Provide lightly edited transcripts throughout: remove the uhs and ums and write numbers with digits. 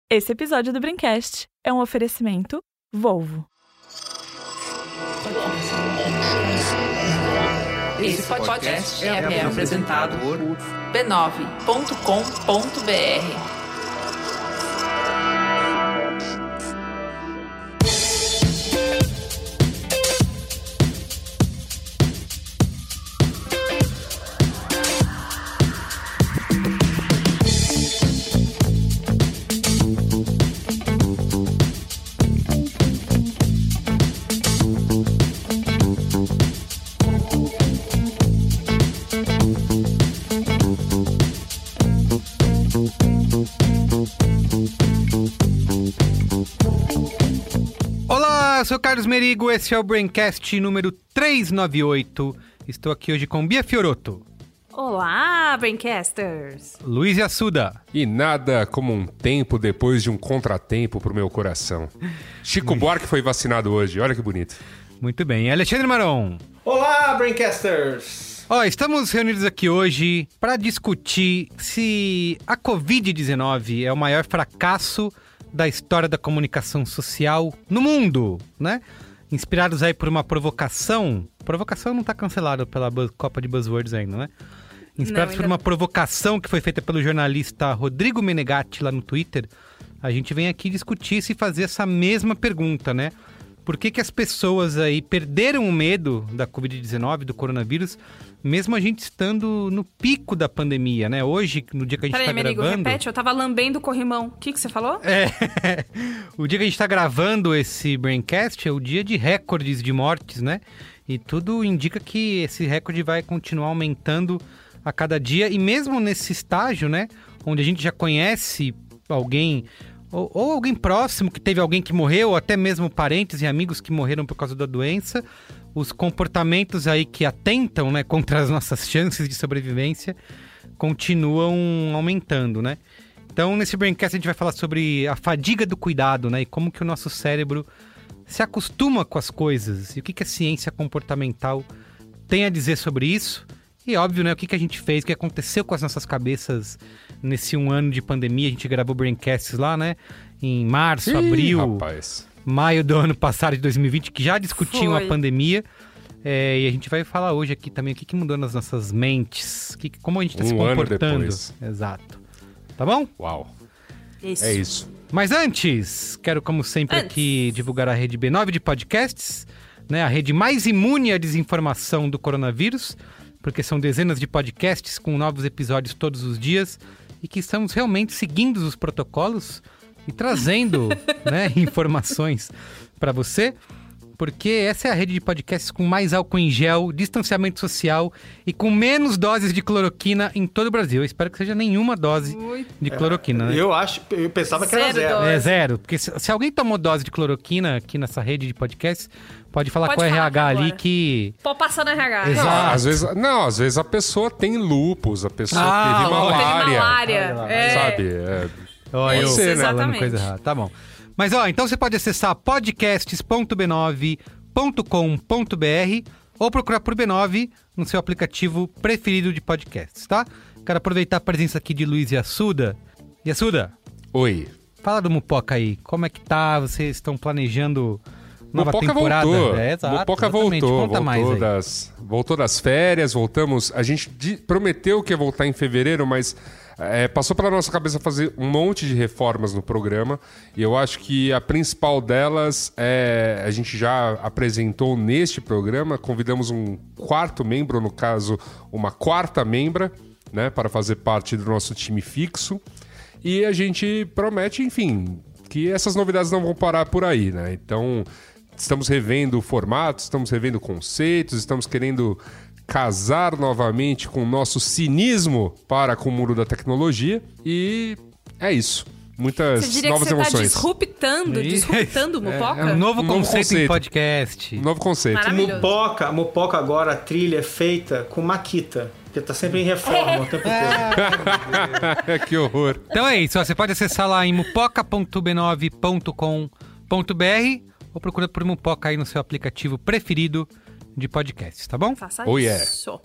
Esse episódio do Braincast é um oferecimento Volvo. Esse podcast é apresentado por b9.com.br. Olá, eu sou Carlos Merigo, esse é o Braincast número 398. Estou aqui hoje com Bia Fiorotto. Olá, Braincasters! Luiz Assuda. E nada como um tempo depois de um contratempo pro meu coração. Chico Buarque foi vacinado hoje, olha que bonito. Muito bem, Alexandre Maron. Olá, Braincasters! Estamos reunidos aqui hoje para discutir se a Covid-19 é o maior fracasso da história da comunicação social no mundo, né? Inspirados aí por uma provocação. Provocação não tá cancelada pela Copa de Buzzwords ainda, né? Inspirados por uma provocação que foi feita pelo jornalista Rodrigo Menegatti lá no Twitter, a gente vem aqui discutir se fazer essa mesma pergunta, né? Por que as pessoas aí perderam o medo da Covid-19, do coronavírus, mesmo a gente estando no pico da pandemia, né? Hoje, no dia que a gente tá gravando... Peraí, repete, eu tava lambendo o corrimão. O que você falou? O dia que a gente tá gravando esse Braincast é o dia de recordes de mortes, né? E tudo indica que esse recorde vai continuar aumentando a cada dia. E mesmo nesse estágio, né? Onde a gente já conhece alguém... Ou alguém próximo que teve alguém que morreu, ou até mesmo parentes e amigos que morreram por causa da doença, os comportamentos aí que atentam, né, contra as nossas chances de sobrevivência continuam aumentando, né? Então, nesse Braincast a gente vai falar sobre a fadiga do cuidado, né? E como que o nosso cérebro se acostuma com as coisas. E o que a ciência comportamental tem a dizer sobre isso. E óbvio, né, o que a gente fez, o que aconteceu com as nossas cabeças nesse 1 ano de pandemia. A gente gravou Braincasts lá, né, em março, abril, maio do ano passado, de 2020, que já discutiam a pandemia. E a gente vai falar hoje aqui também o que mudou nas nossas mentes, como a gente está se comportando. Ano depois. Exato. Tá bom? Uau. Isso. É isso. Mas antes, quero, como sempre, aqui divulgar a rede B9 de podcasts, né, a rede mais imune à desinformação do coronavírus, porque são dezenas de podcasts com novos episódios todos os dias e que estamos realmente seguindo os protocolos e trazendo né, informações para você, porque essa é a rede de podcasts com mais álcool em gel, distanciamento social e com menos doses de cloroquina em todo o Brasil. Eu espero que seja nenhuma dose de cloroquina. Né? Eu pensava que era zero. É zero, porque se alguém tomou dose de cloroquina aqui nessa rede de podcasts, pode falar com o RH ali que... Pode passar no RH. Exato. Às vezes a pessoa tem lúpus, a pessoa teve malária. Sabe? Pode ser, né? Exatamente. Falando coisa errada. Tá bom. Mas, então você pode acessar podcasts.b9.com.br ou procurar por B9 no seu aplicativo preferido de podcasts, tá? Quero aproveitar a presença aqui de Luiz Assuda. Assuda. Oi. Fala do Mupoca aí. Como é que tá? Vocês estão planejando nova Mupoca temporada? Voltou. Exato. Mupoca voltou. Conta mais aí. Voltou das férias, voltamos. A gente prometeu que ia voltar em fevereiro, mas... passou pela nossa cabeça fazer um monte de reformas no programa e eu acho que a principal delas a gente já apresentou neste programa, convidamos um quarto membro, no caso uma quarta membra, né, para fazer parte do nosso time fixo e a gente promete, enfim, que essas novidades não vão parar por aí, né? Então estamos revendo o formato, estamos revendo conceitos, estamos querendo casar novamente com o nosso cinismo para com o mundo da tecnologia. E é isso. Muitas novas emoções. Você diria que disruptando o Mupoca? É um novo conceito em podcast. Um novo conceito. Mupoca agora, a trilha é feita com Makita, que tá sempre em reforma o tempo todo. Que horror. Então é isso. Você pode acessar lá em mupoca.b9.com.br ou procura por Mupoca aí no seu aplicativo preferido de podcasts, tá bom? Faça Oh, yeah. isso.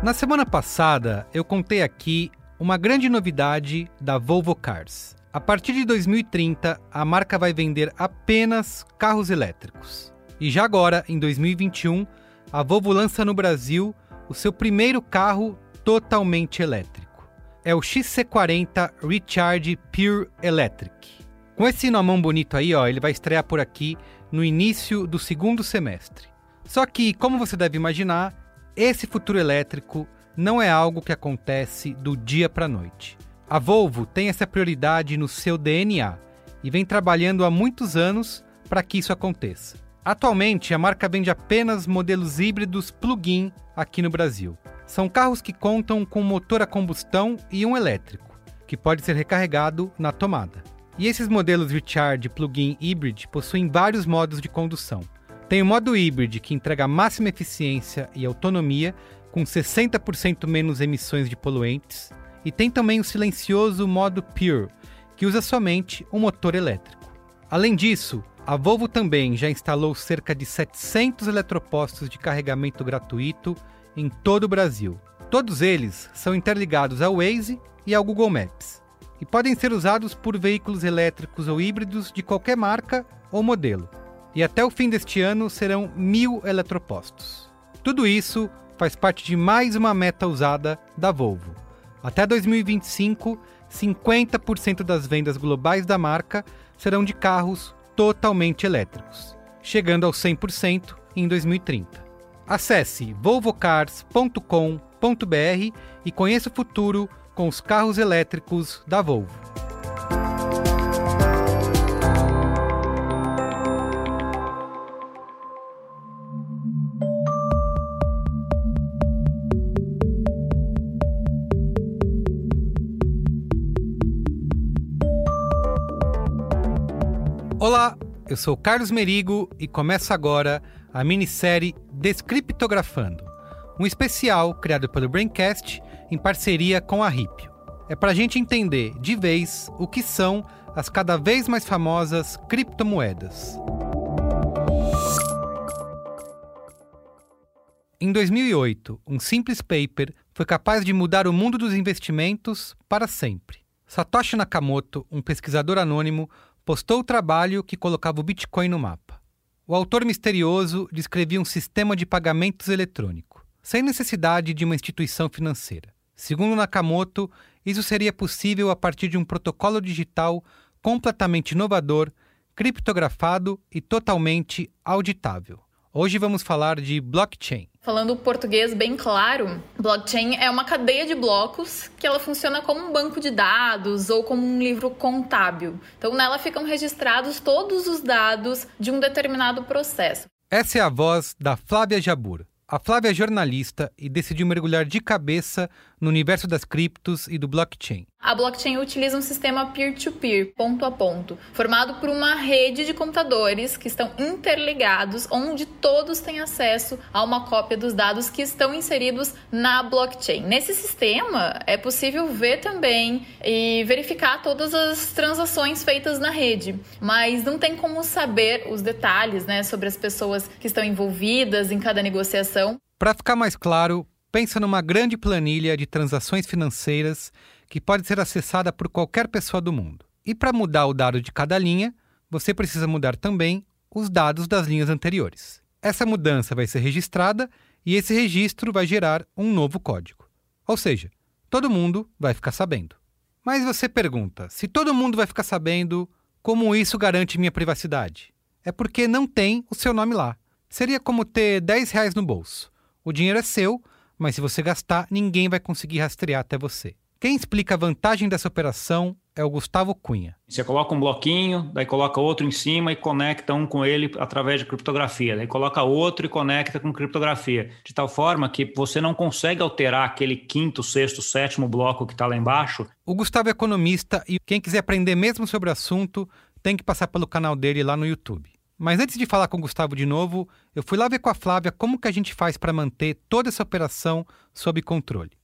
Na semana passada, eu contei aqui uma grande novidade da Volvo Cars. A partir de 2030, a marca vai vender apenas carros elétricos. E já agora, em 2021, a Volvo lança no Brasil o seu primeiro carro totalmente elétrico. É o XC40 Recharge Pure Electric. Com esse nomão bonito aí, ele vai estrear por aqui no início do segundo semestre. Só que, como você deve imaginar, esse futuro elétrico não é algo que acontece do dia para a noite. A Volvo tem essa prioridade no seu DNA e vem trabalhando há muitos anos para que isso aconteça. Atualmente, a marca vende apenas modelos híbridos plug-in aqui no Brasil. São carros que contam com motor a combustão e um elétrico, que pode ser recarregado na tomada. E esses modelos Recharge Plug-in Hybrid possuem vários modos de condução. Tem o modo Hybrid, que entrega máxima eficiência e autonomia, com 60% menos emissões de poluentes. E tem também o silencioso modo Pure, que usa somente um motor elétrico. Além disso, a Volvo também já instalou cerca de 700 eletropostos de carregamento gratuito em todo o Brasil. Todos eles são interligados ao Waze e ao Google Maps e podem ser usados por veículos elétricos ou híbridos de qualquer marca ou modelo. E até o fim deste ano serão 1.000 eletropostos. Tudo isso faz parte de mais uma meta usada da Volvo. Até 2025, 50% das vendas globais da marca serão de carros totalmente elétricos, chegando aos 100% em 2030. Acesse volvocars.com.br e conheça o futuro com os carros elétricos da Volvo. Olá, eu sou Carlos Merigo e começa agora a minissérie Descriptografando, um especial criado pelo Braincast em parceria com a Ripio. É para a gente entender de vez o que são as cada vez mais famosas criptomoedas. Em 2008, um simples paper foi capaz de mudar o mundo dos investimentos para sempre. Satoshi Nakamoto, um pesquisador anônimo, postou o trabalho que colocava o Bitcoin no mapa. O autor misterioso descrevia um sistema de pagamentos eletrônico, sem necessidade de uma instituição financeira. Segundo Nakamoto, isso seria possível a partir de um protocolo digital completamente inovador, criptografado e totalmente auditável. Hoje vamos falar de blockchain. Falando português bem claro, blockchain é uma cadeia de blocos que ela funciona como um banco de dados ou como um livro contábil. Então, nela ficam registrados todos os dados de um determinado processo. Essa é a voz da Flávia Jabbour. A Flávia é jornalista e decidiu mergulhar de cabeça no universo das criptos e do blockchain. A blockchain utiliza um sistema peer-to-peer, ponto a ponto, formado por uma rede de computadores que estão interligados, onde todos têm acesso a uma cópia dos dados que estão inseridos na blockchain. Nesse sistema, é possível ver também e verificar todas as transações feitas na rede, mas não tem como saber os detalhes, sobre as pessoas que estão envolvidas em cada negociação. Para ficar mais claro, pensa numa grande planilha de transações financeiras que pode ser acessada por qualquer pessoa do mundo. E para mudar o dado de cada linha, você precisa mudar também os dados das linhas anteriores. Essa mudança vai ser registrada e esse registro vai gerar um novo código. Ou seja, todo mundo vai ficar sabendo. Mas você pergunta, se todo mundo vai ficar sabendo, como isso garante minha privacidade? É porque não tem o seu nome lá. Seria como ter R$10 no bolso. O dinheiro é seu, mas se você gastar, ninguém vai conseguir rastrear até você. Quem explica a vantagem dessa operação é o Gustavo Cunha. Você coloca um bloquinho, daí coloca outro em cima e conecta um com ele através de criptografia. Daí coloca outro e conecta com criptografia. De tal forma que você não consegue alterar aquele quinto, sexto, sétimo bloco que está lá embaixo. O Gustavo é economista e quem quiser aprender mesmo sobre o assunto tem que passar pelo canal dele lá no YouTube. Mas antes de falar com o Gustavo de novo, eu fui lá ver com a Flávia como que a gente faz para manter toda essa operação sob controle.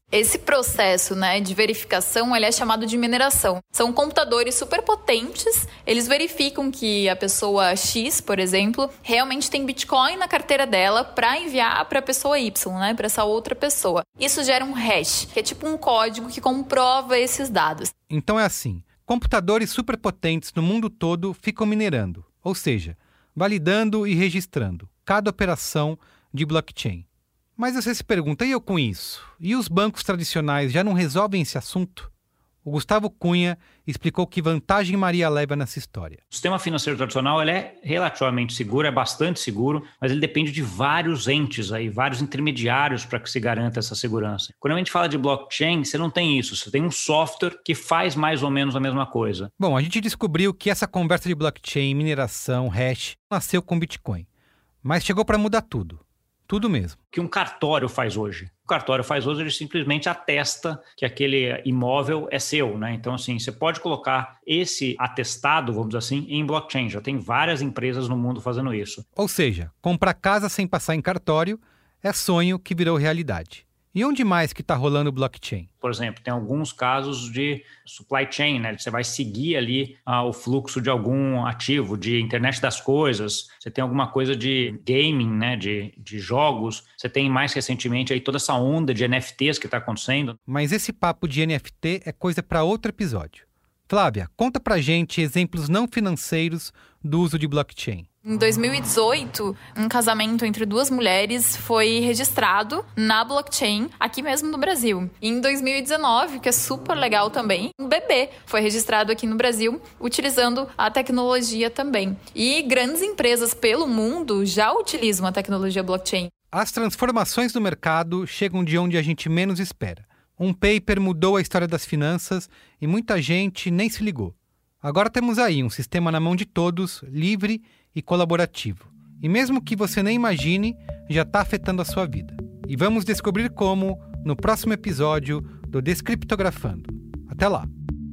Esse processo, de verificação, ele é chamado de mineração. São computadores superpotentes, eles verificam que a pessoa X, por exemplo, realmente tem Bitcoin na carteira dela para enviar para a pessoa Y, para essa outra pessoa. Isso gera um hash, que é tipo um código que comprova esses dados. Então é assim, computadores superpotentes no mundo todo ficam minerando, ou seja, validando e registrando cada operação de blockchain. Mas você se pergunta, e eu com isso? E os bancos tradicionais já não resolvem esse assunto? O Gustavo Cunha explicou que vantagem Maria leva nessa história. O sistema financeiro tradicional ele é relativamente seguro, é bastante seguro, mas ele depende de vários entes, vários intermediários para que se garanta essa segurança. Quando a gente fala de blockchain, você não tem isso, você tem um software que faz mais ou menos a mesma coisa. Bom, a gente descobriu que essa conversa de blockchain, mineração, hash, nasceu com Bitcoin, mas chegou para mudar tudo. Tudo mesmo. O que um cartório faz hoje? O cartório faz hoje, ele simplesmente atesta que aquele imóvel é seu, Então, assim, você pode colocar esse atestado, vamos dizer assim, em blockchain. Já tem várias empresas no mundo fazendo isso. Ou seja, comprar casa sem passar em cartório é sonho que virou realidade. E onde mais que está rolando o blockchain? Por exemplo, tem alguns casos de supply chain, Você vai seguir ali o fluxo de algum ativo, de internet das coisas. Você tem alguma coisa de gaming, de jogos. Você tem mais recentemente aí toda essa onda de NFTs que está acontecendo. Mas esse papo de NFT é coisa para outro episódio. Flávia, conta pra gente exemplos não financeiros do uso de blockchain. Em 2018, um casamento entre duas mulheres foi registrado na blockchain aqui mesmo no Brasil. E em 2019, que é super legal também, um bebê foi registrado aqui no Brasil utilizando a tecnologia também. E grandes empresas pelo mundo já utilizam a tecnologia blockchain. As transformações no mercado chegam de onde a gente menos espera. Um paper mudou a história das finanças e muita gente nem se ligou. Agora temos aí um sistema na mão de todos, livre e colaborativo. E mesmo que você nem imagine, já está afetando a sua vida. E vamos descobrir como no próximo episódio do Descriptografando. Até lá!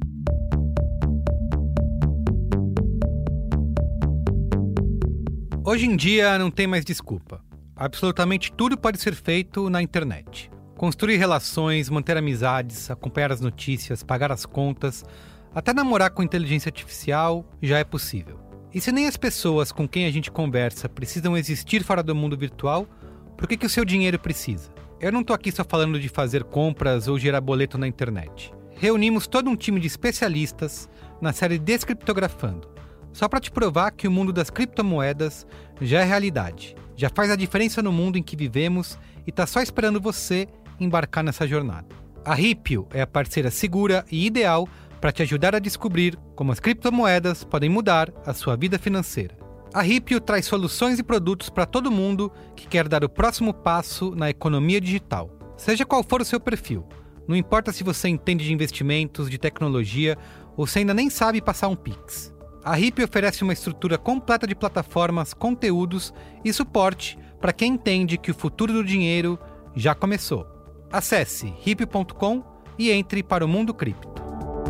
Hoje em dia não tem mais desculpa. Absolutamente tudo pode ser feito na internet. Construir relações, manter amizades, acompanhar as notícias, pagar as contas, até namorar com inteligência artificial já é possível. E se nem as pessoas com quem a gente conversa precisam existir fora do mundo virtual, por que o seu dinheiro precisa? Eu não tô aqui só falando de fazer compras ou gerar boleto na internet. Reunimos todo um time de especialistas na série Descriptografando, só para te provar que o mundo das criptomoedas já é realidade, já faz a diferença no mundo em que vivemos e tá só esperando você embarcar nessa jornada. A Ripio é a parceira segura e ideal para te ajudar a descobrir como as criptomoedas podem mudar a sua vida financeira. A Ripio traz soluções e produtos para todo mundo que quer dar o próximo passo na economia digital. Seja qual for o seu perfil, não importa se você entende de investimentos, de tecnologia ou se ainda nem sabe passar um Pix. A Ripio oferece uma estrutura completa de plataformas, conteúdos e suporte para quem entende que o futuro do dinheiro já começou. Acesse ripio.com e entre para o mundo cripto.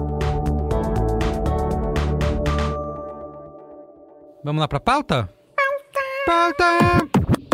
Vamos lá para a pauta? Pauta!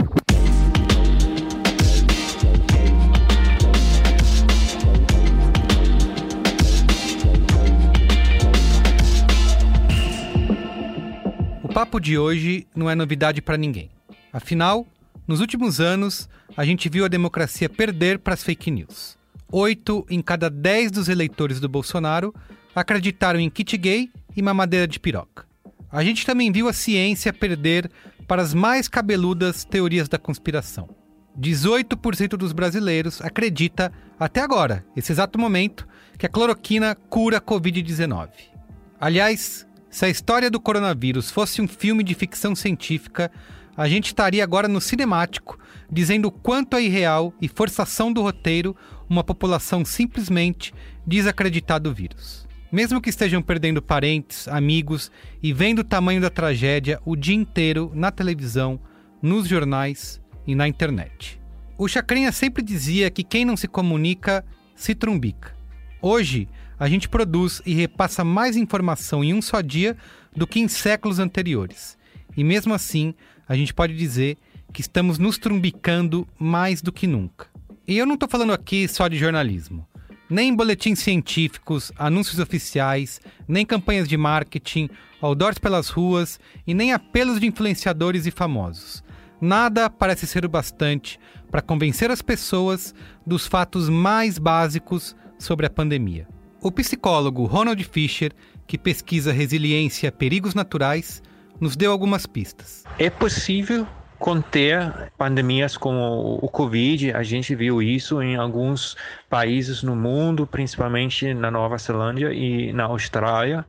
O papo de hoje não é novidade para ninguém. Afinal, nos últimos anos, a gente viu a democracia perder para as fake news. 8 em cada 10 dos eleitores do Bolsonaro acreditaram em kit gay e mamadeira de piroca. A gente também viu a ciência perder para as mais cabeludas teorias da conspiração. 18% dos brasileiros acredita, até agora, esse exato momento, que a cloroquina cura a Covid-19. Aliás, se a história do coronavírus fosse um filme de ficção científica, a gente estaria agora no cinemático, dizendo o quanto é irreal e forçação do roteiro uma população simplesmente desacreditar do vírus. Mesmo que estejam perdendo parentes, amigos e vendo o tamanho da tragédia o dia inteiro na televisão, nos jornais e na internet. O Chacrinha sempre dizia que quem não se comunica, se trumbica. Hoje, a gente produz e repassa mais informação em um só dia do que em séculos anteriores. E mesmo assim, a gente pode dizer que estamos nos trumbicando mais do que nunca. E eu não tô falando aqui só de jornalismo. Nem boletins científicos, anúncios oficiais, nem campanhas de marketing, outdoors pelas ruas e nem apelos de influenciadores e famosos. Nada parece ser o bastante para convencer as pessoas dos fatos mais básicos sobre a pandemia. O psicólogo Ronald Fisher, que pesquisa resiliência a perigos naturais, nos deu algumas pistas. É possível conter pandemias como o Covid. A gente viu isso em alguns países no mundo, principalmente na Nova Zelândia e na Austrália.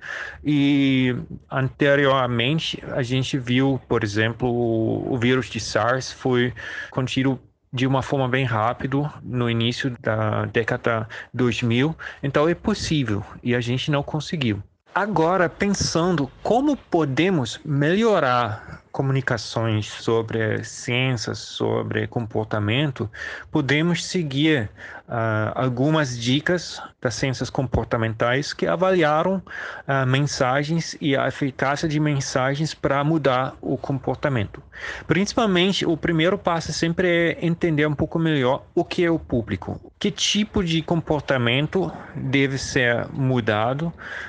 E anteriormente a gente viu, por exemplo, o vírus de SARS foi contido de uma forma bem rápida no início da década 2000. Então é possível e a gente não conseguiu. Agora, pensando como podemos melhorar comunicações sobre ciências, sobre comportamento, podemos seguir algumas dicas das ciências comportamentais que avaliaram mensagens e a eficácia de mensagens para mudar o comportamento. Principalmente, o primeiro passo sempre é entender um pouco melhor o que é o público, que tipo de comportamento deve ser mudado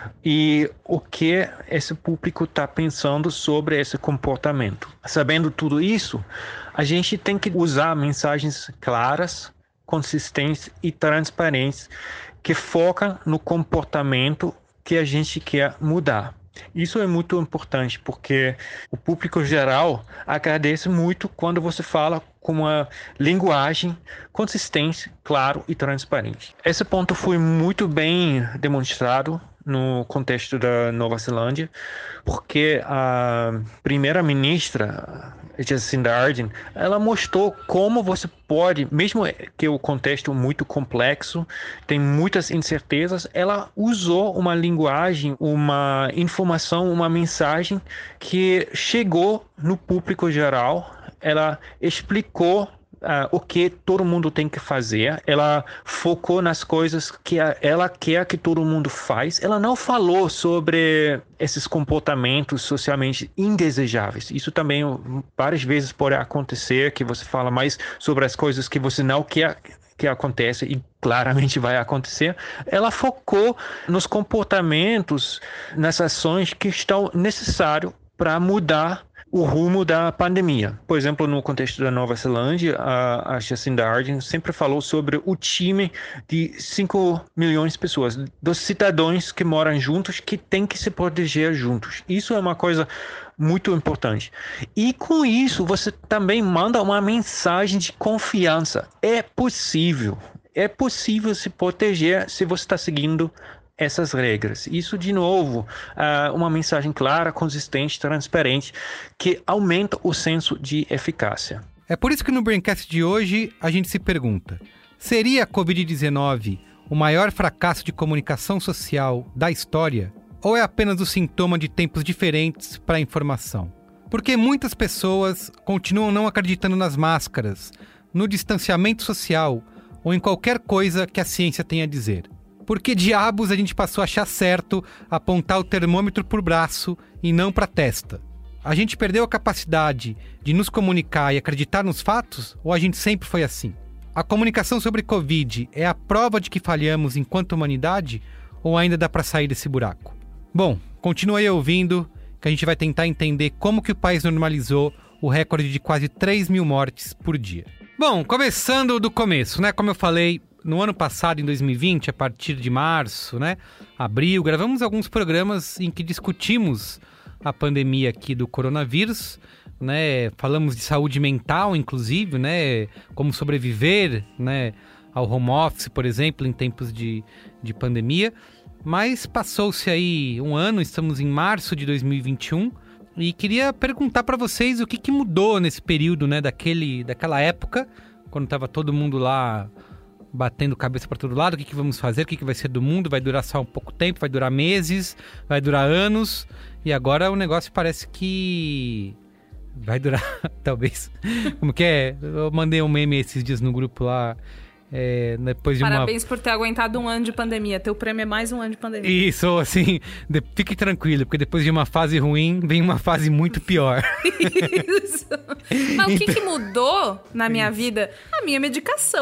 e o que esse público está pensando sobre esse comportamento. Sabendo tudo isso, a gente tem que usar mensagens claras, consistentes e transparentes que focam no comportamento que a gente quer mudar. Isso é muito importante porque o público geral agradece muito quando você fala com uma linguagem consistente, claro e transparente. Esse ponto foi muito bem demonstrado no contexto da Nova Zelândia, porque a primeira-ministra, Jacinda Ardern, ela mostrou como você pode, mesmo que o contexto é muito complexo, tem muitas incertezas, ela usou uma linguagem, uma informação, uma mensagem que chegou no público geral. Ela explicou o que todo mundo tem que fazer. Ela focou nas coisas que ela quer que todo mundo faz. Ela não falou sobre esses comportamentos socialmente indesejáveis. Isso também várias vezes pode acontecer, que você fala mais sobre as coisas que você não quer que aconteça e claramente vai acontecer. Ela focou nos comportamentos, nas ações que estão necessários para mudar o rumo da pandemia. Por exemplo, no contexto da Nova Zelândia, a Jacinda Ardern sempre falou sobre o time de 5 milhões de pessoas, dos cidadãos que moram juntos, que têm que se proteger juntos. Isso é uma coisa muito importante. E com isso, você também manda uma mensagem de confiança. É possível se proteger se você está seguindo essas regras. Isso, de novo, uma mensagem clara, consistente, transparente, que aumenta o senso de eficácia. É por isso que no Braincast de hoje a gente se pergunta: seria a Covid-19 o maior fracasso de comunicação social da história? Ou é apenas o sintoma de tempos diferentes para a informação? Porque muitas pessoas continuam não acreditando nas máscaras, no distanciamento social ou em qualquer coisa que a ciência tenha a dizer. Por que diabos a gente passou a achar certo apontar o termômetro por braço e não para a testa? A gente perdeu a capacidade de nos comunicar e acreditar nos fatos? Ou a gente sempre foi assim? A comunicação sobre Covid é a prova de que falhamos enquanto humanidade? Ou ainda dá para sair desse buraco? Bom, continue aí ouvindo, que a gente vai tentar entender como que o país normalizou o recorde de quase 3 mil mortes por dia. Bom, começando do começo, né? Como eu falei, no ano passado, em 2020, a partir de março, né, abril, gravamos alguns programas em que discutimos a pandemia aqui do coronavírus, né, falamos de saúde mental, inclusive, né, como sobreviver, né, ao home office, por exemplo, em tempos de pandemia. Mas passou-se aí um ano, estamos em março de 2021, e queria perguntar para vocês o que mudou nesse período, né, daquela época, quando estava todo mundo lá batendo cabeça para todo lado. O que vamos fazer, o que vai ser do mundo, vai durar só um pouco tempo, vai durar meses, vai durar anos, e agora o negócio parece que vai durar, talvez, como que é? Eu mandei um meme esses dias no grupo lá, depois de Parabéns por ter aguentado um ano de pandemia, teu prêmio é mais um ano de pandemia. Isso, assim, fique tranquilo, porque depois de uma fase ruim, vem uma fase muito pior. Isso. Mas o que mudou na minha vida? A minha medicação.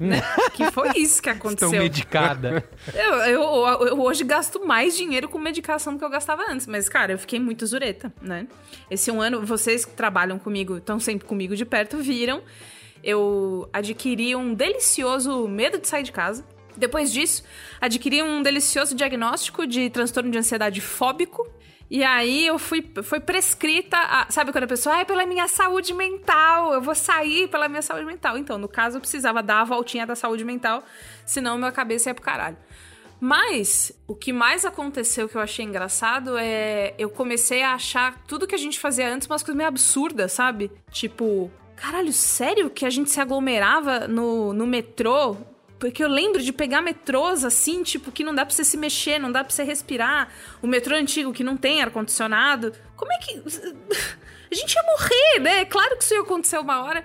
né? Que foi isso que aconteceu. Estou medicada. Eu hoje gasto mais dinheiro com medicação do que eu gastava antes. Mas, cara, eu fiquei muito zureta, né? Esse um ano, vocês que trabalham comigo, estão sempre comigo de perto, viram. Eu adquiri um delicioso medo de sair de casa. Depois disso, adquiri um delicioso diagnóstico de transtorno de ansiedade fóbico. E aí foi prescrita, sabe quando a pessoa, pela minha saúde mental, eu vou sair pela minha saúde mental. Então, no caso, eu precisava dar a voltinha da saúde mental, senão minha cabeça ia pro caralho. Mas, o que mais aconteceu que eu achei engraçado é... Eu comecei a achar tudo que a gente fazia antes umas coisas meio absurdas, sabe? Tipo, caralho, sério que a gente se aglomerava no metrô? Porque eu lembro de pegar metrôs assim, tipo, que não dá pra você se mexer, não dá pra você respirar. O metrô antigo que não tem ar-condicionado. Como é que... A gente ia morrer, né? Claro que isso ia acontecer uma hora.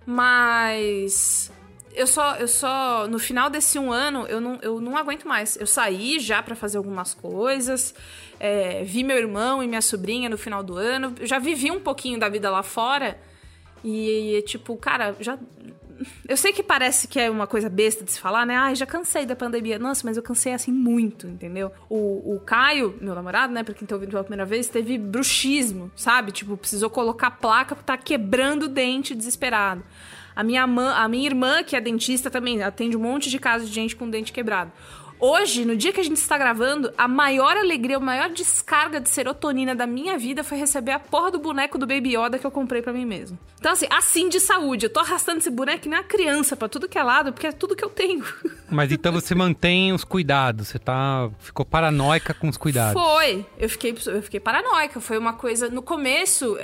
Mas... Eu só... No final desse um ano, eu não aguento mais. Eu saí já pra fazer algumas coisas. Vi meu irmão e minha sobrinha no final do ano. Eu já vivi um pouquinho da vida lá fora. E, tipo, cara, já... Eu sei que parece que é uma coisa besta de se falar, né? Já cansei da pandemia. Nossa, mas eu cansei, assim, muito, entendeu? O Caio, meu namorado, né? Pra quem tá ouvindo pela primeira vez, teve bruxismo, sabe? Tipo, precisou colocar placa porque tá quebrando o dente desesperado. A minha irmã, que é dentista, também atende um monte de casos de gente com dente quebrado. Hoje, no dia que a gente está gravando, a maior alegria, a maior descarga de serotonina da minha vida foi receber a porra do boneco do Baby Yoda que eu comprei pra mim mesmo. Então, assim de saúde. Eu tô arrastando esse boneco que nem uma criança pra tudo que é lado, porque é tudo que eu tenho. Mas então você mantém os cuidados, você ficou paranoica com os cuidados. Foi. Eu fiquei paranoica. Foi uma coisa... No começo,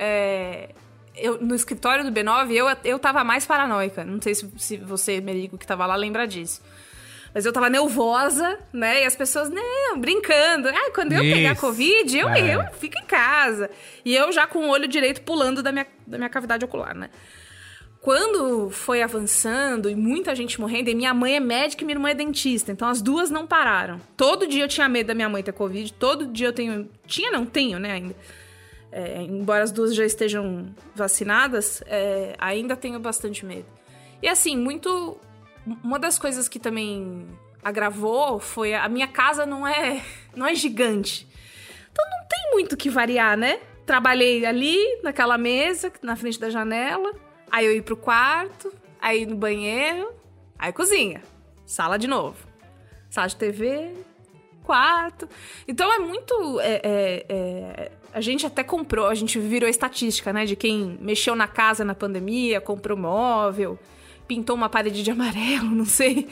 no escritório do B9, eu tava mais paranoica. Não sei se você, Merigo, que tava lá, lembra disso. Mas eu tava nervosa, né? E as pessoas, brincando. Quando eu pegar Covid, eu fico em casa. E eu já com o olho direito pulando da minha cavidade ocular, né? Quando foi avançando e muita gente morrendo, e minha mãe é médica e minha irmã é dentista, então as duas não pararam. Todo dia eu tinha medo da minha mãe ter Covid, todo dia eu tenho... Tenho, né, ainda. Embora as duas já estejam vacinadas, ainda tenho bastante medo. E assim, uma das coisas que também agravou foi a minha casa não é gigante. Então não tem muito o que variar, né? Trabalhei ali, naquela mesa, na frente da janela. Aí eu ia pro quarto, aí no banheiro, aí cozinha. Sala de novo. Sala de TV, quarto. Então é muito... a gente até comprou, a gente virou estatística, né? De quem mexeu na casa na pandemia, comprou móvel... pintou uma parede de amarelo, não sei.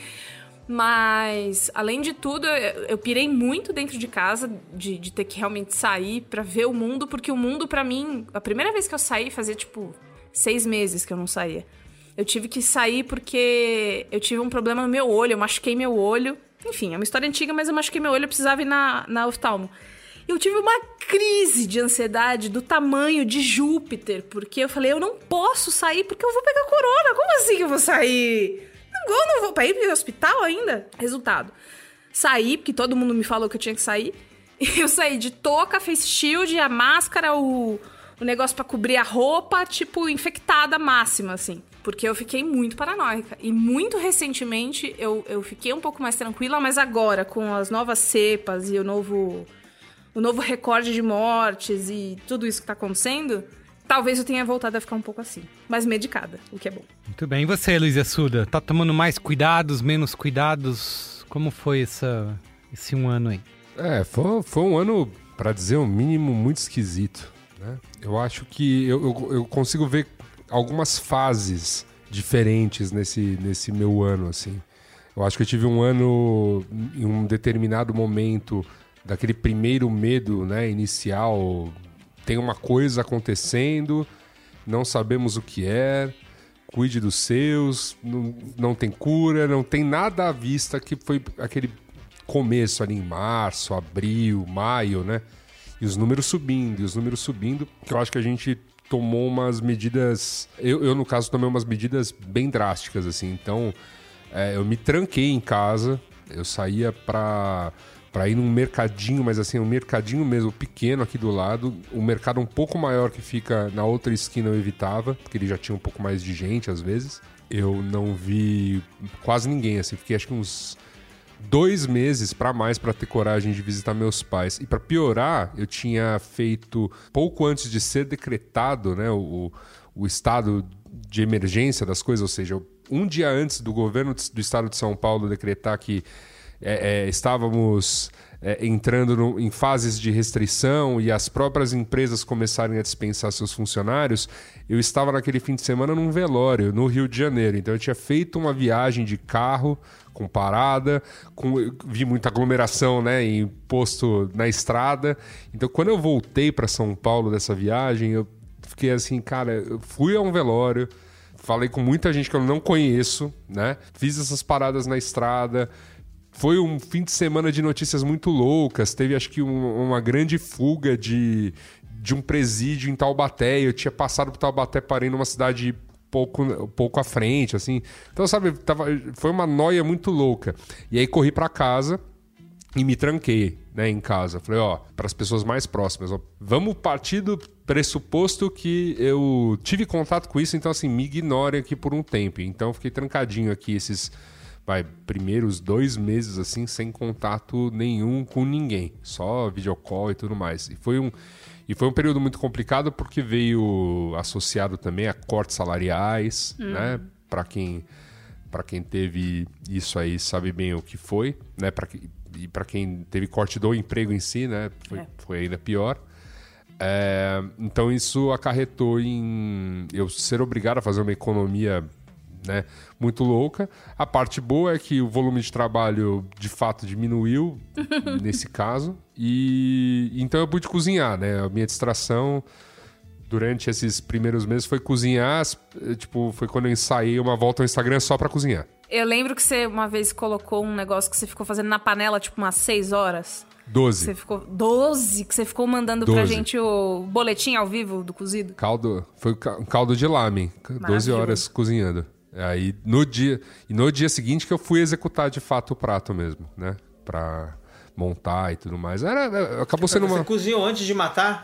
Mas, além de tudo, eu pirei muito dentro de casa, de ter que realmente sair pra ver o mundo, porque o mundo, pra mim, a primeira vez que eu saí, fazia, 6 meses que eu não saía. Eu tive que sair porque eu tive um problema no meu olho, eu machuquei meu olho. Enfim, é uma história antiga, mas eu machuquei meu olho, eu precisava ir na oftalmo. Eu tive uma crise de ansiedade do tamanho de Júpiter, porque eu falei, eu não posso sair porque eu vou pegar corona. Como assim que eu vou sair? Eu não vou pra ir pro hospital ainda? Resultado, saí, porque todo mundo me falou que eu tinha que sair. Eu saí de touca, face shield, a máscara, o negócio pra cobrir a roupa, infectada máxima, assim. Porque eu fiquei muito paranoica. E muito recentemente eu fiquei um pouco mais tranquila, mas agora, com as novas cepas e o novo recorde de mortes e tudo isso que tá acontecendo, talvez eu tenha voltado a ficar um pouco assim. Mas medicada, o que é bom. Muito bem. E você, Luiz Assuda? Tá tomando mais cuidados, menos cuidados? Como foi esse um ano aí? Foi um ano, pra dizer o mínimo, muito esquisito, né? Eu acho que eu consigo ver algumas fases diferentes nesse meu ano, assim. Eu acho que eu tive um ano, em um determinado momento... daquele primeiro medo, né, inicial, tem uma coisa acontecendo, não sabemos o que é, cuide dos seus, não tem cura, não tem nada à vista, que foi aquele começo ali em março, abril, maio, né, e os números subindo, que eu acho que a gente tomou umas medidas, eu no caso tomei umas medidas bem drásticas, assim, então eu me tranquei em casa, eu saía pra ir num mercadinho, mas assim, um mercadinho mesmo pequeno aqui do lado. O mercado um pouco maior que fica na outra esquina eu evitava, porque ele já tinha um pouco mais de gente às vezes. eu não vi quase ninguém, assim. Fiquei acho que uns 2 meses pra mais pra ter coragem de visitar meus pais. E pra piorar, eu tinha feito, pouco antes de ser decretado, né, o estado de emergência das coisas, ou seja, um dia antes do governo do estado de São Paulo decretar que estávamos entrando em fases de restrição e as próprias empresas começarem a dispensar seus funcionários, eu estava naquele fim de semana num velório no Rio de Janeiro. Então eu tinha feito uma viagem de carro com parada, vi muita aglomeração, né, em posto na estrada. Então quando eu voltei para São Paulo dessa viagem, eu fiquei assim, cara, eu fui a um velório, falei com muita gente que eu não conheço, né, fiz essas paradas na estrada. Foi um fim de semana de notícias muito loucas. Teve, acho que, uma grande fuga de um presídio em Taubaté. Eu tinha passado por Taubaté, parei numa cidade pouco à frente, assim. Então, sabe, foi uma noia muito louca. E aí corri pra casa e me tranquei, né, em casa. Falei, para as pessoas mais próximas, vamos partir do pressuposto que eu tive contato com isso, então, assim, me ignorem aqui por um tempo. Então, fiquei trancadinho aqui esses... primeiros 2 meses, assim, sem contato nenhum com ninguém. Só videocall e tudo mais. E foi um período muito complicado porque veio associado também a cortes salariais, né? Para quem teve isso aí sabe bem o que foi, né? E para quem teve corte do emprego em si, né? Foi ainda pior. Então isso acarretou em eu ser obrigado a fazer uma economia, né, muito louca. A parte boa é que o volume de trabalho de fato diminuiu nesse caso, e então eu pude cozinhar, né? A minha distração durante esses primeiros meses foi cozinhar, tipo, foi quando eu ensaiei uma volta ao Instagram só pra cozinhar. Eu lembro que você uma vez colocou um negócio que você ficou fazendo na panela, tipo, umas 6 horas. 12. Você ficou 12, que você ficou mandando 12. Pra gente o boletim ao vivo do cozido. Foi um caldo de lamen, 12 horas cozinhando. Aí no dia seguinte que eu fui executar de fato o prato mesmo, né? Pra montar e tudo mais. Acabou sendo Você cozinhou antes de matar?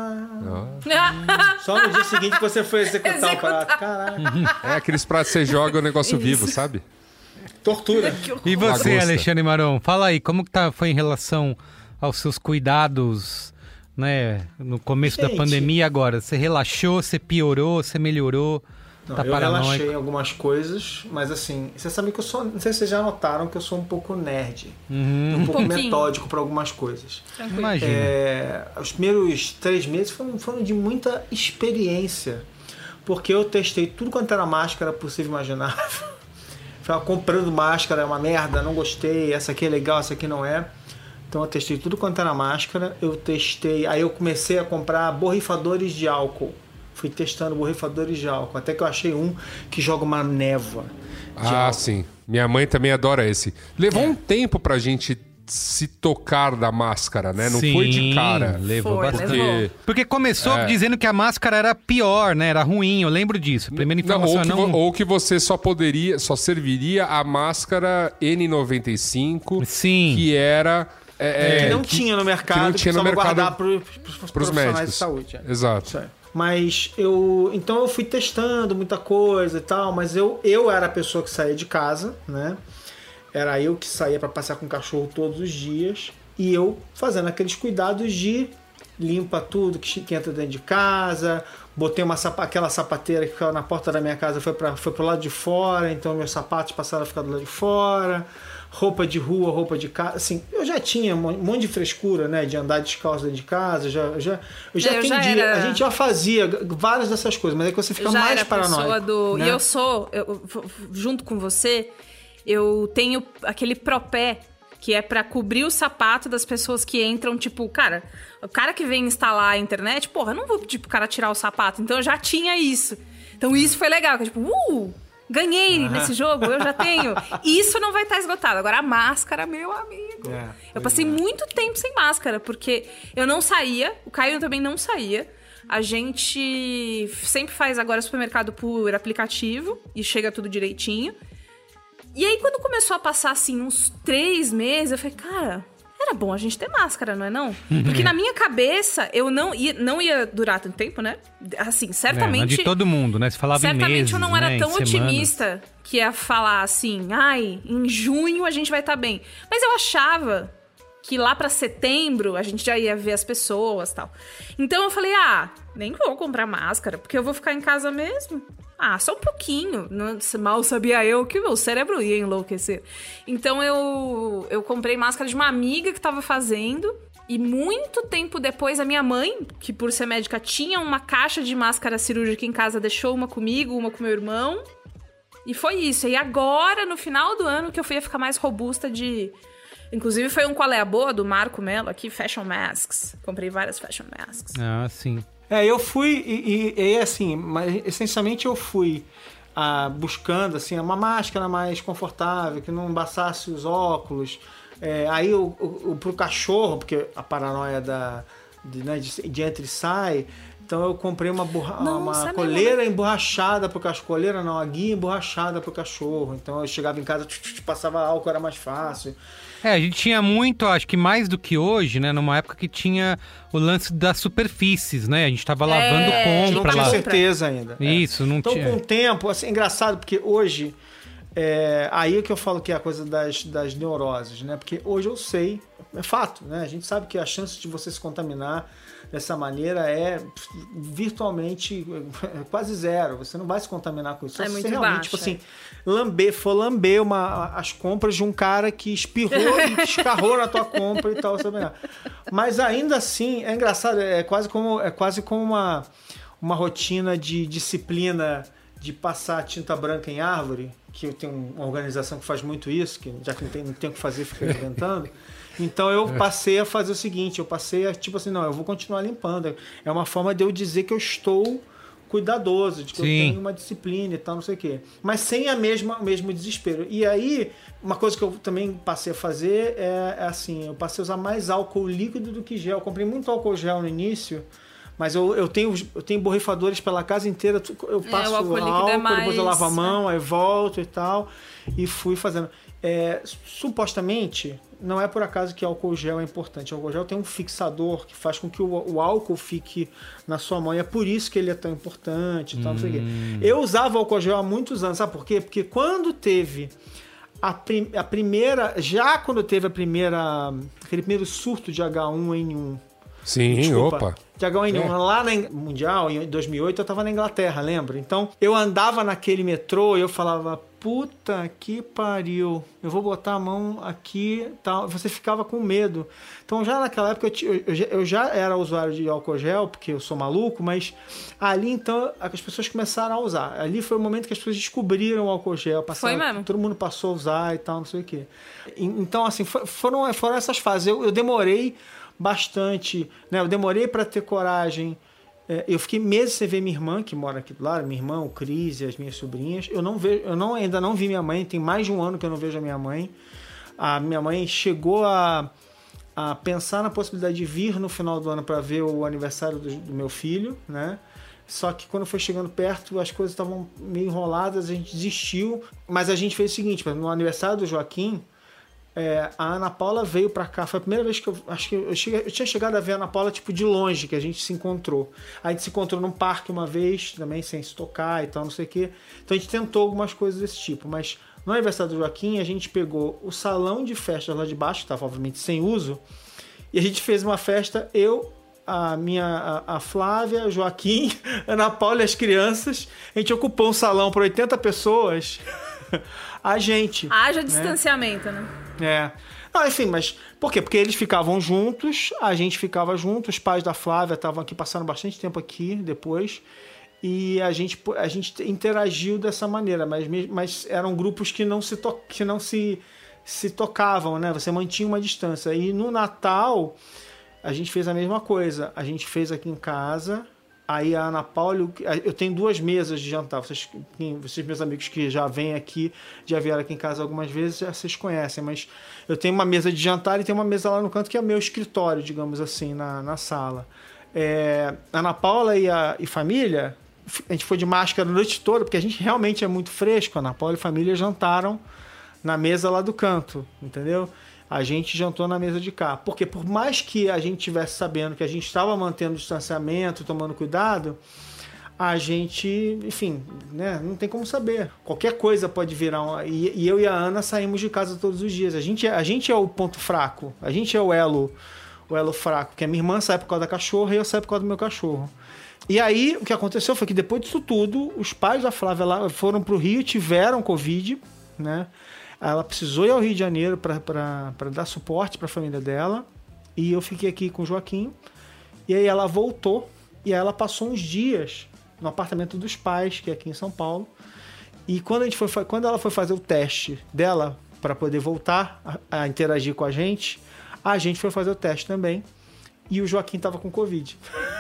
Só no dia seguinte que você foi executar o prato. Caralho. Aqueles pratos que você joga o negócio vivo, sabe? Tortura. E você, Lagosta. Alexandre Maron? Fala aí, como que foi em relação aos seus cuidados, né? No começo da pandemia e agora? Você relaxou, você piorou, você melhorou? Não, eu relaxei em algumas coisas, mas assim, você sabe que eu sou... Não sei se vocês já notaram que eu sou um pouco nerd. Um pouco metódico para algumas coisas. Imagina. Os primeiros 3 meses foram de muita experiência. Porque eu testei tudo quanto era máscara possível e imaginável. Ficava comprando máscara, é uma merda, não gostei, essa aqui é legal, essa aqui não é. Então eu testei tudo quanto era máscara. Aí eu comecei a comprar borrifadores de álcool. Fui testando borrifadores de álcool, até que eu achei um que joga uma névoa de álcool. Sim. Minha mãe também adora esse. Levou um tempo pra gente se tocar da máscara, né? Não foi de cara. Levou bastante. Porque começou dizendo que a máscara era pior, né? Era ruim, eu lembro disso. Primeira informação ou que você só serviria a máscara N95, sim, que era... que não tinha no mercado, que não tinha no mercado guardar pros médicos de saúde. Exato. Isso aí. Mas então eu fui testando muita coisa e tal, mas eu era a pessoa que saía de casa, né? Era eu que saía para passear com o cachorro todos os dias, e eu fazendo aqueles cuidados de limpa tudo que entra dentro de casa, botei aquela sapateira que ficava na porta da minha casa, foi pro lado de fora, então meus sapatos passaram a ficar do lado de fora. Roupa de rua, roupa de casa, assim, eu já tinha um monte de frescura, né, de andar descalço dentro de casa, eu já atendia, a gente já fazia várias dessas coisas, mas é que você fica mais paranoico. Né? E junto com você, eu tenho aquele propé, que é pra cobrir o sapato das pessoas que entram, tipo, cara, o cara que vem instalar a internet, porra, eu não vou pedir pro cara tirar o sapato, então eu já tinha isso. Então isso foi legal, que tipo, ganhei nesse jogo, eu já tenho. Isso não vai estar esgotado. Agora a máscara, meu amigo. Eu passei muito tempo sem máscara, porque eu não saía, o Caio também não saía. A gente sempre faz agora supermercado por aplicativo e chega tudo direitinho. E aí quando começou a passar assim uns 3 meses, eu falei, cara, era bom a gente ter máscara, não é não? Porque na minha cabeça, eu não ia durar tanto tempo, né? Assim, certamente... de todo mundo, né? Você falava em meses, certamente eu não era né? tão otimista que ia falar assim, em junho a gente vai estar bem. Mas eu achava que lá pra setembro a gente já ia ver as pessoas e tal. Então eu falei, nem vou comprar máscara, porque eu vou ficar em casa mesmo. Só um pouquinho. Mal sabia eu que meu cérebro ia enlouquecer. Então eu comprei máscara de uma amiga que tava fazendo. E muito tempo depois, a minha mãe, que por ser médica tinha uma caixa de máscara cirúrgica em casa, deixou uma comigo, uma com meu irmão. E foi isso. E agora, no final do ano, que eu fui ficar mais robusta de... Inclusive foi um Qual é a Boa do Marco Mello aqui, Fashion Masks. Comprei várias Fashion Masks. Sim. Eu fui, e assim, mas essencialmente eu fui buscando assim, uma máscara mais confortável, que não embaçasse os óculos. Aí pro cachorro, porque a paranoia de entra e sai, então eu comprei uma coleira emborrachada pro cachorro. Coleira não, a guia emborrachada pro cachorro. Então eu chegava em casa, passava álcool, era mais fácil. A gente tinha muito, acho que mais do que hoje, né? Numa época que tinha o lance das superfícies, né? A gente tava lavando compra lá. Não tinha certeza ainda. Isso, não tinha. Então, com o tempo, assim, é engraçado, porque hoje... aí é que eu falo que é a coisa das neuroses, né? Porque hoje eu sei, é fato, né? A gente sabe que a chance de você se contaminar dessa maneira é virtualmente quase zero. Você não vai se contaminar com isso. Só se você realmente, tipo assim, lamber as compras de um cara que espirrou e escarrou na tua compra e tal. Sabe? Mas ainda assim, é engraçado, é quase como uma rotina de disciplina de passar tinta branca em árvore, que eu tenho uma organização que faz muito isso, que já que não tem o que fazer, fica inventando. Então eu passei a fazer o seguinte, tipo assim, não, eu vou continuar limpando. É uma forma de eu dizer que eu estou cuidadoso, de que eu tenho uma disciplina e tal, não sei o quê. Mas sem o mesmo desespero. E aí, uma coisa que eu também passei a fazer é assim, eu passei a usar mais álcool líquido do que gel. Eu comprei muito álcool gel no início, mas eu tenho borrifadores pela casa inteira, eu passo o álcool depois eu lavo a mão, aí volto e tal, e fui fazendo. Supostamente, não é por acaso que álcool gel é importante. O álcool gel tem um fixador que faz com que o álcool fique na sua mão, e é por isso que ele é tão importante e tal, não sei o quê. Eu usava álcool gel há muitos anos, sabe por quê? Porque quando teve a primeira, já quando teve aquele primeiro surto de H1N1, sim, opa. De H1N1 lá na Mundial, em 2008, eu tava na Inglaterra, lembra? Então, eu andava naquele metrô e eu falava, puta que pariu, eu vou botar a mão aqui, tal. Você ficava com medo. Então, já naquela época, eu já era usuário de álcool gel, porque eu sou maluco, mas ali, então, as pessoas começaram a usar. Ali foi o momento que as pessoas descobriram o álcool gel. Foi mesmo. Todo mundo passou a usar e tal, não sei o quê. Então, assim, foram essas fases. Eu demorei bastante, né? Eu demorei para ter coragem. Eu fiquei meses sem ver minha irmã, que mora aqui do lado, minha irmã, o Cris e as minhas sobrinhas. Ainda não vi minha mãe, tem mais de um ano que eu não vejo a minha mãe. A minha mãe chegou a pensar na possibilidade de vir no final do ano para ver o aniversário do meu filho, né? Só que quando foi chegando perto, as coisas estavam meio enroladas, a gente desistiu. Mas a gente fez o seguinte, no aniversário do Joaquim, a Ana Paula veio pra cá. Foi a primeira vez que eu tinha chegado a ver a Ana Paula tipo de longe, que a gente se encontrou. A gente se encontrou num parque uma vez, também sem se tocar e tal, não sei o quê. Então a gente tentou algumas coisas desse tipo. Mas no aniversário do Joaquim, a gente pegou o salão de festas lá de baixo, que estava obviamente sem uso, e a gente fez uma festa, a Flávia, o Joaquim, a Ana Paula e as crianças. A gente ocupou um salão para 80 pessoas. A gente. Haja distanciamento, né? Não, enfim, mas por quê? Porque eles ficavam juntos, a gente ficava junto, os pais da Flávia estavam aqui, passaram bastante tempo aqui depois, e a gente interagiu dessa maneira, mas eram grupos que não se tocavam, né? Você mantinha uma distância. E no Natal, a gente fez a mesma coisa. A gente fez aqui em casa. Aí a Ana Paula, eu tenho 2 mesas de jantar. Vocês meus amigos que já vêm aqui, já vieram aqui em casa algumas vezes, já vocês conhecem, mas eu tenho uma mesa de jantar e tem uma mesa lá no canto que é meu escritório, digamos assim, na sala. A Ana Paula e família, a gente foi de máscara a noite toda, porque a gente realmente é muito fresco. A Ana Paula e família jantaram na mesa lá do canto, entendeu? a gente jantou na mesa de cá. Porque por mais que a gente estivesse sabendo que a gente estava mantendo o distanciamento, tomando cuidado, a gente, enfim, né, não tem como saber. Qualquer coisa pode virar e eu e a Ana saímos de casa todos os dias. A gente é o ponto fraco. A gente é o elo fraco. Porque a minha irmã sai por causa da cachorra e eu saio por causa do meu cachorro. E aí, o que aconteceu foi que depois disso tudo, os pais da Flávia lá foram pro Rio, tiveram Covid, né? Ela precisou ir ao Rio de Janeiro para dar suporte para a família dela. E eu fiquei aqui com o Joaquim. E aí ela voltou. E aí ela passou uns dias no apartamento dos pais, que é aqui em São Paulo. E quando ela foi fazer o teste dela para poder voltar a interagir com a gente foi fazer o teste também. E o Joaquim estava com Covid.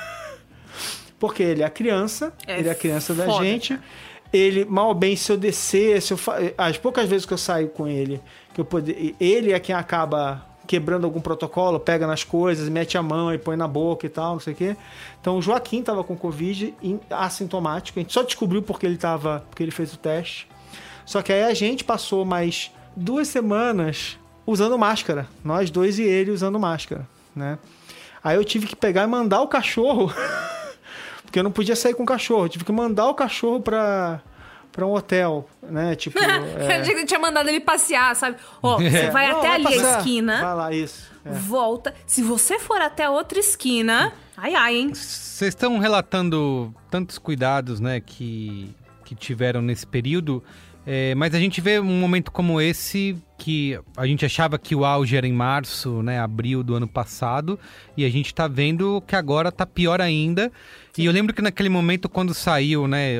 Porque ele é a criança, ele é a criança da gente. Cara. Ele, mal ou bem, se eu descer, as poucas vezes que eu saio com ele, ele é quem acaba quebrando algum protocolo, pega nas coisas, mete a mão e põe na boca e tal, não sei o quê. Então o Joaquim estava com Covid assintomático. A gente só descobriu porque ele fez o teste. Só que aí a gente passou mais 2 semanas usando máscara. Nós dois e ele usando máscara, né? Aí eu tive que pegar e mandar o cachorro... Porque eu não podia sair com o cachorro. Eu tive que mandar o cachorro pra um hotel, né? Tipo... Eu achei que eu tinha mandado ele passear, sabe? Você vai até ali a esquina. Vai lá, isso. Volta. Se você for até a outra esquina... Ai, hein? Vocês estão relatando tantos cuidados, né, que tiveram nesse período... mas a gente vê um momento como esse, que a gente achava que o auge era em março, né, abril do ano passado, e a gente tá vendo que agora tá pior ainda. Sim. E eu lembro que naquele momento, quando saiu, né,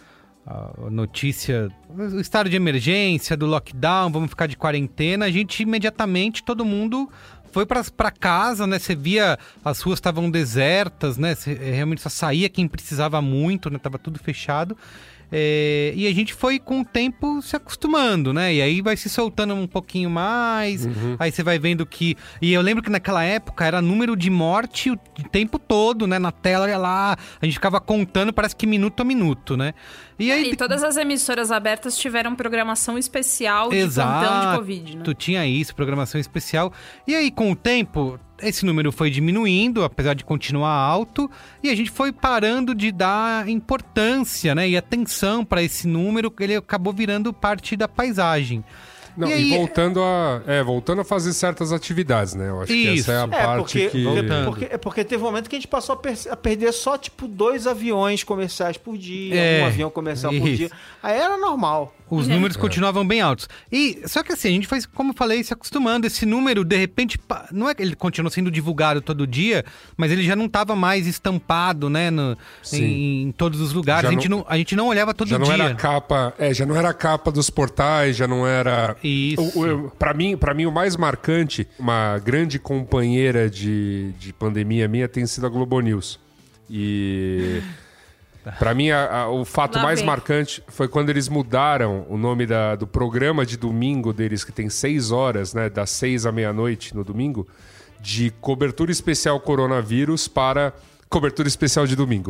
a notícia, o estado de emergência, do lockdown, vamos ficar de quarentena, a gente imediatamente, todo mundo foi pra casa, né, você via as ruas estavam desertas, né, realmente só saía quem precisava muito, né, tava tudo fechado. E a gente foi com o tempo se acostumando, né? E aí vai se soltando um pouquinho mais, aí você vai vendo que... E eu lembro que naquela época era número de morte o tempo todo, né? Na tela, lá, a gente ficava contando, parece que minuto a minuto, né? E aí... E todas as emissoras abertas tiveram programação especial de plantão de Covid, né? Tinha isso, programação especial. E aí, com o tempo... Esse número foi diminuindo, apesar de continuar alto, e a gente foi parando de dar importância, né, e atenção para esse número, ele acabou virando parte da paisagem. Não, e voltando a fazer certas atividades, né? Eu acho que essa é a parte que... Porque teve um momento que a gente passou a perder só, 2 aviões comerciais por dia, um avião comercial por dia. Aí era normal. Os números continuavam bem altos. Só que assim, a gente foi, como eu falei, se acostumando. Esse número, de repente, não é que ele continuou sendo divulgado todo dia, mas ele já não estava mais estampado, né, em todos os lugares. A gente não olhava todo dia. Já não era a capa, já não era a capa dos portais, já não era... Isso. Pra mim, o mais marcante, uma grande companheira de pandemia minha tem sido a Globo News. E... Pra mim, o fato mais marcante foi quando eles mudaram o nome do programa de domingo deles, que tem 6 horas, né, das 6 à meia-noite no domingo, de cobertura especial coronavírus para cobertura especial de domingo.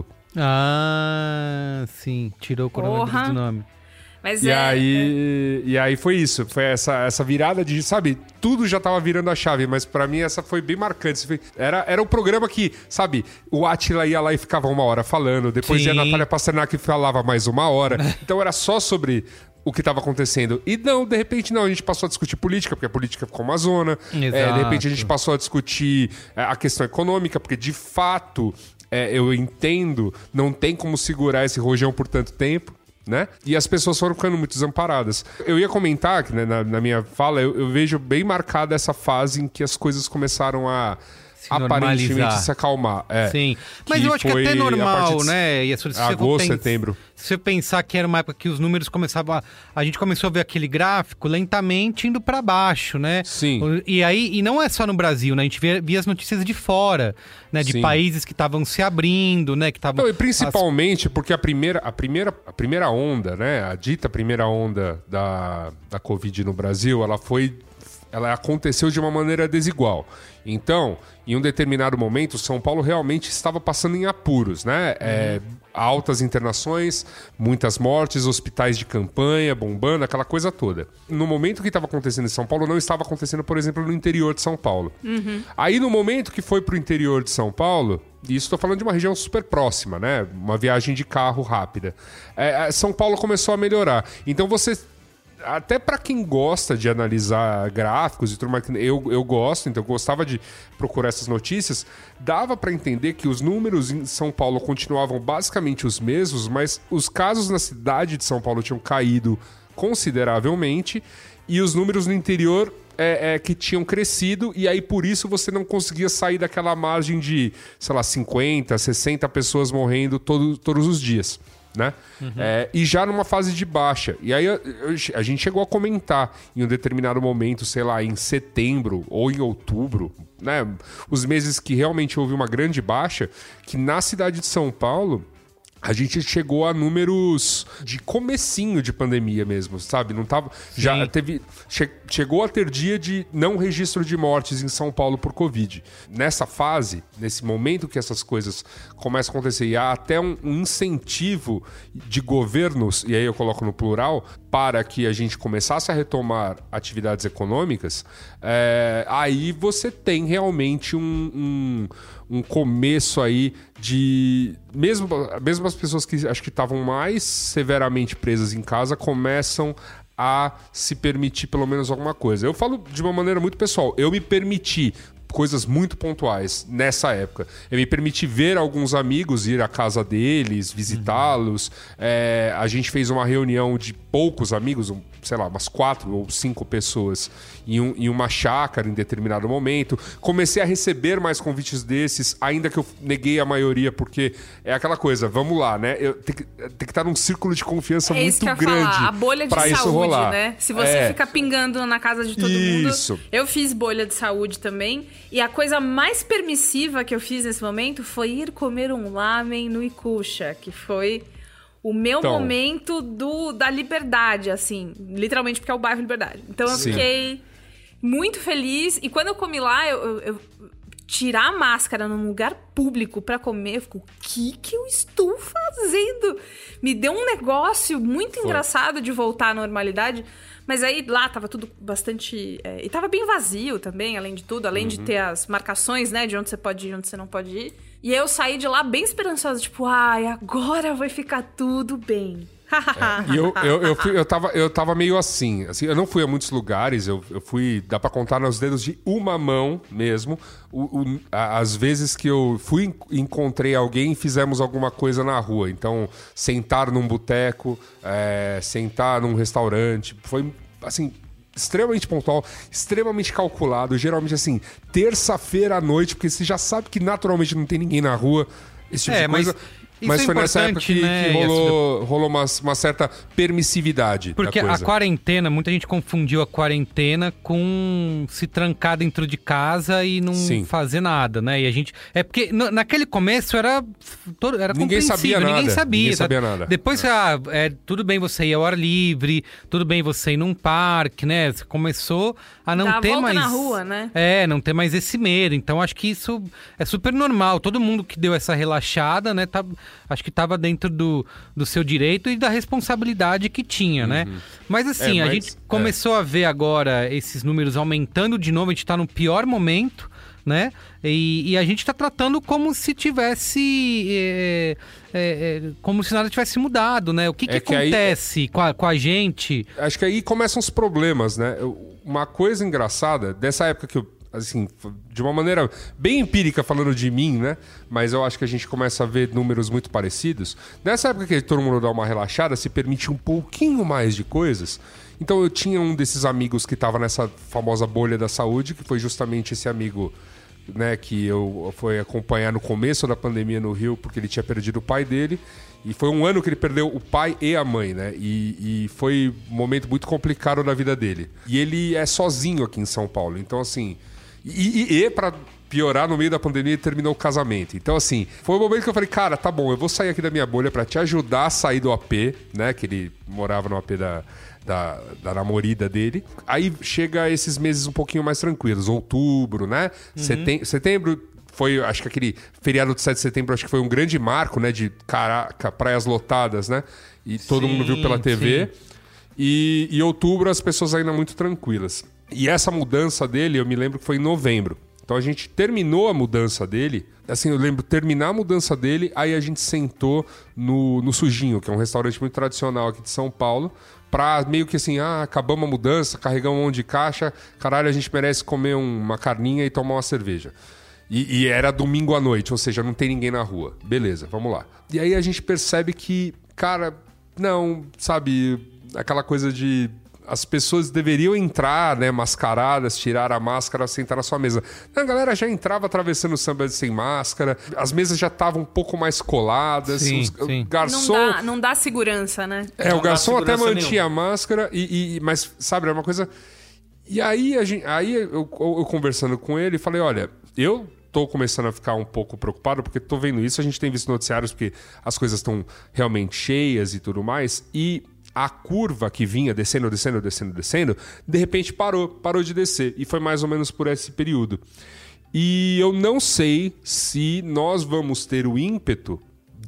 Ah, sim. Tirou o coronavírus do nome. Mas e aí foi isso, foi essa virada de, sabe, tudo já tava virando a chave, mas pra mim essa foi bem marcante. Era um programa que, sabe, o Átila ia lá e ficava 1 hora falando, depois ia a Natália Pasternak e falava mais 1 hora, então era só sobre o que estava acontecendo. E não, de repente não, a gente passou a discutir política, porque a política ficou uma zona, de repente a gente passou a discutir a questão econômica, porque de fato, eu entendo, não tem como segurar esse rojão por tanto tempo, né? E as pessoas foram ficando muito desamparadas. Eu ia comentar que, né, na minha fala, eu vejo bem marcada essa fase em que as coisas começaram a aparentemente se acalmar. Sim, mas eu acho que até normal, né? E agosto, setembro. Se você pensar que era uma época que os números começavam a gente começou a ver aquele gráfico lentamente indo para baixo, né? Sim. E não é só no Brasil, né? A gente via as notícias de fora, né? De países que estavam se abrindo, né? Que estavam... E principalmente porque a primeira onda, né? A dita primeira onda da Covid no Brasil, ela aconteceu de uma maneira desigual. Então, em um determinado momento, São Paulo realmente estava passando em apuros, né? altas internações, muitas mortes, hospitais de campanha, bombando, aquela coisa toda. No momento que estava acontecendo em São Paulo, não estava acontecendo, por exemplo, no interior de São Paulo. Aí, no momento que foi pro interior de São Paulo, e isso estou falando de uma região super próxima, né? Uma viagem de carro rápida. São Paulo começou a melhorar. Então, até para quem gosta de analisar gráficos e tudo mais, eu gosto, então eu gostava de procurar essas notícias, dava para entender que os números em São Paulo continuavam basicamente os mesmos, mas os casos na cidade de São Paulo tinham caído consideravelmente e os números no interior que tinham crescido, e aí por isso você não conseguia sair daquela margem de, sei lá, 50, 60 pessoas morrendo todos os dias. Né? E já numa fase de baixa. E aí a gente chegou a comentar em um determinado momento, sei lá, em setembro ou em outubro, né? Os meses que realmente houve uma grande baixa, que na cidade de São Paulo a gente chegou a números de comecinho de pandemia mesmo, sabe? Não tava, já teve, chegou a ter dia de não registro de mortes em São Paulo por Covid. Nessa fase, nesse momento que essas coisas começam a acontecer, e há até um incentivo de governos, e aí eu coloco no plural, para que a gente começasse a retomar atividades econômicas, aí você tem realmente um começo aí de... Mesmo as pessoas que acho que estavam mais severamente presas em casa começam a se permitir pelo menos alguma coisa. Eu falo de uma maneira muito pessoal. Eu me permiti coisas muito pontuais nessa época. Eu me permiti ver alguns amigos, ir à casa deles, visitá-los. A gente fez uma reunião de poucos amigos, sei lá, umas 4 ou 5 pessoas em uma chácara em determinado momento. Comecei a receber mais convites desses, ainda que eu neguei a maioria, porque é aquela coisa, vamos lá, né? Tem que estar num círculo de confiança muito grande. Falar. A bolha de saúde, rolar. Né? Se você fica pingando na casa de todo mundo. Eu fiz bolha de saúde também. E a coisa mais permissiva que eu fiz nesse momento foi ir comer um lamen no Ikucha, que foi o meu momento da liberdade, assim. Literalmente porque é o bairro Liberdade. Então eu fiquei muito feliz. E quando eu comi lá, eu tirar a máscara num lugar público pra comer, eu fico, o que eu estou fazendo? Me deu um negócio muito engraçado de voltar à normalidade. Mas aí lá tava tudo bastante... e tava bem vazio também, além de tudo. Além de ter as marcações, né? De onde você pode ir e onde você não pode ir. E aí eu saí de lá bem esperançosa. Tipo, agora vai ficar tudo bem. E eu tava meio assim. Eu não fui a muitos lugares. Eu fui... Dá pra contar nos dedos de uma mão mesmo. As vezes que eu fui, encontrei alguém e fizemos alguma coisa na rua. Então, sentar num boteco, sentar num restaurante. Foi, assim, extremamente pontual, extremamente calculado. Geralmente, assim, terça-feira à noite, porque você já sabe que naturalmente não tem ninguém na rua. Esse tipo de coisa... Mas foi nessa época que rolou uma certa permissividade. Porque a quarentena, muita gente confundiu a quarentena com se trancar dentro de casa e não fazer nada, né? E a gente... porque naquele começo era ninguém sabia nada. Ninguém sabia nada. Depois, tudo bem você ir ao ar livre, tudo bem você ir num parque, né? Você começou a não ter mais... na rua, né? Não ter mais esse medo. Então, acho que isso é super normal. Todo mundo que deu essa relaxada, né? Acho que estava dentro do seu direito e da responsabilidade que tinha, né? Mas assim, a gente começou a ver agora esses números aumentando de novo. A gente está no pior momento, né? E a gente está tratando como se tivesse... como se nada tivesse mudado, né? O que acontece com a gente? Acho que aí começam os problemas, né? Uma coisa engraçada, dessa época que eu... Assim, de uma maneira bem empírica falando de mim, né? Mas eu acho que a gente começa a ver números muito parecidos. Nessa época que todo mundo dá uma relaxada, se permite um pouquinho mais de coisas. Então eu tinha um desses amigos que estava nessa famosa bolha da saúde, que foi justamente esse amigo, né, que eu fui acompanhar no começo da pandemia no Rio, porque ele tinha perdido o pai dele. E foi um ano que ele perdeu o pai e a mãe, né? E foi um momento muito complicado na vida dele. E ele é sozinho aqui em São Paulo. Então, assim... E pra piorar, no meio da pandemia, ele terminou o casamento. Então, assim, foi o momento que eu falei, cara, tá bom, eu vou sair aqui da minha bolha pra te ajudar a sair do AP, né? Que ele morava no AP da namorada dele. Aí chega esses meses um pouquinho mais tranquilos. Outubro, né? Setembro foi, acho que aquele feriado de 7 de setembro, acho que foi um grande marco, né? De caraca, praias lotadas, né? E todo mundo viu pela TV. E em outubro as pessoas ainda muito tranquilas. E essa mudança dele, eu me lembro que foi em novembro. Então a gente terminou a mudança dele. Assim, eu lembro terminar a mudança dele, aí a gente sentou no Sujinho, que é um restaurante muito tradicional aqui de São Paulo, pra meio que assim, acabamos a mudança, carregamos um monte de caixa, caralho, a gente merece comer uma carninha e tomar uma cerveja. E era domingo à noite, ou seja, não tem ninguém na rua. Beleza, vamos lá. E aí a gente percebe que, cara, não, sabe, aquela coisa de... As pessoas deveriam entrar, né, mascaradas, tirar a máscara, sentar na sua mesa. A galera já entrava atravessando o samba sem máscara, as mesas já estavam um pouco mais coladas. Sim. O garçom... Não dá segurança, né? O garçom até mantinha a máscara, mas, sabe, era uma coisa... E aí, eu conversando com ele, falei, olha, eu tô começando a ficar um pouco preocupado, porque tô vendo isso, a gente tem visto noticiários, porque as coisas estão realmente cheias e tudo mais, e... A curva que vinha descendo, de repente parou de descer. E foi mais ou menos por esse período. E eu não sei se nós vamos ter o ímpeto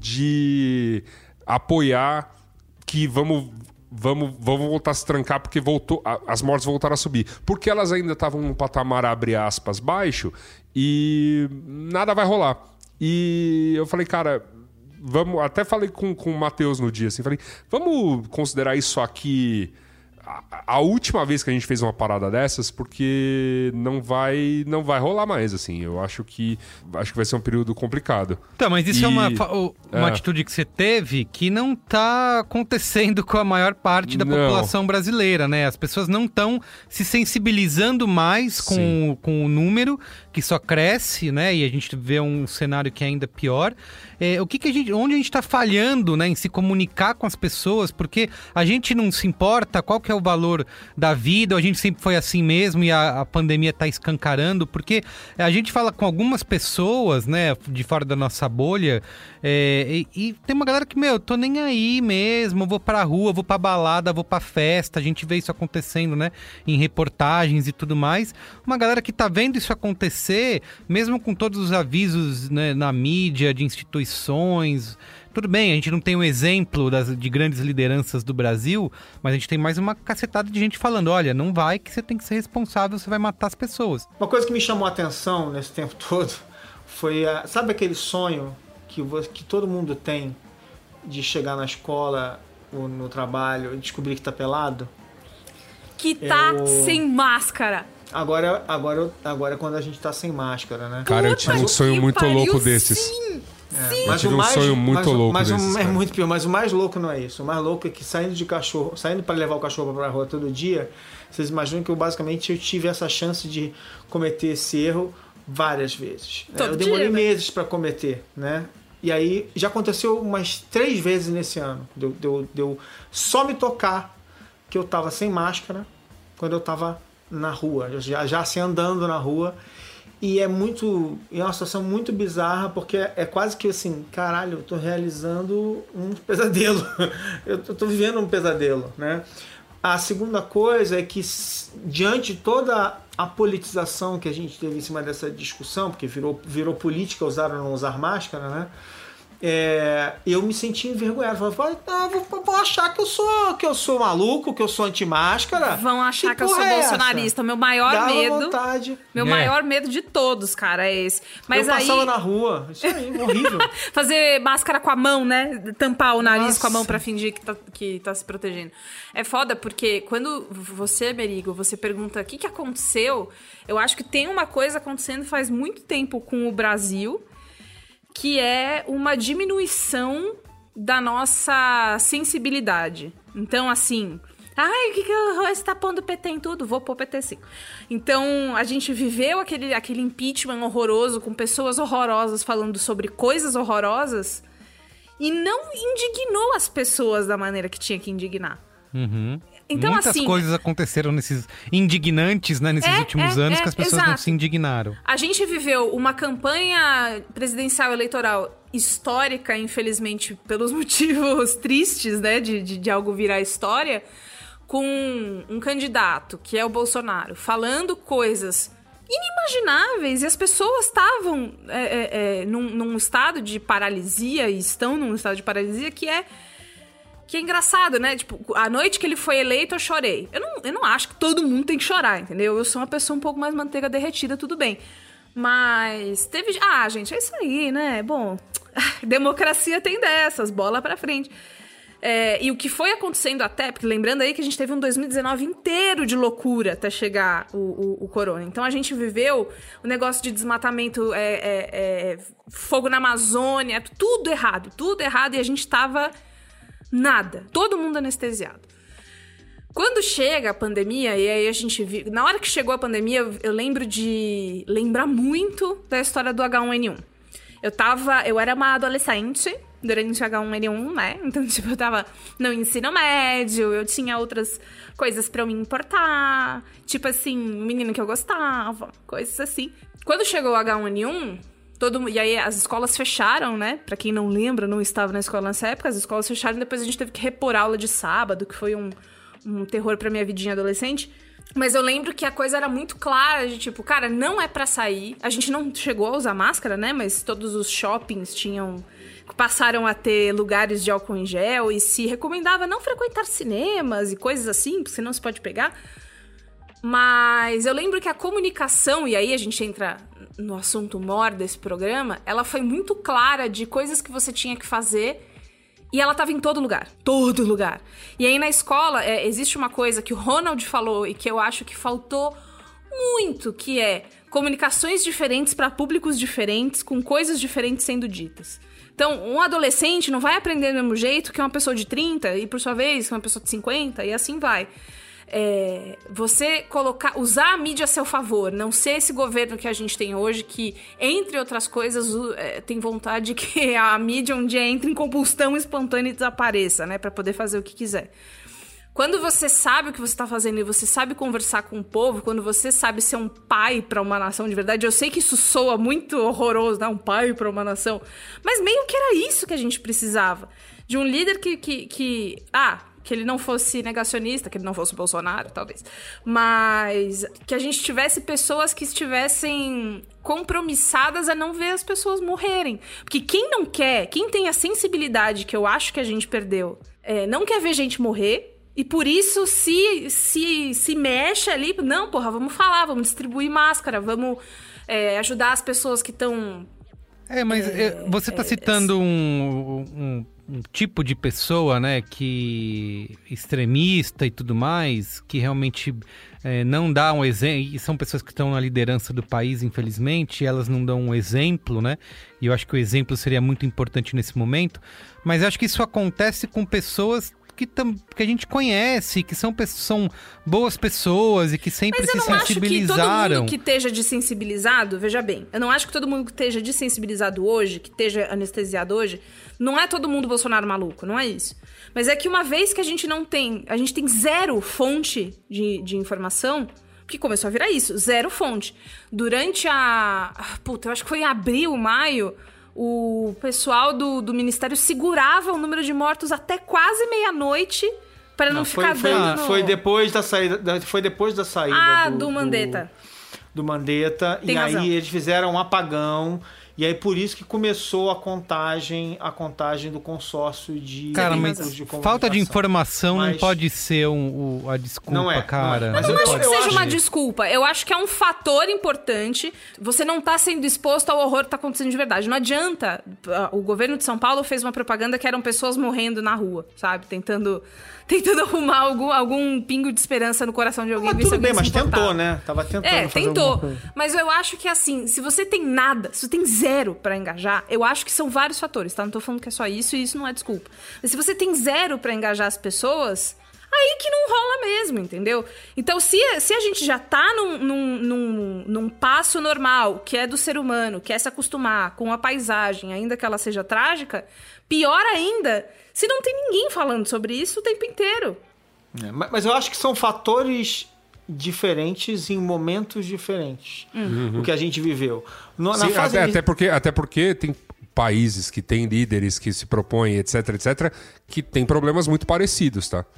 de apoiar que vamos voltar a se trancar porque as mortes voltaram a subir. Porque elas ainda estavam num patamar, abre aspas, baixo, e nada vai rolar. E eu falei, cara... até falei com o Matheus no dia, assim, falei, vamos considerar isso aqui a última vez que a gente fez uma parada dessas, porque não vai rolar mais, assim. Eu acho que vai ser um período complicado. Tá, mas isso é uma atitude que você teve que não tá acontecendo com a maior parte da população brasileira, né? As pessoas não estão se sensibilizando mais com o número, que só cresce, né? E a gente vê um cenário que é ainda pior. Onde a gente tá falhando, né, em se comunicar com as pessoas, porque a gente não se importa qual que é o valor da vida, a gente sempre foi assim mesmo e a pandemia tá escancarando, porque a gente fala com algumas pessoas, né, de fora da nossa bolha, e tem uma galera que, eu tô nem aí mesmo, vou pra rua, vou pra balada, vou pra festa, a gente vê isso acontecendo, né, em reportagens e tudo mais. Uma galera que tá vendo isso acontecer, mesmo com todos os avisos, né, na mídia, de instituições, tudo bem, a gente não tem um exemplo de grandes lideranças do Brasil, mas a gente tem mais uma cacetada de gente falando, olha, não vai que você tem que ser responsável, você vai matar as pessoas. Uma coisa que me chamou a atenção nesse tempo todo foi, sabe aquele sonho que todo mundo tem de chegar na escola ou no trabalho e descobrir que tá pelado? Que tá sem máscara. Agora é quando a gente tá sem máscara, né? Cara, eu tive um sonho muito louco desses. Sim. Eu tive um sonho muito louco desses. É muito pior, mas o mais louco não é isso. O mais louco é que saindo para levar o cachorro pra rua todo dia, vocês imaginam que eu tive essa chance de cometer esse erro várias vezes. Eu demorei meses para cometer, né? E aí já aconteceu umas 3 vezes nesse ano. Deu só me tocar que eu tava sem máscara quando eu tava na rua, já assim andando na rua. E é uma situação muito bizarra, porque é quase que assim, caralho, eu tô realizando um pesadelo. eu tô vivendo um pesadelo, né? A segunda coisa é que, diante de toda a politização que a gente teve em cima dessa discussão, porque virou política usar ou não usar máscara, né? Eu me senti envergonhado. Falei, vou achar que eu sou maluco, que eu sou anti-máscara. Vão achar que eu sou bolsonarista. Meu maior medo. Vontade. Meu maior medo de todos, cara, é esse. Mas eu passava na rua. Isso aí, horrível. Fazer máscara com a mão, né? Tampar o nariz com a mão pra fingir que tá se protegendo. É foda, porque quando você, Merigo, você pergunta o que aconteceu, eu acho que tem uma coisa acontecendo faz muito tempo com o Brasil, que é uma diminuição da nossa sensibilidade. Então, assim... Ai, o que você tá pondo PT em tudo? Vou pôr PT sim. Então, a gente viveu aquele impeachment horroroso, com pessoas horrorosas falando sobre coisas horrorosas, e não indignou as pessoas da maneira que tinha que indignar. Uhum. Então, muitas coisas aconteceram nesses indignantes, né, nesses últimos anos, que as pessoas não se indignaram. A gente viveu uma campanha presidencial eleitoral histórica, infelizmente, pelos motivos tristes, né, de algo virar história, com um candidato, que é o Bolsonaro, falando coisas inimagináveis. E as pessoas estavam num estado de paralisia, e estão num estado de paralisia que é engraçado, né? Tipo, a noite que ele foi eleito, eu chorei. Eu não acho que todo mundo tem que chorar, entendeu? Eu sou uma pessoa um pouco mais manteiga derretida, tudo bem. Mas teve... gente, é isso aí, né? Bom, democracia tem dessas, bola pra frente. E o que foi acontecendo até... Porque lembrando aí que a gente teve um 2019 inteiro de loucura até chegar o corona. Então a gente viveu o negócio de desmatamento, fogo na Amazônia, tudo errado. E a gente tava... Nada. Todo mundo anestesiado. Quando chega a pandemia, e aí a gente viu... Na hora que chegou a pandemia, eu lembro de lembrar muito da história do H1N1. Eu era uma adolescente durante o H1N1, né? Então, tipo, eu tava no ensino médio, eu tinha outras coisas pra eu me importar. Tipo assim, o menino que eu gostava, coisas assim. Quando chegou o H1N1... E aí as escolas fecharam, né? Pra quem não lembra, não estava na escola nessa época, as escolas fecharam e depois a gente teve que repor aula de sábado, que foi um terror pra minha vidinha adolescente. Mas eu lembro que a coisa era muito clara, de tipo, cara, não é pra sair. A gente não chegou a usar máscara, né? Mas todos os shoppings passaram a ter lugares de álcool em gel e se recomendava não frequentar cinemas e coisas assim, porque senão se pode pegar. Mas eu lembro que a comunicação, e aí a gente entra no assunto maior desse programa, ela foi muito clara de coisas que você tinha que fazer e ela tava em todo lugar. Todo lugar. E aí na escola, existe uma coisa que o Ronald falou e que eu acho que faltou muito, que é comunicações diferentes para públicos diferentes, com coisas diferentes sendo ditas. Então, um adolescente não vai aprender do mesmo jeito que uma pessoa de 30 e, por sua vez, uma pessoa de 50 e assim vai. Você usar a mídia a seu favor, não ser esse governo que a gente tem hoje, que, entre outras coisas, tem vontade que a mídia um dia entre em combustão espontânea e desapareça, né, pra poder fazer o que quiser. Quando você sabe o que você tá fazendo e você sabe conversar com o povo, quando você sabe ser um pai pra uma nação de verdade, eu sei que isso soa muito horroroso, né, um pai pra uma nação, mas meio que era isso que a gente precisava, de um líder que ele não fosse negacionista, que ele não fosse Bolsonaro, talvez. Mas que a gente tivesse pessoas que estivessem compromissadas a não ver as pessoas morrerem. Porque quem não quer, quem tem a sensibilidade que eu acho que a gente perdeu, não quer ver gente morrer. E por isso se mexe ali. Não, porra, vamos falar, vamos distribuir máscara, vamos ajudar as pessoas que estão... Mas você está citando um tipo de pessoa, né, que extremista e tudo mais, que realmente não dá um exemplo, e são pessoas que estão na liderança do país, infelizmente, e elas não dão um exemplo, né, e eu acho que o exemplo seria muito importante nesse momento, mas eu acho que isso acontece com pessoas que a gente conhece, que são boas pessoas e que sempre se sensibilizaram. Mas eu não acho que todo mundo que esteja desensibilizado, veja bem, eu não acho que todo mundo que esteja desensibilizado hoje, que esteja anestesiado hoje, não é todo mundo Bolsonaro maluco, não é isso. Mas é que uma vez que a gente tem zero fonte de informação, que começou a virar isso, zero fonte. Durante eu acho que foi em abril, maio, o pessoal do Ministério segurava o número de mortos até quase meia-noite para não ficar dando... Foi depois da saída... Foi depois da saída do Mandetta. Do Mandetta. Tem razão. Aí eles fizeram um apagão. E aí por isso que começou a contagem do consórcio de... Cara, mas falta de informação não pode ser a desculpa, não é, cara. Mas eu não acho que seja uma desculpa. Eu acho que é um fator importante. Você não tá sendo exposto ao horror que tá acontecendo de verdade. Não adianta. O governo de São Paulo fez uma propaganda que eram pessoas morrendo na rua, sabe? Tentando arrumar algum pingo de esperança no coração de alguém. Mas tudo bem, mas tentou, né? Tava tentando fazer tentou. Mas eu acho que, assim, se você tem nada, se você tem zero pra engajar, eu acho que são vários fatores, tá? Não tô falando que é só isso e isso não é desculpa. Mas se você tem zero pra engajar as pessoas, aí que não rola mesmo, entendeu? Então, se a gente já tá num passo normal, que é do ser humano, que é se acostumar com a paisagem, ainda que ela seja trágica, pior ainda se não tem ninguém falando sobre isso o tempo inteiro. Mas eu acho que são fatores diferentes em momentos diferentes. O que a gente viveu. Sim, até porque tem países que têm líderes que se propõem, etc, que tem problemas muito parecidos, tá?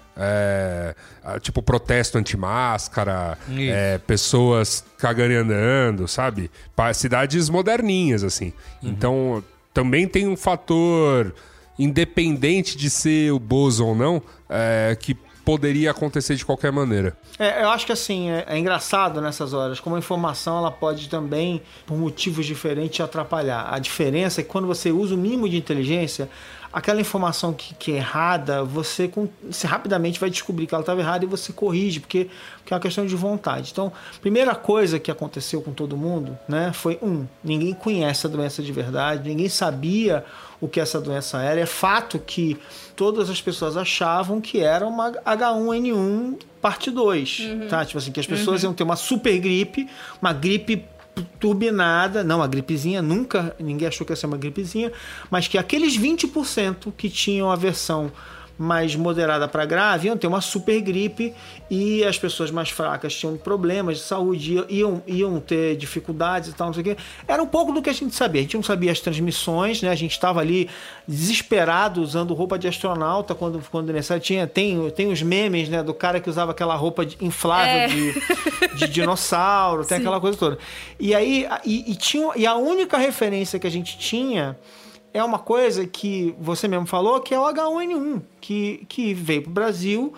Tipo protesto anti-máscara, pessoas cagando e andando, sabe? Cidades moderninhas, assim. Então, também tem um fator, independente de ser o Bozo ou não, que poderia acontecer de qualquer maneira. Eu acho que assim, é engraçado nessas horas, como a informação ela pode também, por motivos diferentes, te atrapalhar. A diferença é que quando você usa o mínimo de inteligência, aquela informação que é errada, você rapidamente vai descobrir que ela estava errada e você corrige, porque é uma questão de vontade. Então, primeira coisa que aconteceu com todo mundo, né, foi ninguém conhece a doença de verdade, ninguém sabia o que essa doença era. É fato que todas as pessoas achavam que era uma H1N1 parte 2, tá? Tipo assim, que as pessoas iam ter uma super gripe, uma gripe turbinada, não, a gripezinha nunca, ninguém achou que ia ser uma gripezinha, mas que aqueles 20% que tinham a versão mais moderada para grave iam ter uma super gripe e as pessoas mais fracas tinham problemas de saúde, iam ter dificuldades e tal, não sei o quê. Era um pouco do que a gente sabia. A gente não sabia as transmissões, né? A gente estava ali desesperado usando roupa de astronauta quando necessário. Tem os memes, né, do cara que usava aquela roupa inflável de dinossauro, tem aquela coisa toda. E aí e a única referência que a gente tinha é uma coisa que você mesmo falou, que é o H1N1, que veio para o Brasil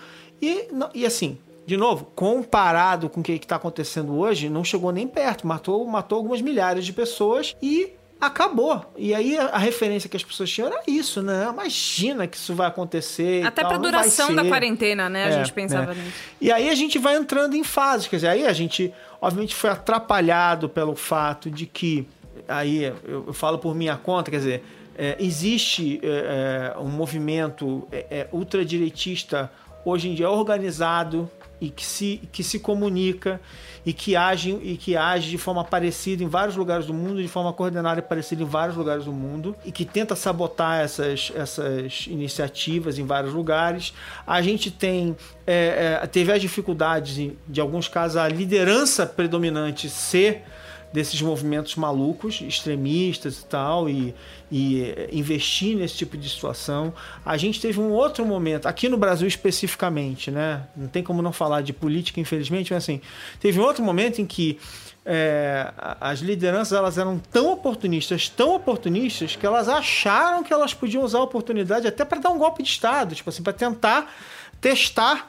e assim, de novo, comparado com o que está acontecendo hoje, não chegou nem perto, matou algumas milhares de pessoas e acabou. E aí a referência que as pessoas tinham era isso, né? Imagina que isso vai acontecer. Até para a duração da quarentena, né? A gente pensava nisso. E aí a gente vai entrando em fases, quer dizer, aí a gente, obviamente, foi atrapalhado pelo fato de que, aí eu falo por minha conta, quer dizer, existe um movimento ultradireitista hoje em dia organizado e que se comunica e que age de forma parecida em vários lugares do mundo, de forma coordenada e parecida em vários lugares do mundo, e que tenta sabotar essas iniciativas em vários lugares. A gente teve as dificuldades, de alguns casos, a liderança predominante ser desses movimentos malucos, extremistas e tal, e investir nesse tipo de situação. A gente teve um outro momento, aqui no Brasil especificamente, né? Não tem como não falar de política, infelizmente, mas assim, teve um outro momento em que as lideranças elas eram tão oportunistas, que elas acharam que elas podiam usar a oportunidade até para dar um golpe de Estado, tipo assim, para tentar testar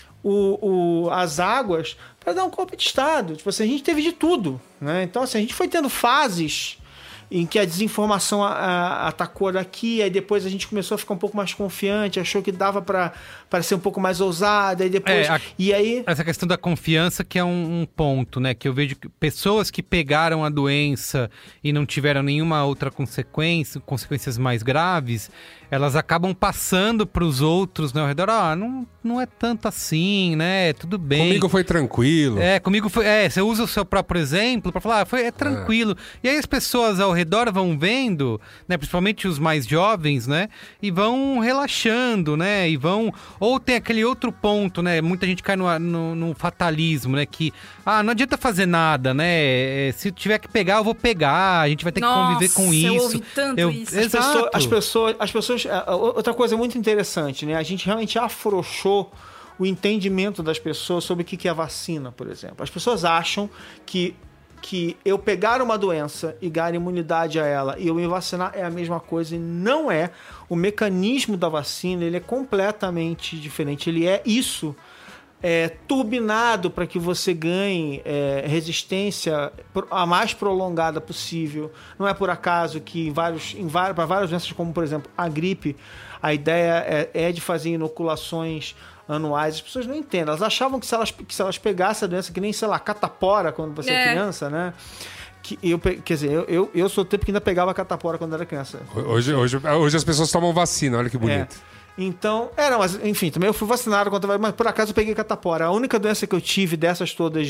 as águas para dar um golpe de Estado. Tipo assim, a gente teve de tudo, né? Então, assim, a gente foi tendo fases em que a desinformação atacou daqui, aí depois a gente começou a ficar um pouco mais confiante, achou que dava para ser um pouco mais ousada, aí depois... e aí... Essa questão da confiança que é um ponto, né? Que eu vejo que pessoas que pegaram a doença e não tiveram nenhuma outra consequências mais graves, elas acabam passando para os outros, né, ao redor. Não é tanto assim, né? Tudo bem. Comigo foi tranquilo. Comigo foi... você usa o seu próprio exemplo para falar, é tranquilo. E aí as pessoas ao redor vão vendo, né, principalmente os mais jovens, né, e vão relaxando, né, e vão... Ou tem aquele outro ponto, né, muita gente cai no fatalismo, né, que, não adianta fazer nada, né, se tiver que pegar, eu vou pegar, a gente vai ter que conviver com isso. Eu ouvi tanto isso. Exato. As pessoas... Outra coisa muito interessante, né, a gente realmente afrouxou o entendimento das pessoas sobre o que é a vacina, por exemplo. As pessoas acham que eu pegar uma doença e ganhar imunidade a ela e eu me vacinar é a mesma coisa, e não é. O mecanismo da vacina ele é completamente diferente. Ele é isso, turbinado para que você ganhe resistência a mais prolongada possível. Não é por acaso que para várias doenças, como por exemplo a gripe, a ideia é de fazer inoculações anuais. As pessoas não entendem. Elas achavam que se elas pegassem a doença, que nem, sei lá, catapora quando você é criança, né? Quer dizer, eu sou o tempo que ainda pegava catapora quando era criança. Hoje as pessoas tomam vacina, olha que bonito. Então, mas enfim, também eu fui vacinado, mas por acaso eu peguei catapora. A única doença que eu tive dessas todas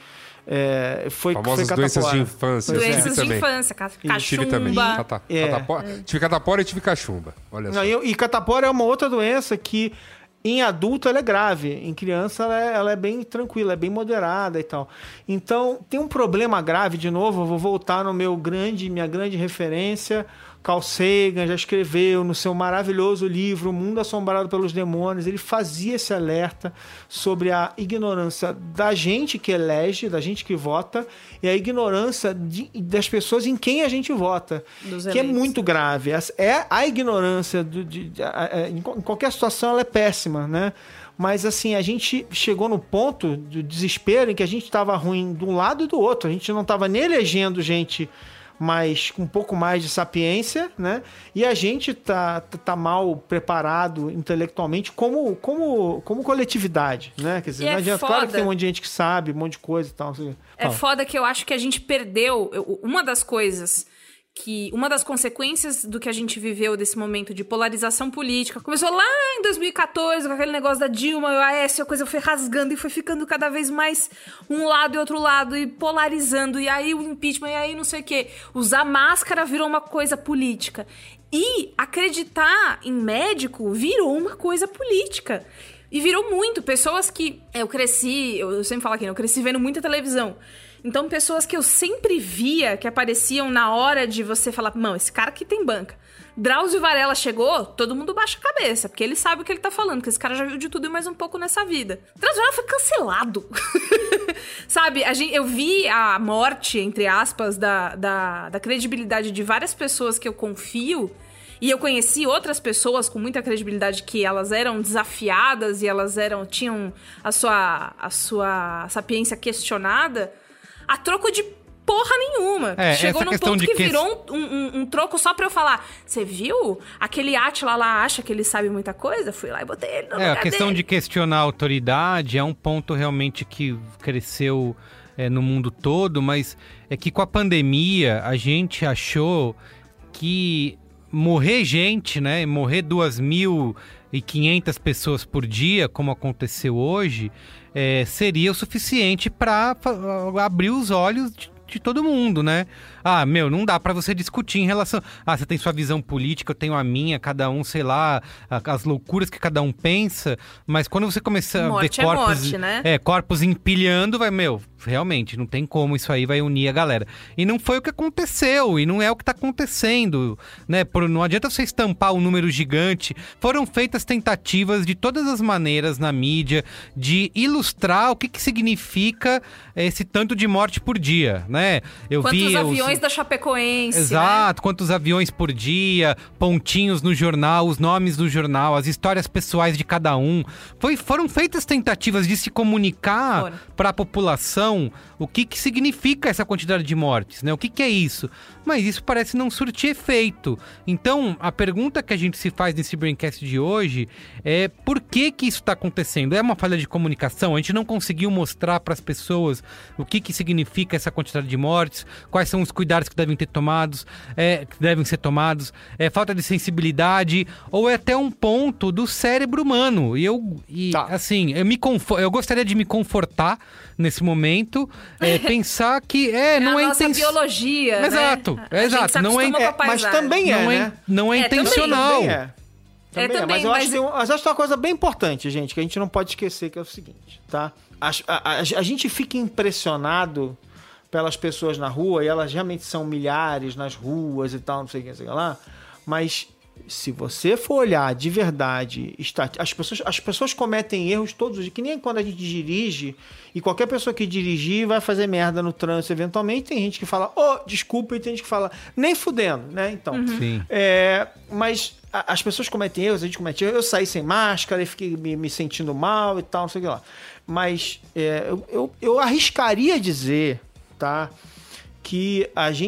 foi catapora. Doenças de infância. Doenças de infância, cachumba. Tive também. Tive catapora e tive cachumba. Olha só. E catapora é uma outra doença que em adulto ela é grave, em criança ela é bem tranquila, é bem moderada e tal. Então tem um problema grave, de novo, eu vou voltar no minha grande referência Carl Sagan já escreveu no seu maravilhoso livro O Mundo Assombrado pelos Demônios, ele fazia esse alerta sobre a ignorância da gente que elege, da gente que vota, e a ignorância das pessoas em quem a gente vota, que é muito grave. É a ignorância em qualquer situação ela é péssima, né? Mas assim, a gente chegou no ponto de desespero em que a gente estava ruim de um lado e do outro. A gente não estava nem elegendo gente com um pouco mais de sapiência, né? E a gente tá mal preparado intelectualmente como coletividade, né? Quer dizer, não adianta. Claro que tem um monte de gente que sabe, um monte de coisa e tal. É foda que eu acho que a gente perdeu uma das consequências do que a gente viveu desse momento de polarização política. Começou lá em 2014, com aquele negócio da Dilma e o Aécio, a coisa foi rasgando e foi ficando cada vez mais um lado e outro lado, e polarizando, e aí o impeachment, e aí não sei o quê. Usar máscara virou uma coisa política. E acreditar em médico virou uma coisa política. E virou muito. Pessoas que eu sempre falo aqui, eu cresci vendo muita televisão. Então, pessoas que eu sempre via, que apareciam na hora de você falar, não, esse cara aqui tem banca. Drauzio Varela chegou, todo mundo baixa a cabeça, porque ele sabe o que ele tá falando, que esse cara já viu de tudo e mais um pouco nessa vida. Drauzio Varela foi cancelado. Sabe, eu vi a morte, entre aspas, da credibilidade de várias pessoas que eu confio. E eu conheci outras pessoas com muita credibilidade que elas eram desafiadas e elas tinham a sua sapiência questionada a troco de porra nenhuma. Chegou num ponto que virou um troco só pra eu falar, você viu? Aquele Átila lá acha que ele sabe muita coisa? Fui lá e botei ele no lugar a questão de questionar a autoridade é um ponto realmente que cresceu no mundo todo, mas é que com a pandemia a gente achou que morrer gente, né? Morrer 2.500 pessoas por dia, como aconteceu hoje, seria o suficiente para abrir os olhos de todo mundo, né? Não dá pra você discutir em relação... você tem sua visão política, eu tenho a minha, cada um, sei lá, as loucuras que cada um pensa, mas quando você começa a ver corpos... né? Corpos empilhando, realmente, não tem como, isso aí vai unir a galera. E não foi o que aconteceu, e não é o que tá acontecendo, né? Não adianta você estampar um número gigante. Foram feitas tentativas de todas as maneiras na mídia de ilustrar o que significa esse tanto de morte por dia, né? Quantos aviões da Chapecoense, exato, né? Quantos aviões por dia, pontinhos no jornal, os nomes do jornal, as histórias pessoais de cada um. Foram feitas tentativas de se comunicar para a população o que significa essa quantidade de mortes, né? O que é isso? Mas isso parece não surtir efeito. Então, a pergunta que a gente se faz nesse Braincast de hoje é por que isso está acontecendo? É uma falha de comunicação? A gente não conseguiu mostrar para as pessoas o que significa essa quantidade de mortes, quais são os cuidados que devem ser tomados, falta de sensibilidade, ou é até um ponto do cérebro humano. Assim, eu gostaria de me confortar nesse momento, pensar que não é nossa biologia, exato, né? Exato, não é, mas também né? Não é intencional. Mas eu acho que uma coisa bem importante, gente, que a gente não pode esquecer, que é o seguinte, tá? A gente fica impressionado pelas pessoas na rua, e elas realmente são milhares nas ruas e tal, não sei o que lá, mas se você for olhar de verdade, as pessoas cometem erros todos os dias, que nem quando a gente dirige, e qualquer pessoa que dirigir vai fazer merda no trânsito eventualmente, tem gente que fala, desculpa, e tem gente que fala, nem fudendo, né? Então, Sim. Mas as pessoas cometem erros, a gente comete erros, eu saí sem máscara e fiquei me sentindo mal e tal, não sei o que lá. Mas eu arriscaria dizer, tá, que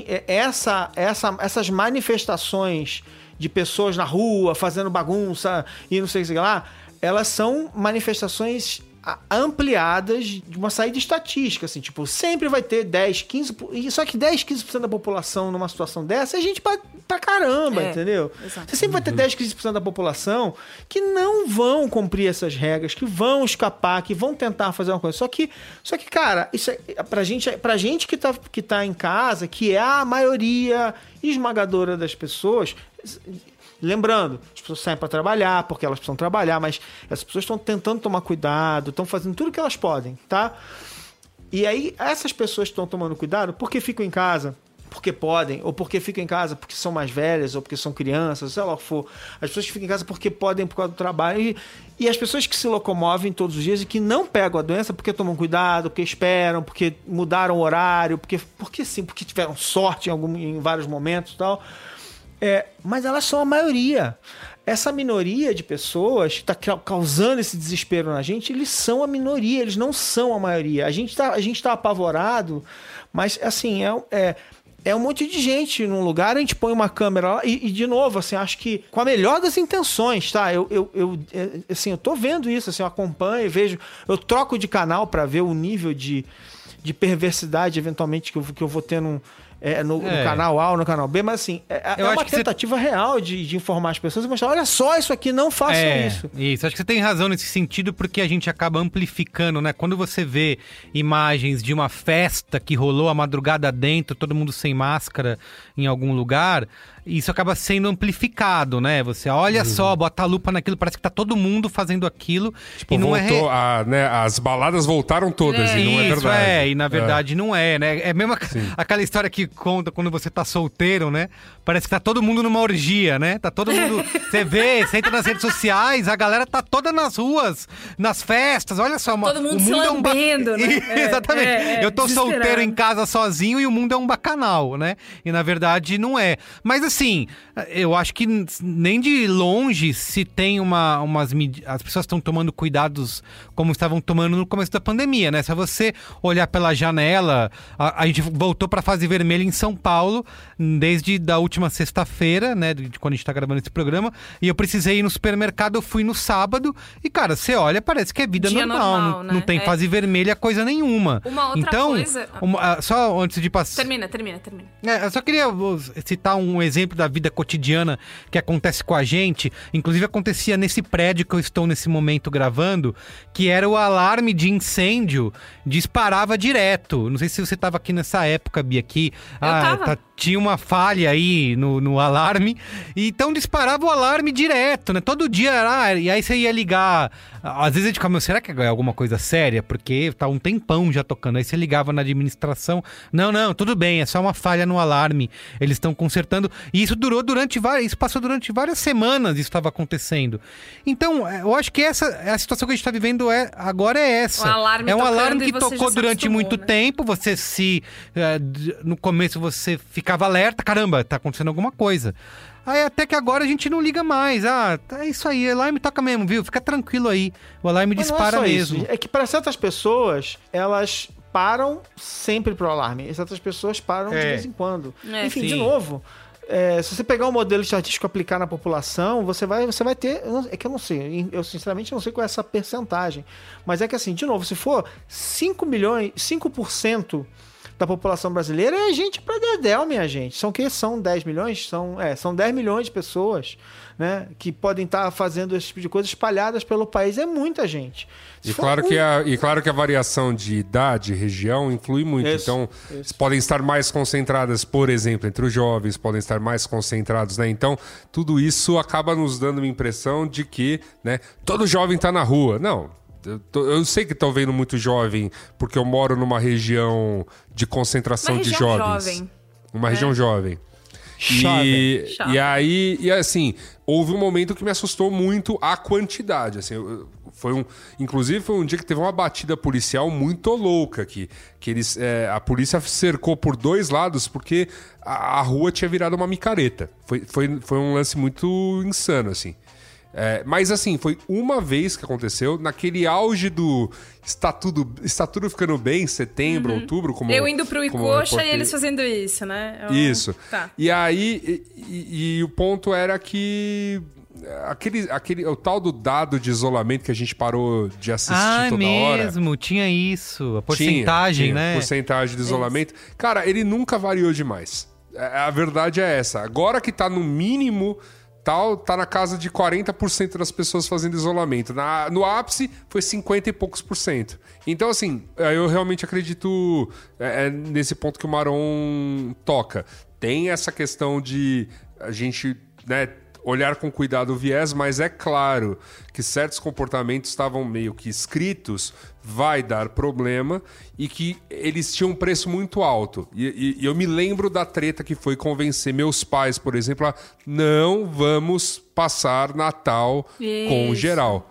essas manifestações de pessoas na rua fazendo bagunça e não sei o que lá, elas são manifestações ampliadas de uma saída estatística, assim, tipo, sempre vai ter 10, 15%, só que 10, 15% da população numa situação dessa é gente pra caramba, entendeu? Exato. Você sempre vai ter 10, 15% da população que não vão cumprir essas regras, que vão escapar, que vão tentar fazer uma coisa. Só que cara, isso pra gente que tá em casa, que é a maioria esmagadora das pessoas. Lembrando, as pessoas saem para trabalhar, porque elas precisam trabalhar, mas essas pessoas estão tentando tomar cuidado, estão fazendo tudo o que elas podem, tá? E aí, essas pessoas estão tomando cuidado porque ficam em casa, porque podem, ou porque ficam em casa porque são mais velhas, ou porque são crianças, sei lá o que for. As pessoas que ficam em casa porque podem por causa do trabalho. E as pessoas que se locomovem todos os dias e que não pegam a doença porque tomam cuidado, porque esperam, porque mudaram o horário, porque sim, porque tiveram sorte em vários momentos e tal. Mas elas são a maioria. Essa minoria de pessoas que está causando esse desespero na gente, eles são a minoria, eles não são a maioria. A gente tá apavorado, mas assim, é um monte de gente num lugar, a gente põe uma câmera lá e de novo, assim, acho que com a melhor das intenções, tá? Eu tô vendo isso, assim, eu acompanho, vejo, eu troco de canal para ver o nível de perversidade, eventualmente, que eu vou ter no canal A ou no canal B, mas assim, é uma tentativa real de informar as pessoas e mostrar, olha só isso aqui, não façam isso. Isso, acho que você tem razão nesse sentido, porque a gente acaba amplificando, né? Quando você vê imagens de uma festa que rolou a madrugada dentro, todo mundo sem máscara em algum lugar, isso acaba sendo amplificado, né? Você olha só, bota a lupa naquilo, parece que tá todo mundo fazendo aquilo. Tipo, e não voltou as baladas voltaram todas, e não é verdade. E na verdade não é, né? É mesmo aquela história que conta quando você tá solteiro, né? Parece que tá todo mundo numa orgia, né? Tá todo mundo... Você entra nas redes sociais, a galera tá toda nas ruas, nas festas, olha só. Todo mundo se lambendo, né? Exatamente. Eu tô solteiro em casa sozinho e o mundo é um bacanal, né? E na verdade não é. Mas assim, eu acho que nem de longe se tem umas medidas... As pessoas estão tomando cuidados como estavam tomando no começo da pandemia, né? Se você olhar pela janela, a gente voltou pra fase vermelha em São Paulo, desde da última sexta-feira, né? De quando a gente tá gravando esse programa, e eu precisei ir no supermercado, eu fui no sábado, e cara, você olha, parece que é vida normal, né? Não tem fase vermelha coisa nenhuma. Uma outra coisa... Só antes de passar... Termina. Eu só queria citar um exemplo da vida cotidiana que acontece com a gente, inclusive acontecia nesse prédio que eu estou nesse momento gravando, que era o alarme de incêndio, disparava direto. Não sei se você estava aqui nessa época, Bia, aqui. Tinha uma falha aí no alarme, e então disparava o alarme direto, né? Todo dia e aí você ia ligar. Às vezes a gente ficava, será que é alguma coisa séria? Porque tá um tempão já tocando. Aí você ligava na administração, não, tudo bem, é só uma falha no alarme, eles estão consertando. E isso passou durante várias semanas, isso estava acontecendo. Então, eu acho que a situação que a gente está vivendo agora é essa. É um alarme que tocou durante muito tempo, você no começo você ficava alerta, caramba, tá acontecendo alguma coisa. Aí até que agora a gente não liga mais. É isso aí, o alarme toca mesmo, viu? Fica tranquilo aí, o alarme dispara mesmo. Isso. É que para certas pessoas, elas param sempre pro alarme. E certas pessoas param de vez em quando. Enfim, de novo... se você pegar um modelo estatístico e aplicar na população, você vai ter... É que eu não sei, eu sinceramente não sei qual é essa percentagem. Mas é que assim, de novo, se for 5% da população brasileira, é gente pra dedéu, minha gente. São 10 milhões? São 10 milhões de pessoas, né, que podem estar fazendo esse tipo de coisa espalhadas pelo país. É muita gente. Claro que a variação de idade, região, influi muito. Então, podem estar mais concentradas, por exemplo, entre os jovens, podem estar mais concentrados, né? Então, tudo isso acaba nos dando uma impressão de que, né, todo jovem está na rua. Não. Eu sei que estão vendo muito jovem, porque eu moro numa região de concentração de jovens. Uma região jovem. E aí, assim, houve um momento que me assustou muito a quantidade. Assim, inclusive foi um dia que teve uma batida policial muito louca, que a polícia cercou por 2 lados porque a rua tinha virado uma micareta. Foi um lance muito insano, assim. Mas assim, foi uma vez que aconteceu, naquele auge do está tudo ficando bem, setembro, outubro, como eu indo pro Icoxa e eles fazendo isso, né? Isso. Tá. E aí, e o ponto era que o tal do dado de isolamento que a gente parou de assistir toda hora. Tinha isso, a porcentagem, tinha, né? Porcentagem de isolamento. Cara, ele nunca variou demais. A verdade é essa. Agora que tá no mínimo... tá na casa de 40% das pessoas fazendo isolamento. No ápice, foi 50 e poucos %. Então, assim, eu realmente acredito nesse ponto que o Maron toca. Tem essa questão de a gente, né, olhar com cuidado o viés, mas é claro que certos comportamentos estavam meio que escritos, vai dar problema, e que eles tinham um preço muito alto. E eu me lembro da treta que foi convencer meus pais, por exemplo, a não vamos passar Natal com geral.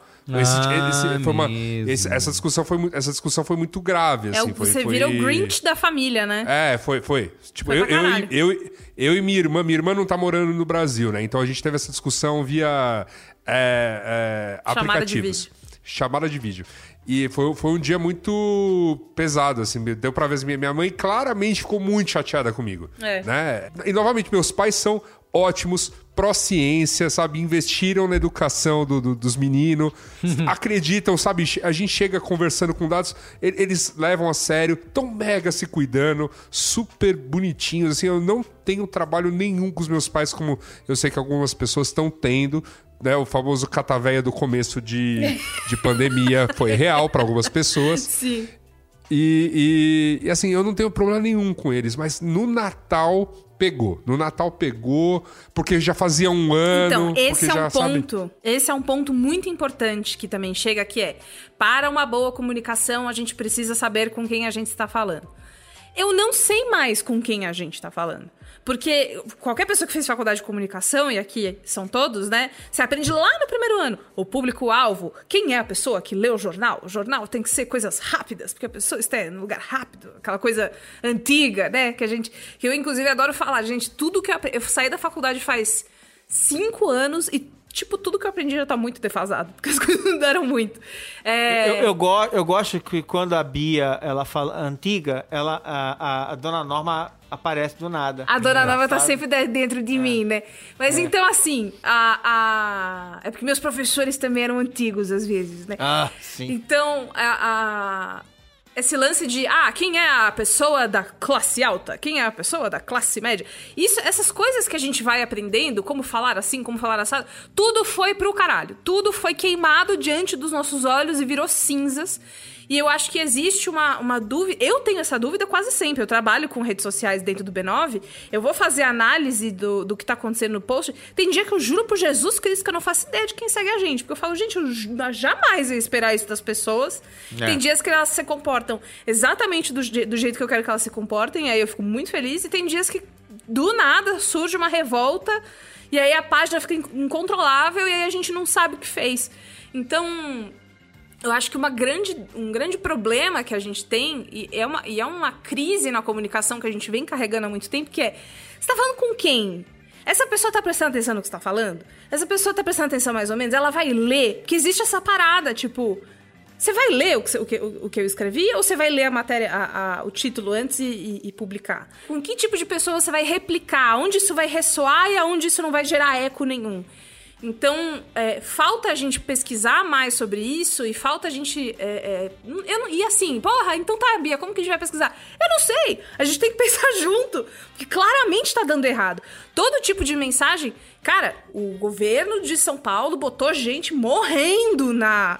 Essa discussão foi muito grave. Assim, você vira o Grinch da família, né? Foi. Tipo, eu e minha irmã não tá morando no Brasil, né? Então a gente teve essa discussão via aplicativos. Chamada de vídeo. E foi um dia muito pesado, assim. Deu pra ver assim, minha mãe claramente ficou muito chateada comigo. Né? E novamente, meus pais são ótimos, pró-ciência, sabe? Investiram na educação dos meninos, acreditam, sabe? A gente chega conversando com dados, eles levam a sério, tão mega se cuidando, super bonitinhos, assim. Eu não tenho trabalho nenhum com os meus pais, como eu sei que algumas pessoas estão tendo, né? O famoso catavéia do começo de pandemia foi real para algumas pessoas. Sim. E assim, eu não tenho problema nenhum com eles, mas no Natal pegou. No Natal pegou, porque já fazia um ano. Então, esse é um ponto muito importante que também chega, que é, para uma boa comunicação, a gente precisa saber com quem a gente está falando. Eu não sei mais com quem a gente está falando. Porque qualquer pessoa que fez faculdade de comunicação, e aqui são todos, né? Você aprende lá no primeiro ano. O público-alvo, quem é a pessoa que lê o jornal? O jornal tem que ser coisas rápidas, porque a pessoa está no lugar rápido. Aquela coisa antiga, né? Que eu, inclusive, adoro falar. Gente, tudo que eu saí da faculdade faz 5 anos e tipo, tudo que eu aprendi já tá muito defasado, porque as coisas mudaram muito. Eu gosto que quando a Bia, ela fala antiga, a Dona Norma aparece do nada. A Dona Norma tá sempre dentro de mim, né? Mas então, assim, é porque meus professores também eram antigos, às vezes, né? Sim. Então, esse lance de, quem é a pessoa da classe alta? Quem é a pessoa da classe média? Essas coisas que a gente vai aprendendo, como falar assim, como falar assado, tudo foi pro caralho. Tudo foi queimado diante dos nossos olhos e virou cinzas. E eu acho que existe uma dúvida. Eu tenho essa dúvida quase sempre. Eu trabalho com redes sociais dentro do B9. Eu vou fazer análise do que tá acontecendo no post. Tem dia que eu juro por Jesus Cristo que eu não faço ideia de quem segue a gente. Porque eu falo, gente, eu jamais ia esperar isso das pessoas. Tem dias que elas se comportam exatamente do jeito que eu quero que elas se comportem. E aí eu fico muito feliz. E tem dias que, do nada, surge uma revolta. E aí a página fica incontrolável. E aí a gente não sabe o que fez. Então, eu acho que um grande problema que a gente tem, e é uma crise na comunicação que a gente vem carregando há muito tempo, que é, você tá falando com quem? Essa pessoa tá prestando atenção no que você tá falando? Essa pessoa tá prestando atenção mais ou menos? Ela vai ler? Porque existe essa parada, tipo, você vai ler o que eu escrevi ou você vai ler a matéria, o título antes e publicar? Com que tipo de pessoa você vai replicar? Onde isso vai ressoar e aonde isso não vai gerar eco nenhum? Então, falta a gente pesquisar mais sobre isso e falta a gente... e assim, porra, então tá, Bia, como que a gente vai pesquisar? Eu não sei, a gente tem que pensar junto, porque claramente tá dando errado. Todo tipo de mensagem... Cara, o governo de São Paulo botou gente morrendo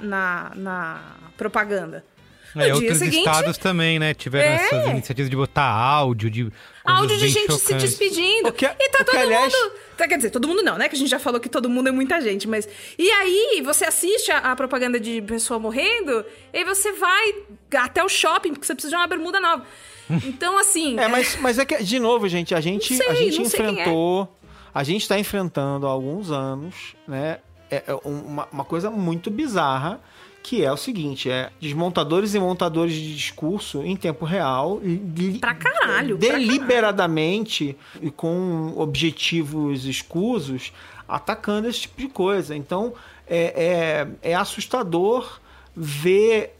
na propaganda. Outros estados também, né? Tiveram essas iniciativas de botar áudio de gente chocantes. Se despedindo. E tá todo mundo... Quer dizer, todo mundo não, né? Que a gente já falou que todo mundo é muita gente, mas... E aí, você assiste a propaganda de pessoa morrendo, e aí você vai até o shopping, porque você precisa de uma bermuda nova. Então, assim... Mas é que, de novo, gente, a gente enfrentou... A gente tá enfrentando há alguns anos, né? Uma coisa muito bizarra, que é o seguinte, desmontadores e montadores de discurso em tempo real. Pra caralho. Deliberadamente e com objetivos escusos, atacando esse tipo de coisa. Então, é assustador ver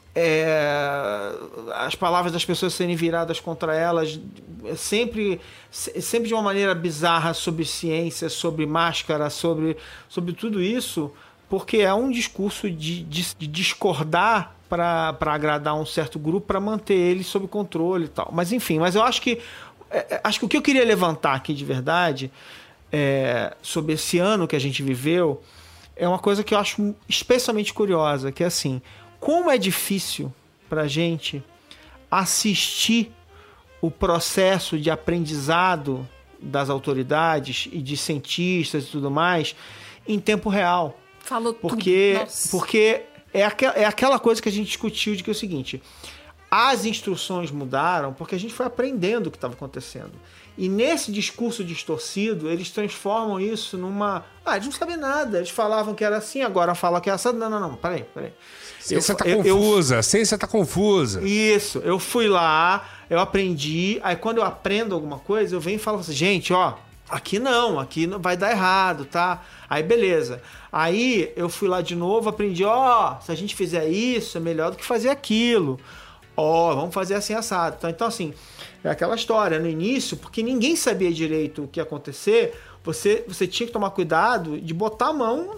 as palavras das pessoas serem viradas contra elas sempre de uma maneira bizarra, sobre ciência, sobre máscara, sobre tudo isso, porque é um discurso de discordar para agradar um certo grupo, para manter ele sob controle e tal. Mas enfim, eu acho que o que eu queria levantar aqui de verdade sobre esse ano que a gente viveu é uma coisa que eu acho especialmente curiosa, que é assim, como é difícil para a gente assistir o processo de aprendizado das autoridades e de cientistas e tudo mais em tempo real. Falou porque, tudo. Nossa. Porque é aquela coisa que a gente discutiu de que é o seguinte: as instruções mudaram porque a gente foi aprendendo o que estava acontecendo. E nesse discurso distorcido, eles transformam isso numa... eles não sabem nada. Eles falavam que era assim, agora falam que é assim. Não, peraí. Ciência confusa, ciência tá confusa. Isso, eu fui lá, eu aprendi, aí quando eu aprendo alguma coisa, eu venho e falo assim, gente, aqui não vai dar errado, tá? Aí beleza. Aí eu fui lá de novo, aprendi, se a gente fizer isso, é melhor do que fazer aquilo. Vamos fazer assim assado. Então assim, é aquela história, no início, porque ninguém sabia direito o que ia acontecer, você tinha que tomar cuidado de botar a mão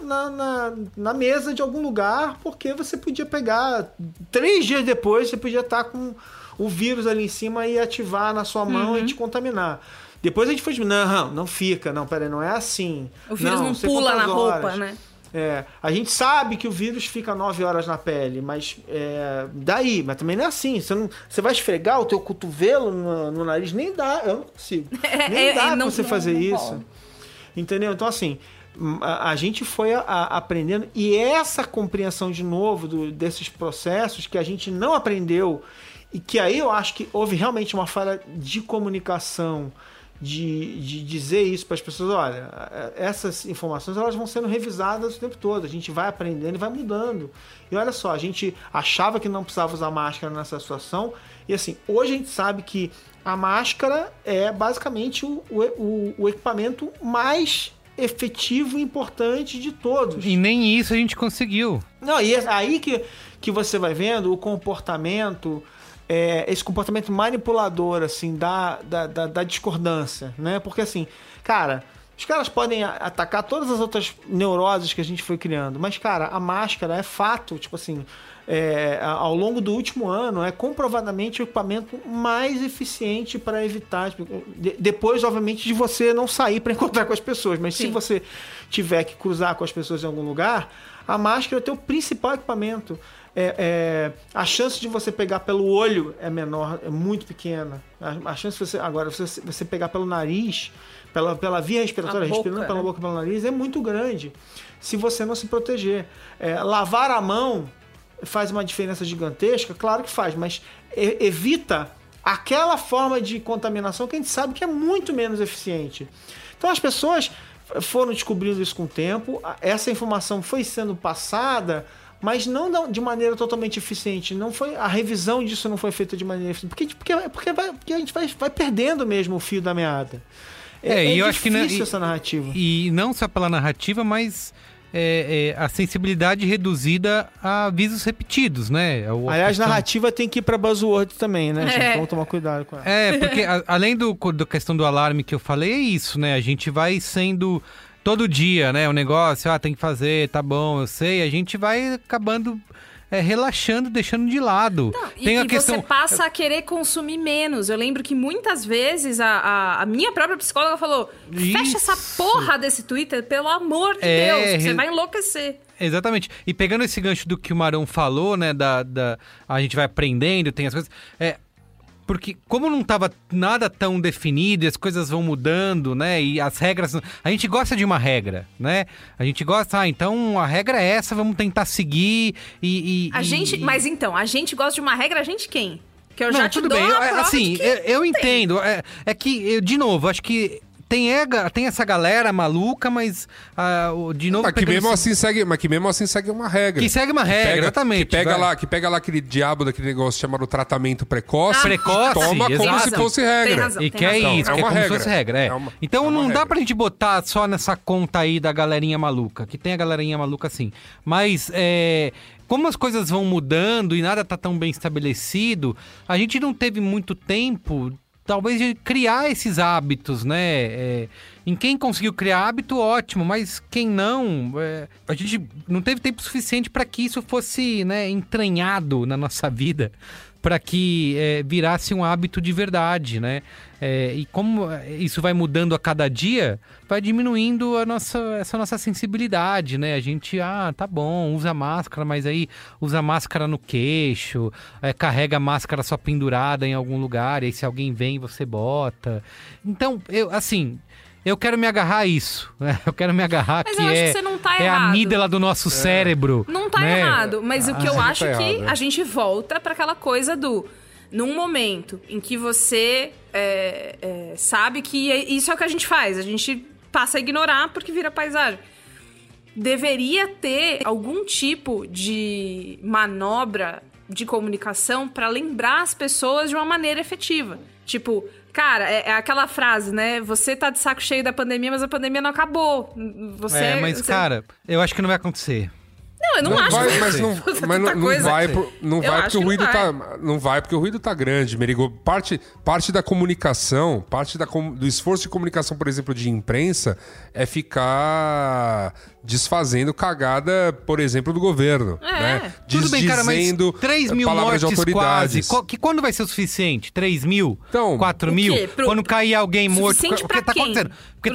na mesa de algum lugar, porque você podia pegar, 3 dias depois, você podia estar com o vírus ali em cima e ativar na sua mão e te contaminar. Depois a gente foi, não fica, peraí, não é assim. O vírus não pula na roupa, né? A gente sabe que o vírus fica 9 horas na pele, mas mas também não é assim. Você vai esfregar o teu cotovelo no nariz, nem dá, eu não consigo. Nem dá pra você fazer isso. Entendeu? Então, assim, a gente foi aprendendo, e essa compreensão, de novo, desses processos que a gente não aprendeu, e que aí eu acho que houve realmente uma falha de comunicação, de dizer isso para as pessoas, olha, essas informações elas vão sendo revisadas o tempo todo, a gente vai aprendendo e vai mudando. E olha só, a gente achava que não precisava usar máscara nessa situação, e assim, hoje a gente sabe que a máscara é basicamente o equipamento mais efetivo e importante de todos. E nem isso a gente conseguiu. Não, e é aí que você vai vendo o comportamento... esse comportamento manipulador, assim, da discordância, né? Porque, assim, cara, os caras podem atacar todas as outras neuroses que a gente foi criando, mas, cara, a máscara é fato, tipo assim, ao longo do último ano, é comprovadamente o equipamento mais eficiente para evitar, depois, obviamente, de você não sair para encontrar com as pessoas, mas se você tiver que cruzar com as pessoas em algum lugar, a máscara é o teu principal equipamento. A chance de você pegar pelo olho é menor, é muito pequena. A chance de você pegar pelo nariz, pela via respiratória, respirando pela boca e pelo nariz, é muito grande, se você não se proteger. Lavar a mão faz uma diferença gigantesca? Claro que faz, mas evita aquela forma de contaminação que a gente sabe que é muito menos eficiente. Então as pessoas foram descobrindo isso com o tempo, essa informação foi sendo passada, mas não de maneira totalmente eficiente. Não foi, a revisão disso não foi feita de maneira eficiente. Porque a gente vai perdendo mesmo o fio da meada. E eu acho que essa narrativa. E não só pela narrativa, mas a sensibilidade reduzida a avisos repetidos, né? Aliás, narrativa tem que ir pra buzzword também, né, gente? Vamos tomar cuidado com ela. Porque além da questão do alarme que eu falei, é isso, né? A gente vai sendo... Todo dia, né? O negócio, tem que fazer, tá bom, eu sei. A gente vai acabando relaxando, deixando de lado. Não, e questão... você passa a querer consumir menos. Eu lembro que muitas vezes a minha própria psicóloga falou: fecha essa porra desse Twitter, pelo amor de Deus, você vai enlouquecer. Exatamente. E pegando esse gancho do que o Marão falou, né? A gente vai aprendendo, tem as coisas... Porque como não estava nada tão definido e as coisas vão mudando, né? E as regras... A gente gosta de uma regra, né? A gente gosta... então a regra é essa, vamos tentar seguir Mas então, a gente gosta de uma regra, a gente quem? Que eu já te tudo dou bem. a prova assim, eu entendo. É que, de novo, acho que... Tem essa galera maluca, mas de novo... Mas que mesmo assim segue uma regra. Que segue uma regra, exatamente. Que pega lá aquele diabo daquele negócio chamado tratamento precoce. Toma como se fosse regra. Tem razão, e que é isso, que é como se fosse regra. Então não dá pra gente botar só nessa conta aí da galerinha maluca, que tem a galerinha maluca assim. Mas... como as coisas vão mudando e nada tá tão bem estabelecido, a gente não teve muito tempo... talvez de criar esses hábitos, né? Em quem conseguiu criar hábito, ótimo, mas quem não... a gente não teve tempo suficiente para que isso fosse, né, entranhado na nossa vida. para que virasse um hábito de verdade, né? E como isso vai mudando a cada dia, vai diminuindo essa nossa sensibilidade, né? A gente, tá bom, usa máscara, mas aí usa máscara no queixo, carrega a máscara só pendurada em algum lugar, e aí se alguém vem, você bota. Então, eu quero me agarrar a isso, né? Eu quero me agarrar mas que eu acho que você não tá é a errado. amígdala do nosso cérebro. Não tá né? errado, mas o que eu acho é que errado, a gente volta pra aquela coisa do... Num momento em que você sabe que isso é o que a gente faz, a gente passa a ignorar porque vira paisagem. Deveria ter algum tipo de manobra de comunicação pra lembrar as pessoas de uma maneira efetiva. Tipo... Cara, é aquela frase, né? Você tá de saco cheio da pandemia, mas a pandemia não acabou. Cara, eu acho que não vai acontecer. Não, eu não acho vai, que mas não vai porque o ruído não vai porque o ruído tá grande, Merigo. Parte da comunicação, do esforço de comunicação, por exemplo, de imprensa, é ficar desfazendo cagada, por exemplo, do governo, né? Tudo bem, cara, mas 3 mil palavras mortes de autoridades. quase. Que quando vai ser o suficiente? 3 mil? Então, 4 mil? Quando cair alguém morto? Porque tá acontecendo.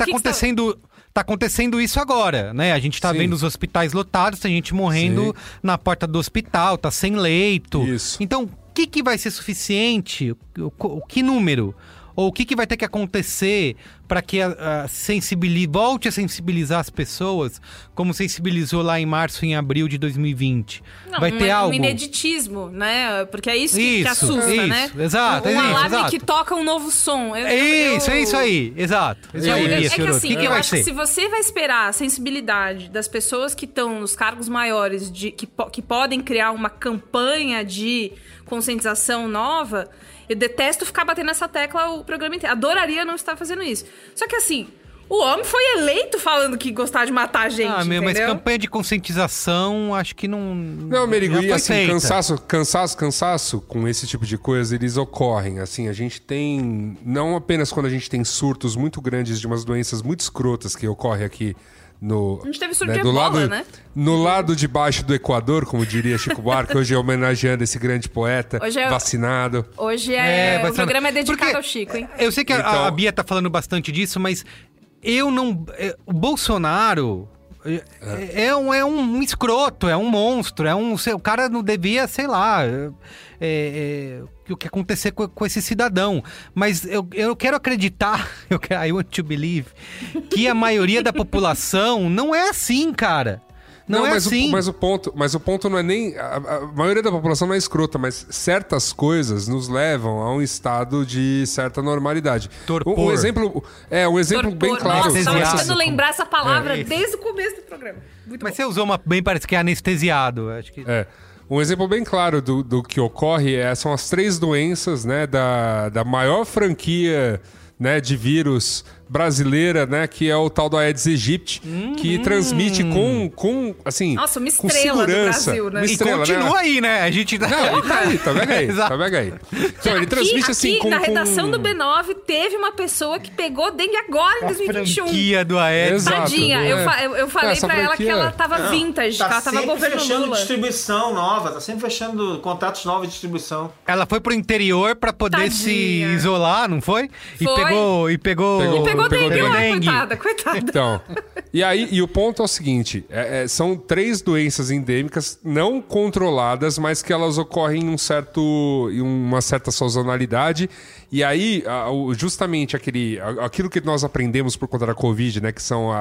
Tá acontecendo isso agora, né? A gente tá vendo os hospitais lotados, tem gente morrendo na porta do hospital, tá sem leito. Isso. Então, o que vai ser suficiente? Que número? Ou o que vai ter que acontecer para que volte a sensibilizar as pessoas, como sensibilizou lá em março e em abril de 2020? Não, vai ter algo? Um ineditismo, né? Porque é isso que assusta, né? Exato, um alarme exato. que toca um novo som. É isso aí, exato. Que assim, eu acho que se você vai esperar a sensibilidade das pessoas que estão nos cargos maiores, que podem criar uma campanha de conscientização nova... Eu detesto ficar batendo nessa tecla o programa inteiro. Adoraria não estar fazendo isso. Só que assim, o homem foi eleito falando que gostava de matar a gente, entendeu? Mas campanha de conscientização, acho que não... Não, Merigo, e assim, cansaço com esse tipo de coisa, eles ocorrem. Assim, a gente tem... Não apenas quando a gente tem surtos muito grandes de umas doenças muito escrotas que ocorrem aqui a gente teve surto de Ebola, né? No lado de baixo do Equador, como diria Chico Buarque, hoje é homenageando esse grande poeta vacinado. Hoje o programa é dedicado ao Chico, hein? Eu sei que a Bia tá falando bastante disso, mas eu não... O Bolsonaro é um escroto, é um monstro, o cara não devia, sei lá... o que acontecer com esse cidadão. Mas eu quero acreditar, I want to believe, que a maioria da população não é assim, cara. Não é assim. Mas o ponto não é nem... A maioria da população não é escrota, mas certas coisas nos levam a um estado de certa normalidade. Torpor. Um exemplo bem claro. Nossa, eu tava tentando lembrar essa palavra desde o começo do programa. Mas você usou uma bem parece que é anestesiado. Acho que... Um exemplo bem claro do que ocorre são as 3 doenças, né, da maior franquia, né, de vírus brasileira, né, que é o tal do Aedes aegypti, que transmite com assim, nossa, uma com estrela segurança. Do Brasil, né? E continua, né? Aí, né? A gente... Não, tá vendo aí. Então, ele transmite assim aqui na redação do B9 teve uma pessoa que pegou dengue agora em 2021. Franquia do Aedes. Tadinha, eu falei pra ela que ela tava vintage, que ela tava governo fechando Lula. distribuição nova, tá sempre fechando contratos novos de distribuição. Ela foi pro interior pra poder se isolar, não foi? Foi. E pegou dengue lá, coitada. Então, e o ponto é o seguinte, são 3 doenças endêmicas não controladas, mas que elas ocorrem em uma certa sazonalidade. E aí, justamente aquilo que nós aprendemos por conta da Covid, né, que são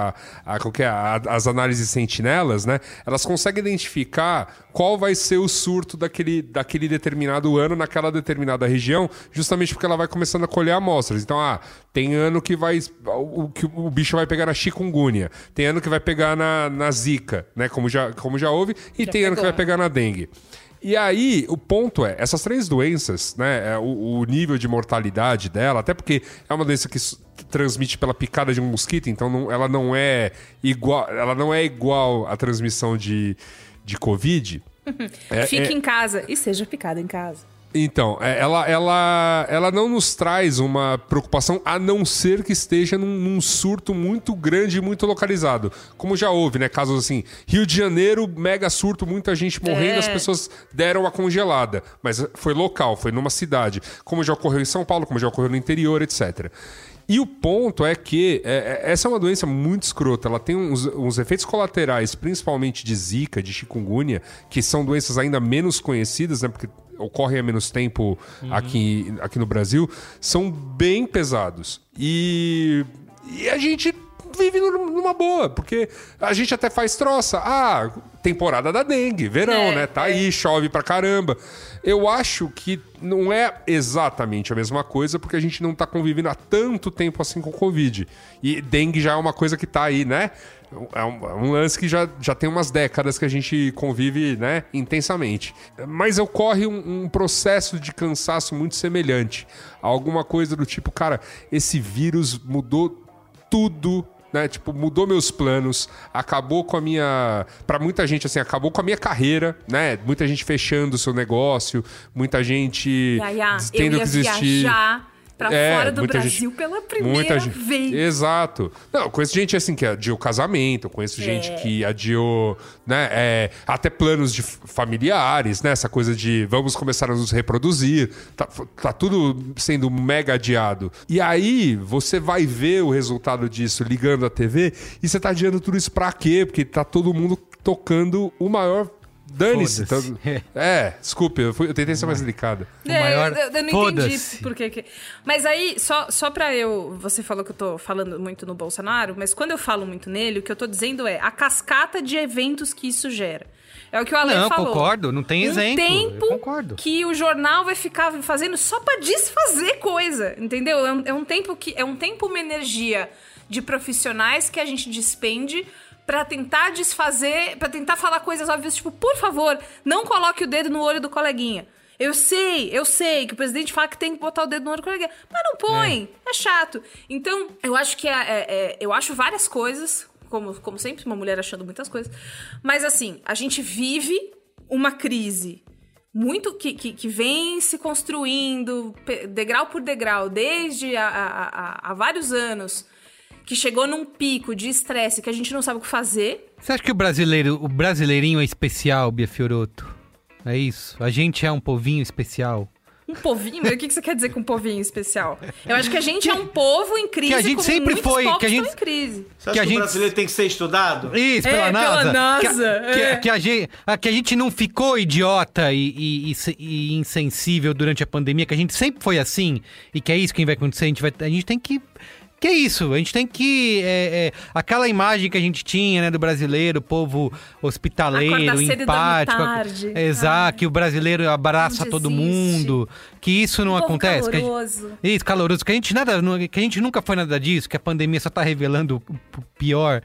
as análises sentinelas, né, elas conseguem identificar qual vai ser o surto daquele determinado ano naquela determinada região, justamente porque ela vai começando a colher amostras. Então, tem ano que o bicho vai pegar na chikungunya, tem ano que vai pegar na zika, né, como já houve, e tem ano que vai pegar na dengue. E aí, o ponto essas 3 doenças, né, o nível de mortalidade dela, até porque é uma doença que transmite pela picada de um mosquito, então ela não é igual à transmissão de Covid. Fique em casa e seja picado em casa. Então, ela não nos traz uma preocupação, a não ser que esteja num surto muito grande e muito localizado. Como já houve, né? Casos assim, Rio de Janeiro, mega surto, muita gente morrendo, as pessoas deram a congelada. Mas foi local, foi numa cidade. Como já ocorreu em São Paulo, como já ocorreu no interior, etc. E o ponto é que essa é uma doença muito escrota. Ela tem uns efeitos colaterais, principalmente de Zika, de chikungunya, que são doenças ainda menos conhecidas, né? Porque ocorrem há menos tempo aqui no Brasil, são bem pesados. E a gente vive numa boa, porque a gente até faz troça. Temporada da dengue, verão, né? Tá aí, chove pra caramba. Eu acho que não é exatamente a mesma coisa, porque a gente não tá convivendo há tanto tempo assim com o Covid. E dengue já é uma coisa que tá aí, né? É um lance que já tem umas décadas que a gente convive, né, intensamente. Mas ocorre um processo de cansaço muito semelhante. Alguma coisa do tipo, cara, esse vírus mudou tudo, né? Tipo, mudou meus planos, acabou com a minha... Pra muita gente, assim, acabou com a minha carreira, né? Muita gente fechando o seu negócio, muita gente tendo que desistir. Viajar pra fora do Brasil pela primeira vez. Exato. Não, eu conheço gente assim que adiou casamento, eu conheço gente que adiou, né, até planos de familiares, né? Essa coisa de vamos começar a nos reproduzir. Tá tudo sendo mega adiado. E aí, você vai ver o resultado disso ligando a TV e você tá adiando tudo isso pra quê? Porque tá todo mundo tocando o maior... Dane-se. Desculpe, eu tentei ser mais delicada. Eu não entendi por que... Mas aí, só pra eu... Você falou que eu tô falando muito no Bolsonaro, mas quando eu falo muito nele, o que eu tô dizendo é a cascata de eventos que isso gera. É o que o Ale falou. Não, concordo, não tem exemplo. Tempo eu concordo. Que o jornal vai ficar fazendo só pra desfazer coisa, entendeu? É um tempo, uma energia de profissionais que a gente despende pra tentar desfazer, pra tentar falar coisas óbvias, tipo, por favor, não coloque o dedo no olho do coleguinha. Eu sei que o presidente fala que tem que botar o dedo no olho do coleguinha, mas não põe, é chato. Então, eu acho que eu acho várias coisas, como sempre, uma mulher achando muitas coisas, mas assim, a gente vive uma crise muito que vem se construindo degrau por degrau, desde há vários anos, que chegou num pico de estresse que a gente não sabe o que fazer. Você acha que o brasileirinho é especial, Bia Fiorotto? É isso? A gente é um povinho especial? Um povinho? O que você quer dizer com um povinho especial? Eu acho que a gente é um povo em crise, que a gente sempre foi, que a gente estão em crise. Você acha que o brasileiro tem que ser estudado? Isso, pela NASA. Que a gente não ficou idiota e insensível durante a pandemia, que a gente sempre foi assim, e que é isso que vai acontecer, a gente tem que... Que é isso, a gente tem que... aquela imagem que a gente tinha, né, do brasileiro, povo hospitaleiro, empático. Exato, que o brasileiro abraça todo mundo. Que isso não acontece. Caloroso. Isso, caloroso. Que a gente nunca foi nada disso, que a pandemia só tá revelando o pior.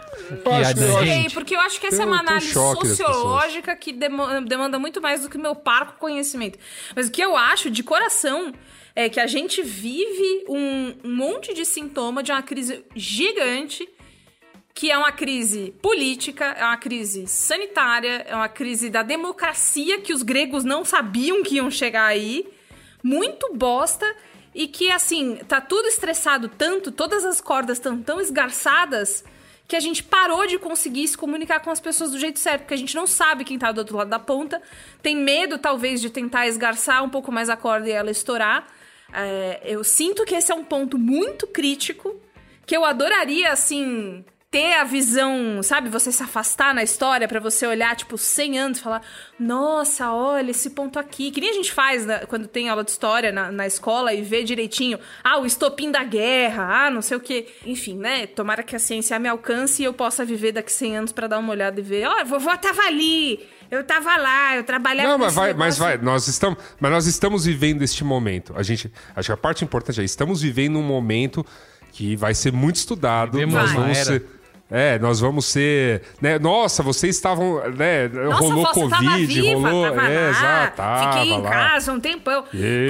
Porque eu acho que essa é uma análise sociológica que demanda muito mais do que o meu parco conhecimento. Mas o que eu acho, de coração... é que a gente vive um monte de sintoma de uma crise gigante, que é uma crise política, é uma crise sanitária, é uma crise da democracia, que os gregos não sabiam que iam chegar aí, muito bosta, e que, assim, tá tudo estressado tanto, todas as cordas estão tão esgarçadas, que a gente parou de conseguir se comunicar com as pessoas do jeito certo, porque a gente não sabe quem tá do outro lado da ponta, tem medo, talvez, de tentar esgarçar um pouco mais a corda e ela estourar. Eu sinto que esse é um ponto muito crítico, que eu adoraria, assim, ter a visão, sabe? Você se afastar na história pra você olhar, tipo, 100 anos e falar, nossa, olha esse ponto aqui. Que nem a gente faz quando tem aula de história na escola e vê direitinho, o estopim da guerra, não sei o quê. Enfim, né? Tomara que a ciência me alcance e eu possa viver daqui 100 anos pra dar uma olhada e ver, vovó tava ali... Eu tava lá, eu trabalhava... Não, mas nós estamos vivendo este momento. Acho que a parte importante é, estamos vivendo um momento que vai ser muito estudado. nós vamos ser... Né? Nossa, vocês estavam... Né? Nossa, rolou você Covid, tava viva, rolou... tava lá, exato, fiquei em lá. casa um tempão. Isso.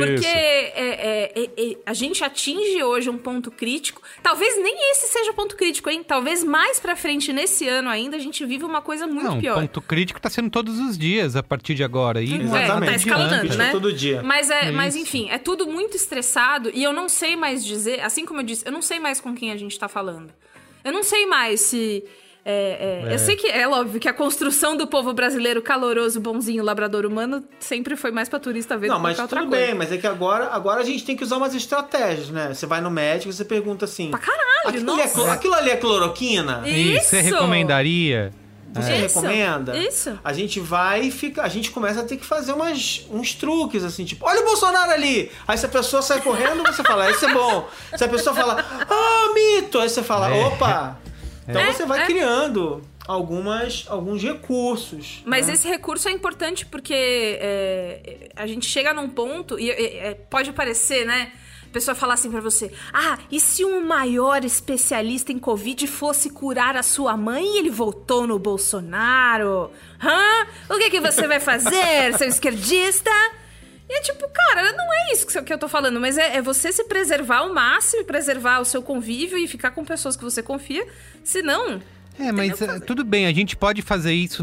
Porque a gente atinge hoje um ponto crítico. Talvez nem esse seja o ponto crítico, hein? Talvez mais pra frente, nesse ano ainda, a gente vive uma coisa muito pior. O ponto crítico tá sendo todos os dias, a partir de agora. E Exatamente. Tá escalonando, né? Todo dia. Mas enfim, é tudo muito estressado e eu não sei mais dizer, assim como eu disse, eu não sei mais com quem a gente tá falando. Eu não sei mais se... Eu sei que é óbvio que a construção do povo brasileiro caloroso, bonzinho, labrador humano sempre foi mais pra turista ver do que mas outra tudo coisa. bem, mas é que agora a gente tem que usar umas estratégias, né? Você vai no médico e você pergunta assim... Pra caralho, aquilo ali é cloroquina? Isso! Você recomendaria? Você recomenda? Isso. A gente vai e fica... A gente começa a ter que fazer uns truques, assim, tipo... Olha o Bolsonaro ali! Aí se a pessoa sai correndo, você fala, isso é bom. Se a pessoa fala, mito! Aí você fala, opa... Então você vai criando alguns recursos. Mas esse recurso é importante porque a gente chega num ponto e pode parecer, né? A pessoa falar assim pra você: e se um maior especialista em Covid fosse curar a sua mãe e ele votou no Bolsonaro? O que você vai fazer, seu esquerdista? E é tipo, cara, não é isso que eu tô falando, mas é você se preservar ao máximo, preservar o seu convívio e ficar com pessoas que você confia, senão... Mas tudo bem, a gente pode fazer isso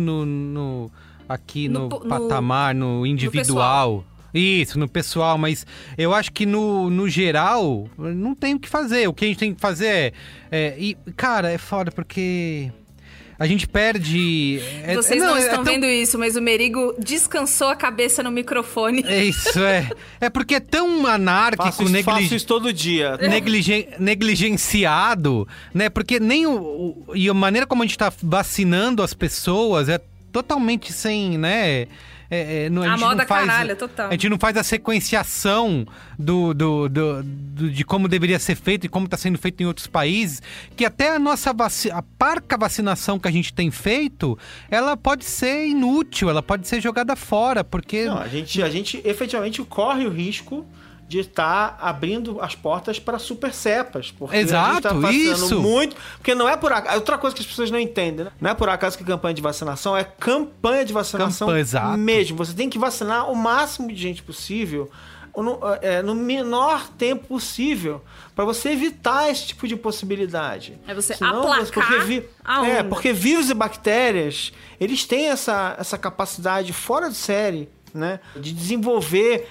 aqui no patamar, no individual. Isso, no pessoal, mas eu acho que no geral não tem o que fazer. O que a gente tem que fazer cara, é foda porque... A gente perde... Vocês não estão vendo isso, mas o Merigo descansou a cabeça no microfone. É isso, É porque é tão anárquico... Faço isso todo dia. Negligenciado, né? Porque nem e a maneira como a gente tá vacinando as pessoas é totalmente sem, né... a moda caralho, total. A gente não faz a sequenciação de como deveria ser feito e como está sendo feito em outros países, que até a parca vacinação que a gente tem feito, ela pode ser inútil, ela pode ser jogada fora, porque... Não, a gente efetivamente corre o risco de estar abrindo as portas para super cepas. Porque exato, a gente tá vacinando isso. muito. Porque não é por acaso. Outra coisa que as pessoas não entendem, né? Não é por acaso que campanha de vacinação é campanha de vacinação exato. Mesmo. Você tem que vacinar o máximo de gente possível no menor tempo possível para você evitar esse tipo de possibilidade. É você aplacar a onda. Porque vírus e bactérias, eles têm essa capacidade fora de série, né, de desenvolver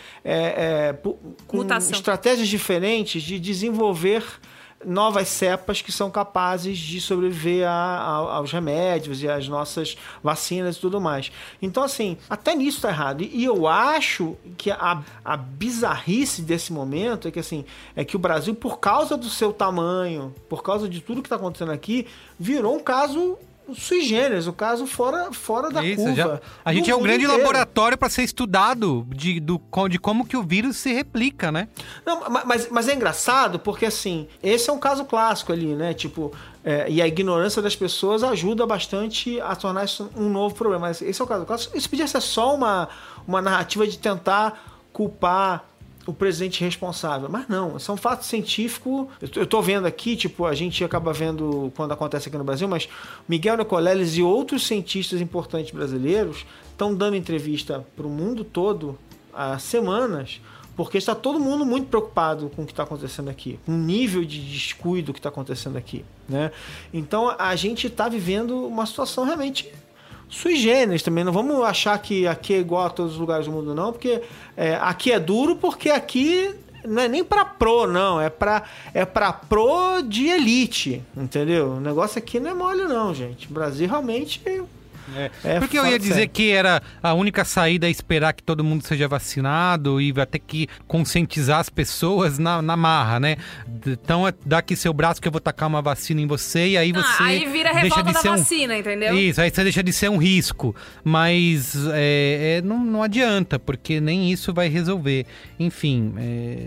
com mutação. Estratégias diferentes, de desenvolver novas cepas que são capazes de sobreviver aos remédios e às nossas vacinas e tudo mais. Então, assim, até nisso tá errado. E eu acho que a bizarrice desse momento é que o Brasil, por causa do seu tamanho, por causa de tudo que está acontecendo aqui, virou um caso sui generis, o caso fora da curva. A gente é um grande laboratório para ser estudado de como que o vírus se replica, né? Não, mas é engraçado porque, assim, esse é um caso clássico ali, né? Tipo, e a ignorância das pessoas ajuda bastante a tornar isso um novo problema. Mas esse é o caso clássico. Isso podia ser só uma narrativa de tentar culpar o presidente responsável. Mas não, isso é um fato científico. Eu tô vendo aqui, tipo, a gente acaba vendo quando acontece aqui no Brasil, mas Miguel Nicoleles e outros cientistas importantes brasileiros estão dando entrevista para o mundo todo há semanas, porque está todo mundo muito preocupado com o que está acontecendo aqui, com o nível de descuido que está acontecendo aqui, né? Então a gente está vivendo uma situação realmente sui generis também. Não vamos achar que aqui é igual a todos os lugares do mundo, não, porque aqui é duro, porque aqui não é nem pra pro, não, é pra pro de elite, entendeu? O negócio aqui não é mole, não, gente. O Brasil realmente porque eu ia dizer que era a única saída esperar que todo mundo seja vacinado e vai ter que conscientizar as pessoas na marra, né? Então dá aqui seu braço que eu vou tacar uma vacina em você e aí você aí vira revolta da vacina, entendeu? Isso, aí você deixa de ser um risco. Mas não adianta, porque nem isso vai resolver. Enfim,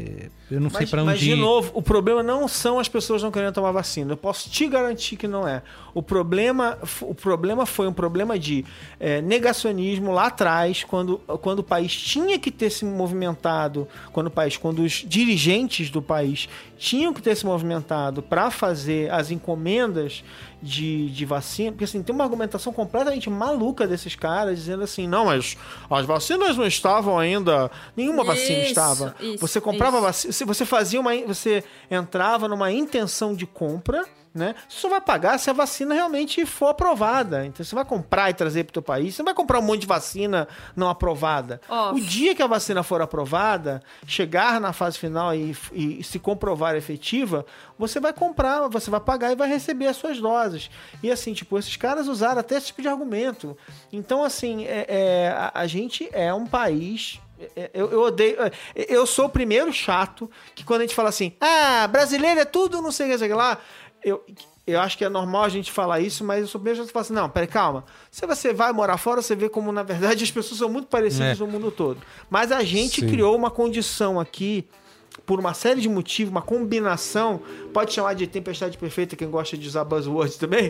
Eu não sei pra onde Mas, de novo, o problema não são as pessoas não querendo tomar vacina. Eu posso te garantir que não é. O problema foi um problema de negacionismo lá atrás, quando o país tinha que ter se movimentado, quando os dirigentes do país tinham que ter se movimentado para fazer as encomendas de vacina, porque assim, tem uma argumentação completamente maluca desses caras, dizendo assim, não, mas as vacinas não estavam ainda, nenhuma vacina estava. Você comprava vacina, você entrava numa intenção de compra, né? Você só vai pagar se a vacina realmente for aprovada. Então você vai comprar e trazer para o teu país. Você não vai comprar um monte de vacina não aprovada. O dia que a vacina for aprovada, chegar na fase final e se comprovar efetiva, você vai comprar, você vai pagar e vai receber as suas doses. E assim, tipo, esses caras usaram até esse tipo de argumento. Então, assim, a gente é um país... Eu odeio. Eu sou o primeiro chato que quando a gente fala assim, brasileiro é tudo, não sei o que lá. Eu acho que é normal a gente falar isso, mas eu sou bem chato que fala assim, não, peraí, calma. Se você vai morar fora, você vê como, na verdade, as pessoas são muito parecidas no mundo todo. Mas a gente criou uma condição aqui, por uma série de motivos, uma combinação, pode chamar de tempestade perfeita, quem gosta de usar buzzwords também,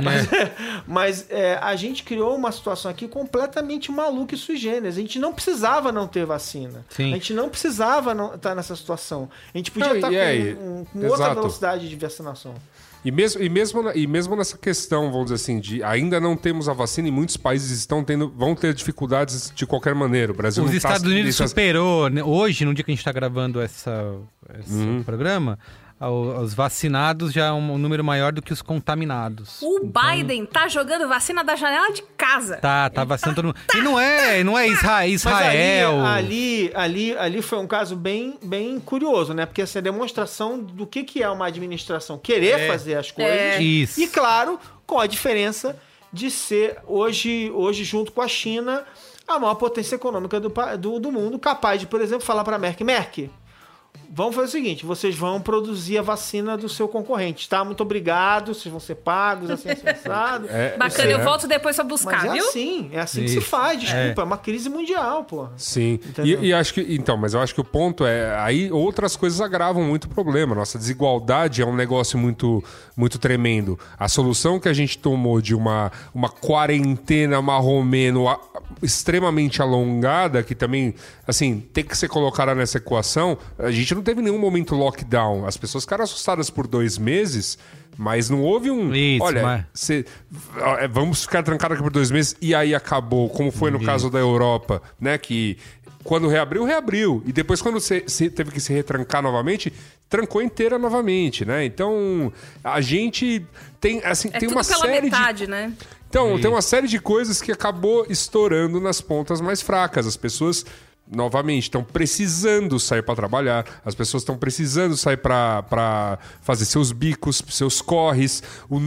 mas a gente criou uma situação aqui completamente maluca e sui generis. A gente não precisava não ter vacina. Sim. A gente não precisava não estar nessa situação. A gente podia estar com outra velocidade de vacinação. E mesmo nessa questão, vamos dizer assim, de ainda não temos a vacina e muitos países vão ter dificuldades de qualquer maneira. O Brasil Os Estados Unidos superou, né? Hoje, no dia que a gente está gravando esse programa, os vacinados já é um número maior do que os contaminados. O Biden tá jogando vacina da janela de casa. Tá vacinando todo mundo. E não é Israel. Mas ali foi um caso bem, bem curioso, né? Porque essa é a demonstração do que é uma administração querer fazer as coisas. Isso. E claro, com a diferença de ser hoje junto com a China, a maior potência econômica do mundo, capaz de, por exemplo, falar para a Merck, vamos fazer o seguinte, vocês vão produzir a vacina do seu concorrente, tá? Muito obrigado, vocês vão ser pagos, assim, assado. Bacana, eu volto depois pra buscar, mas viu? É assim que se faz, desculpa, é uma crise mundial, pô. Sim, e acho que, então, mas eu acho que o ponto aí outras coisas agravam muito o problema. Nossa desigualdade é um negócio muito, muito tremendo. A solução que a gente tomou de uma quarentena marromeno extremamente alongada, que também, assim, tem que ser colocada nessa equação, a gente não teve nenhum momento lockdown. As pessoas ficaram assustadas por 2 meses, mas não houve vamos ficar trancados aqui por 2 meses e aí acabou, como foi no caso da Europa, né? Que quando reabriu. E depois, quando você teve que se retrancar novamente, trancou inteira novamente, né? Então, a gente tem, assim, tem uma série metade, né? Então, tem uma série de coisas que acabou estourando nas pontas mais fracas. As pessoas, novamente, estão precisando sair para trabalhar. As pessoas estão precisando sair para fazer seus bicos, seus corres.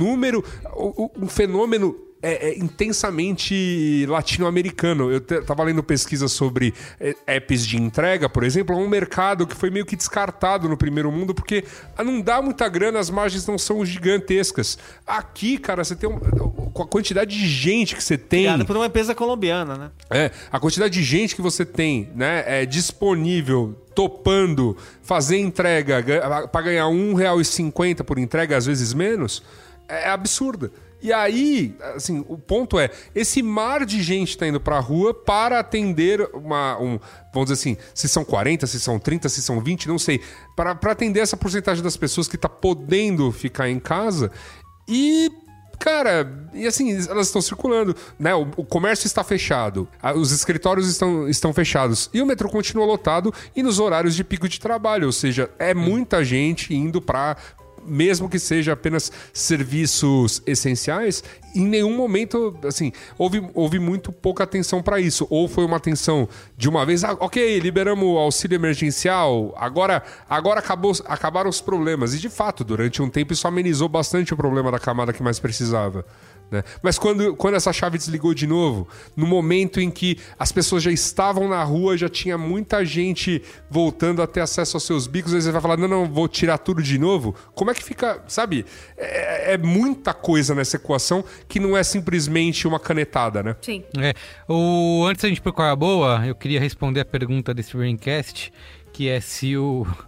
Um fenômeno intensamente latino-americano. Eu tava lendo pesquisa sobre apps de entrega, por exemplo. É um mercado que foi meio que descartado no primeiro mundo porque não dá muita grana, as margens não são gigantescas. Aqui, cara, você tem com a quantidade de gente que você tem... Criada por uma empresa colombiana, né? A quantidade de gente que você tem, né, disponível, topando, fazer entrega para ganhar R$1,50 por entrega, às vezes menos, é absurda. E aí, assim, o ponto é, esse mar de gente tá indo pra rua para atender vamos dizer assim, se são 40, se são 30, se são 20, não sei, para atender essa porcentagem das pessoas que tá podendo ficar em casa e... Cara, e assim, elas estão circulando, né? O comércio está fechado, os escritórios estão fechados e o metrô continua lotado e nos horários de pico de trabalho, ou seja, é muita gente indo para... mesmo que seja apenas serviços essenciais, em nenhum momento, assim, houve muito pouca atenção para isso. Ou foi uma atenção de uma vez, ok, liberamos o auxílio emergencial, agora acabaram os problemas. E, de fato, durante um tempo isso amenizou bastante o problema da camada que mais precisava. Né? Mas quando essa chave desligou de novo, no momento em que as pessoas já estavam na rua, já tinha muita gente voltando a ter acesso aos seus bicos, aí você vai falar, não, vou tirar tudo de novo. Como é que fica, sabe? É muita coisa nessa equação que não é simplesmente uma canetada, né? Sim. Antes da gente ir pro Qual é a Boa, eu queria responder a pergunta desse Braincast, que é se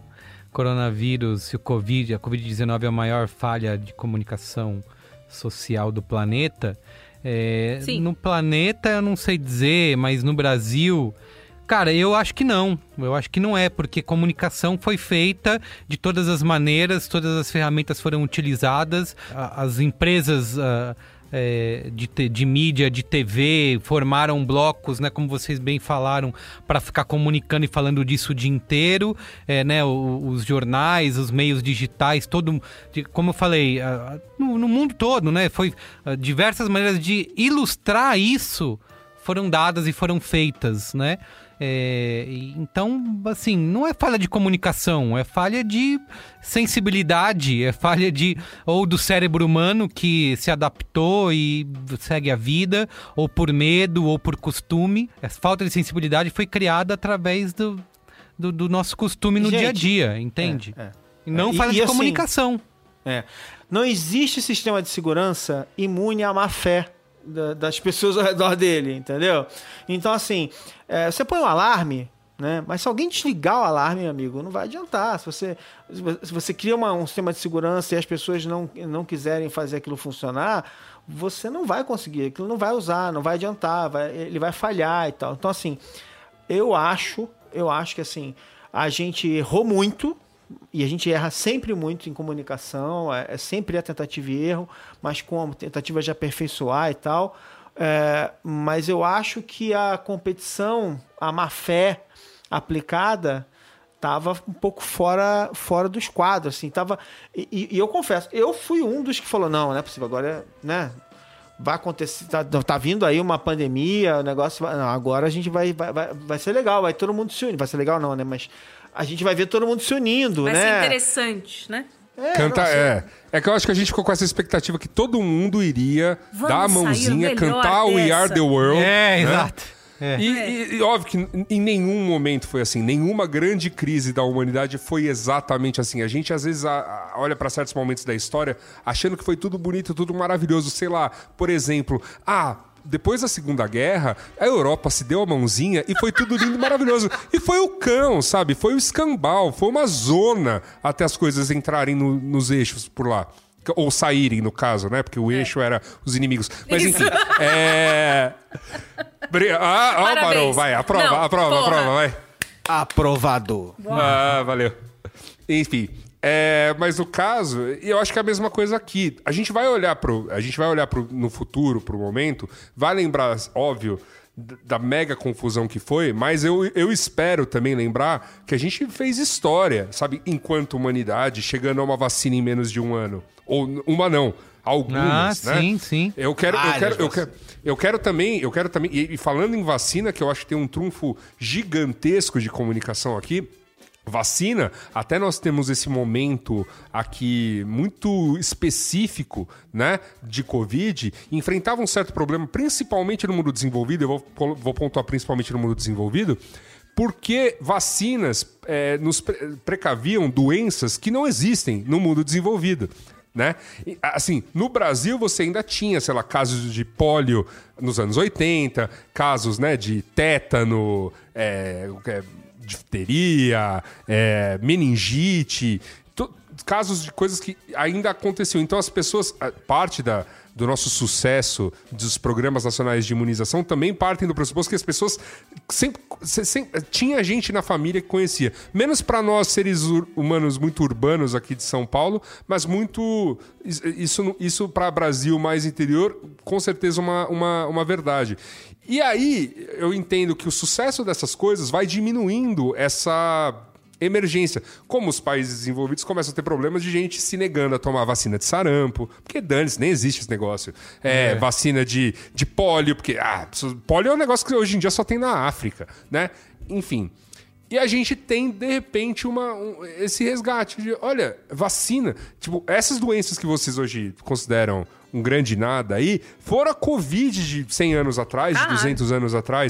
coronavírus, se a Covid-19 é a maior falha de comunicação social do planeta. No planeta eu não sei dizer, mas no Brasil, cara, eu acho que não. Eu acho que não é, porque comunicação foi feita de todas as maneiras, todas as ferramentas foram utilizadas, as empresas de mídia, de TV, formaram blocos, né, como vocês bem falaram, para ficar comunicando e falando disso o dia inteiro, né, os jornais, os meios digitais, como eu falei, no mundo todo, né, foi diversas maneiras de ilustrar isso foram dadas e foram feitas, né? Então, assim, não é falha de comunicação, é falha de sensibilidade, é falha ou do cérebro humano que se adaptou e segue a vida, ou por medo, ou por costume. Essa falta de sensibilidade foi criada através do nosso costume no dia a dia, entende? E não falha de comunicação. Não existe sistema de segurança imune à má fé das pessoas ao redor dele, entendeu? Então, assim, você põe um alarme, né? Mas se alguém desligar o alarme, meu amigo, não vai adiantar. Se você cria um sistema de segurança e as pessoas não quiserem fazer aquilo funcionar, você não vai conseguir, aquilo não vai usar, não vai adiantar, ele vai falhar e tal. Então, assim, eu acho que, assim, a gente errou muito. E a gente erra sempre muito em comunicação, é sempre a tentativa e erro, mas com a tentativa de aperfeiçoar e tal. Mas eu acho que a competição, a má-fé aplicada, estava um pouco fora dos quadros. Assim, e eu confesso, eu fui um dos que falou, não é possível, agora, né, vai acontecer, tá vindo aí uma pandemia, o negócio agora a gente vai ser legal, vai todo mundo se unir, vai ser legal não, né, mas a gente vai ver todo mundo se unindo, né? Vai ser interessante, né? É que eu acho que a gente ficou com essa expectativa que todo mundo iria dar a mãozinha, cantar We Are The World. Né? Exato. E óbvio que em nenhum momento foi assim. Nenhuma grande crise da humanidade foi exatamente assim. A gente às vezes olha para certos momentos da história achando que foi tudo bonito, tudo maravilhoso. Sei lá, por exemplo, depois da Segunda Guerra, a Europa se deu a mãozinha e foi tudo lindo e maravilhoso. E foi o cão, sabe? Foi o escambau, foi uma zona até as coisas entrarem nos eixos por lá. Ou saírem, no caso, né? Porque o eixo era os inimigos. Mas enfim, Barão, vai, aprova, vai. Aprovado. Valeu. Enfim... mas no caso, eu acho que é a mesma coisa aqui. A gente vai olhar no futuro, pro momento, vai lembrar, óbvio, da mega confusão que foi, mas eu espero também lembrar que a gente fez história, sabe, enquanto humanidade, chegando a uma vacina em menos de um ano. Ou uma não, algumas, né? Sim. Eu quero também, e falando em vacina, que eu acho que tem um trunfo gigantesco de comunicação aqui, vacina, até nós temos esse momento aqui muito específico, né, de Covid, enfrentava um certo problema, principalmente no mundo desenvolvido, eu vou pontuar principalmente no mundo desenvolvido, porque vacinas nos precaviam doenças que não existem no mundo desenvolvido. Né? Assim, no Brasil você ainda tinha, sei lá, casos de pólio nos anos 80, casos, né, de tétano, difteria, meningite, casos de coisas que ainda aconteciam. Então as pessoas, parte do nosso sucesso dos programas nacionais de imunização também partem do pressuposto que as pessoas sempre tinha gente na família que conhecia. Menos para nós, seres humanos muito urbanos aqui de São Paulo, mas muito... Isso para Brasil mais interior, com certeza uma verdade. E aí, eu entendo que o sucesso dessas coisas vai diminuindo essa emergência. Como os países desenvolvidos começam a ter problemas de gente se negando a tomar vacina de sarampo, porque dane-se, nem existe esse negócio. Vacina de pólio, porque pólio é um negócio que hoje em dia só tem na África, né? Enfim. E a gente tem, de repente, esse resgate de, olha, vacina. Tipo, essas doenças que vocês hoje consideram um grande nada aí, foram a Covid de 100 anos atrás, de 200 anos atrás,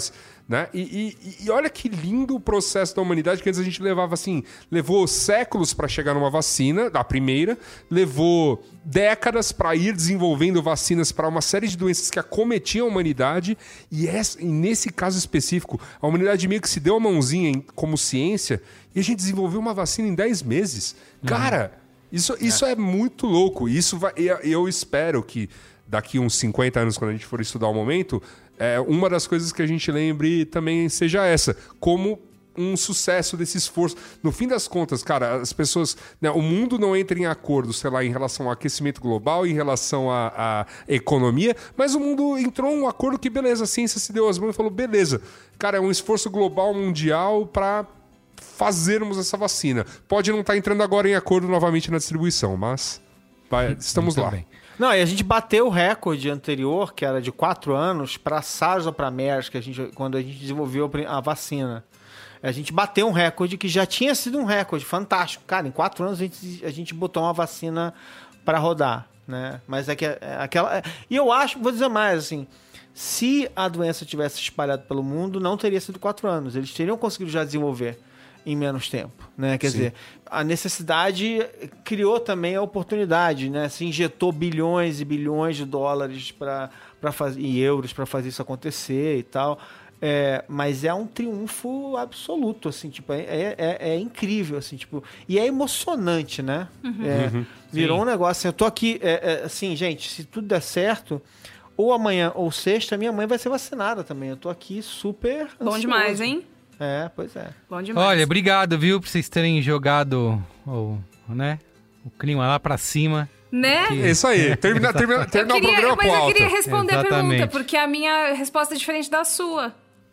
né? E olha que lindo o processo da humanidade, que antes a gente levava assim, levou séculos para chegar numa vacina, a primeira, levou décadas para ir desenvolvendo vacinas para uma série de doenças que acometiam a humanidade, e nesse caso específico, a humanidade meio que se deu a mãozinha como ciência, e a gente desenvolveu uma vacina em 10 meses. Cara, isso é muito louco. Eu espero que daqui uns 50 anos, quando a gente for estudar o momento, uma das coisas que a gente lembre também seja essa, como um sucesso desse esforço. No fim das contas, cara, as pessoas... Né, o mundo não entra em acordo, sei lá, em relação ao aquecimento global, em relação à economia, mas o mundo entrou em um acordo que, beleza, a ciência se deu as mãos e falou, beleza, cara, é um esforço global, mundial, para fazermos essa vacina. Pode não estar entrando agora em acordo novamente na distribuição, mas estamos lá. Bem. Não, e a gente bateu o recorde anterior, que era de 4 anos, para SARS ou para MERS, quando a gente desenvolveu a vacina. A gente bateu um recorde que já tinha sido um recorde fantástico. Cara, em 4 anos a gente botou uma vacina para rodar, né? Mas aquela... E eu acho, vou dizer mais, assim, se a doença tivesse espalhado pelo mundo, não teria sido 4 anos. Eles teriam conseguido já desenvolver em menos tempo, né? Quer dizer, a necessidade criou também a oportunidade, né? Se injetou bilhões e bilhões de dólares e euros para fazer isso acontecer e tal. Mas é um triunfo absoluto, assim, tipo, é incrível, assim, tipo, e é emocionante, né? Virou um negócio, assim, eu tô aqui, assim, gente, se tudo der certo, ou amanhã ou sexta, minha mãe vai ser vacinada também. Eu tô aqui super ansioso. Bom demais, hein? Pois é. Bom demais. Olha, obrigado, viu, por vocês terem jogado o clima lá pra cima. Né? Isso aí, terminar o programa mas com eu alta. queria responder a Exatamente. pergunta, porque a minha resposta é diferente da sua.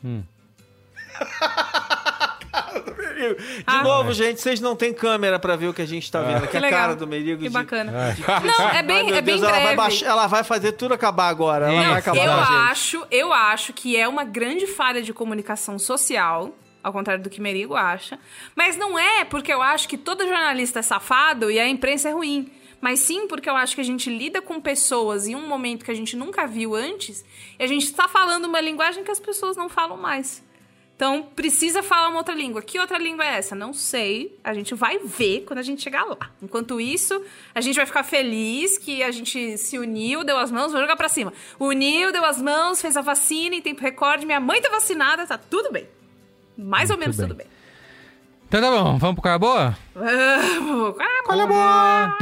De novo, gente, vocês não têm câmera pra ver o que a gente tá vendo. Que Que a legal. cara do Merigo. Que bacana. Ai, Não, é bem meu Deus, breve. ela vai fazer tudo acabar agora. Ela vai acabar, gente. Eu acho que é uma grande falha de comunicação social, ao contrário do que Merigo acha. Mas não é porque eu acho que todo jornalista é safado e a imprensa é ruim. Mas sim porque eu acho que a gente lida com pessoas em um momento que a gente nunca viu antes e a gente está falando uma linguagem que as pessoas não falam mais. Então, precisa falar uma outra língua. Que outra língua é essa? Não sei. A gente vai ver quando a gente chegar lá. Enquanto isso, a gente vai ficar feliz que a gente se uniu, deu as mãos, vou jogar pra cima. Uniu, deu as mãos, fez a vacina em tempo recorde, minha mãe tá vacinada, tá tudo bem. Mais ou menos tudo bem. Então tá bom, vamos pro Qual é a Boa? Qual é a boa?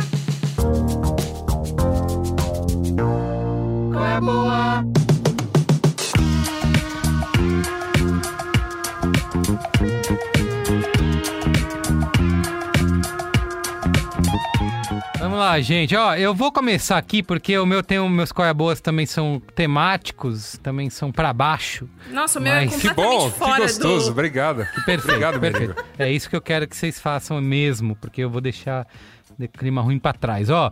Qual é a Boa? Vamos lá, gente. Ó, eu vou começar aqui porque meus Qual é a Boas também são temáticos, também são pra baixo. Nossa, o meu é Mas- Que completamente bom, fora que gostoso, do... obrigado. Perfeito, Obrigado, perfeito. Merigo. É isso que eu quero que vocês façam mesmo, porque eu vou deixar o clima ruim pra trás. Ó,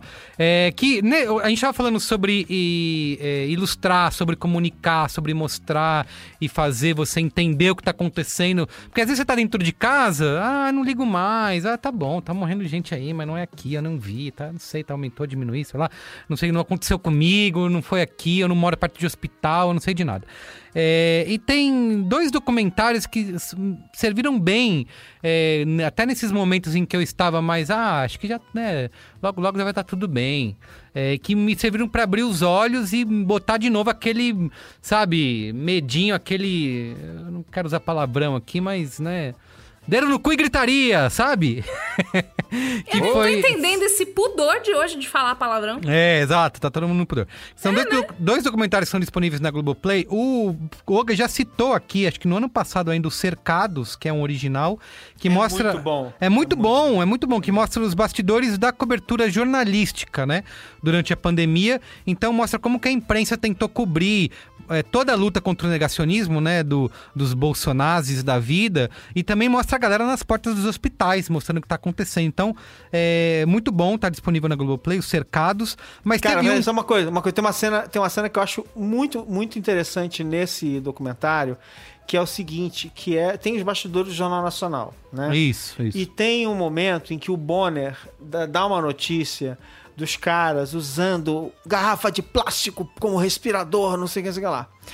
a gente tava falando sobre ilustrar, sobre comunicar, sobre mostrar e fazer você entender o que tá acontecendo. Porque às vezes você tá dentro de casa, não ligo mais, tá bom, tá morrendo gente aí, mas não é aqui, eu não vi, tá? Não sei, tá, aumentou, diminuiu, sei lá. Não sei, não aconteceu comigo, não foi aqui, eu não moro perto de hospital, eu não sei de nada. E tem 2 documentários que serviram bem, até nesses momentos em que eu estava mais, acho que já, né, logo já vai estar tudo bem. Que me serviram para abrir os olhos e botar de novo aquele, sabe, medinho, aquele, eu não quero usar palavrão aqui, mas, né, deram no cu e gritaria, sabe? Eu não tô entendendo esse pudor de hoje de falar palavrão. Exato, tá todo mundo no pudor. São dois documentários que são disponíveis na Globoplay. O Oga já citou aqui, acho que no ano passado ainda, Os Cercados, que é um original, que mostra... Muito bom. É muito bom, que mostra os bastidores da cobertura jornalística, né? Durante a pandemia. Então mostra como que a imprensa tentou cobrir toda a luta contra o negacionismo, né, dos bolsonazes da vida, e também mostra a galera nas portas dos hospitais, mostrando o que tá acontecendo. Então, muito bom, tá disponível na Globoplay, Os Cercados, mas Cara, teve só uma coisa, tem uma cena que eu acho muito, muito interessante nesse documentário, que é o seguinte, tem os bastidores do Jornal Nacional, né? Isso. E tem um momento em que o Bonner dá uma notícia dos caras usando garrafa de plástico como respirador, não sei o que lá.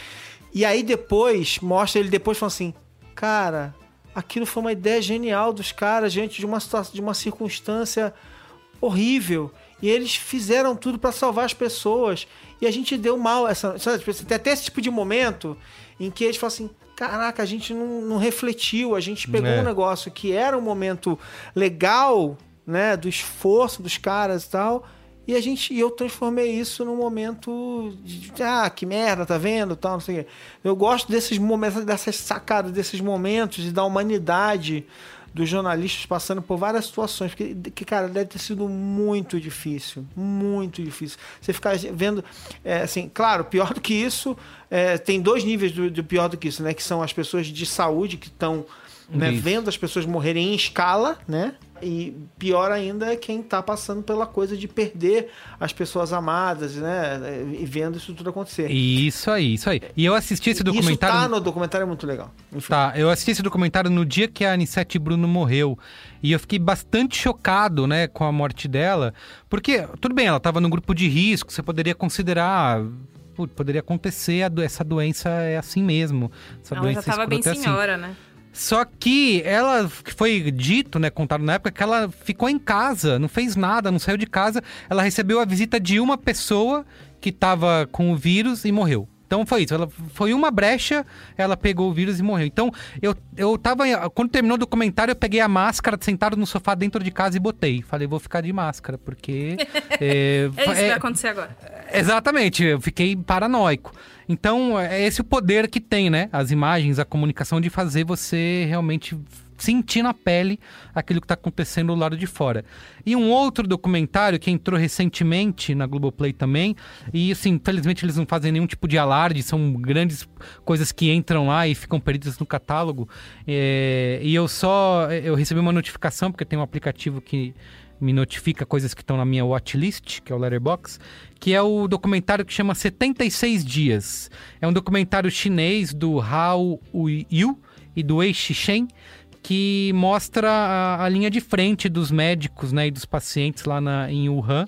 E aí depois, mostra ele depois falando assim, cara, aquilo foi uma ideia genial dos caras diante de uma situação, de uma circunstância horrível. E eles fizeram tudo pra salvar as pessoas. E a gente deu mal essa... Sabe, tem até esse tipo de momento em que eles falam assim, caraca, a gente não refletiu, a gente pegou um negócio que era um momento legal, né, do esforço dos caras e tal, e eu transformei isso num momento de que merda, tá vendo, tal, não sei o quê. Eu gosto desses momentos, dessas sacadas, desses momentos e da humanidade dos jornalistas passando por várias situações, porque, cara, deve ter sido muito difícil. Você ficar vendo, assim, claro, pior do que isso, tem 2 níveis do pior do que isso, né? Que são as pessoas de saúde que estão, né, vendo as pessoas morrerem em escala, né? E pior ainda é quem tá passando pela coisa de perder as pessoas amadas, né? E vendo isso tudo acontecer. Isso aí. E eu assisti esse documentário... Isso tá no documentário, é muito legal. Enfim. Tá, eu assisti esse documentário no dia que a Anissete Bruno morreu. E eu fiquei bastante chocado, né, com a morte dela. Porque, tudo bem, ela tava num grupo de risco, você poderia considerar... Poderia acontecer, essa doença é assim mesmo. Ela já tava bem senhora, né? Só que ela, foi dito, né, contado na época, que ela ficou em casa, não fez nada, não saiu de casa. Ela recebeu a visita de uma pessoa que estava com o vírus e morreu. Então foi isso, ela foi uma brecha, ela pegou o vírus e morreu. Então eu tava, quando terminou o documentário, eu peguei a máscara, sentado no sofá dentro de casa e botei. Falei, vou ficar de máscara, porque... isso que vai acontecer agora. Exatamente, eu fiquei paranoico. Então, é esse o poder que tem, né? As imagens, a comunicação, de fazer você realmente sentir na pele aquilo que está acontecendo do lado de fora. E um outro documentário que entrou recentemente na Globoplay também, e assim, infelizmente eles não fazem nenhum tipo de alarde, são grandes coisas que entram lá e ficam perdidas no catálogo, e eu recebi uma notificação, porque tem um aplicativo que me notifica coisas que estão na minha watchlist, que é o Letterboxd, que é o documentário que chama 76 Dias. É um documentário chinês do Hao Yu e do Wei Xishen, que mostra a linha de frente dos médicos, né, e dos pacientes lá em Wuhan.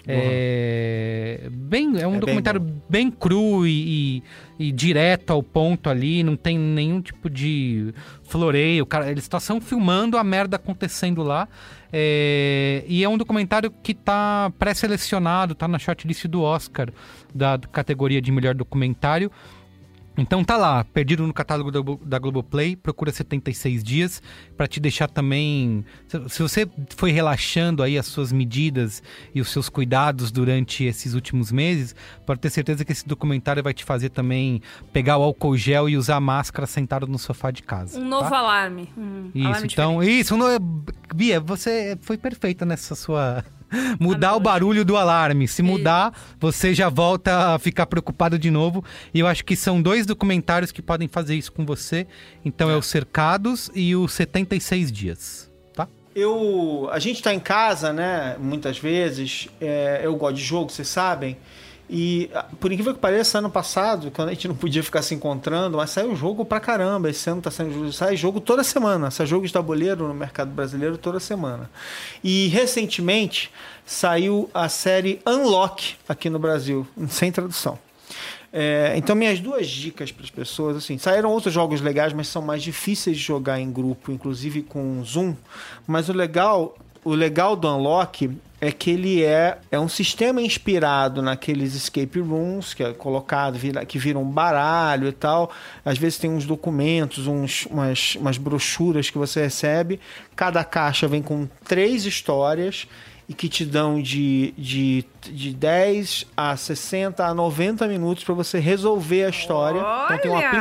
É um documentário bem cru e direto ao ponto ali, não tem nenhum tipo de floreio. Eles estão filmando a merda acontecendo lá. E é um documentário que tá pré-selecionado, tá na shortlist do Oscar, da categoria de melhor documentário. Então tá lá, perdido no catálogo da Globoplay, procura 76 Dias, para te deixar também... Se você foi relaxando aí as suas medidas e os seus cuidados durante esses últimos meses, pode ter certeza que esse documentário vai te fazer também pegar o álcool gel e usar máscara sentado no sofá de casa. Um novo alarme. Isso, então... Bia, você foi perfeita nessa sua... Mudar o barulho do alarme. Se mudar, você já volta a ficar preocupado de novo. E eu acho que são 2 documentários que podem fazer isso com você. Então é o Cercados e o 76 Dias, tá? A gente tá em casa, né? Muitas vezes. Eu gosto de jogo, vocês sabem. E, por incrível que pareça, ano passado, quando a gente não podia ficar se encontrando, mas saiu jogo pra caramba. Esse ano tá saindo sai jogo toda semana. Sai jogo de tabuleiro no mercado brasileiro toda semana. E, recentemente, saiu a série Unlock aqui no Brasil, sem tradução. Então, minhas 2 dicas para as pessoas, assim, saíram outros jogos legais, mas são mais difíceis de jogar em grupo, inclusive com Zoom. Mas o legal do Unlock é que ele é um sistema inspirado naqueles escape rooms que é colocado, que vira um baralho e tal. Às vezes tem uns documentos, umas brochuras que você recebe. Cada caixa vem com 3 histórias e que te dão de 10 a 60 a 90 minutos para você resolver a história. Então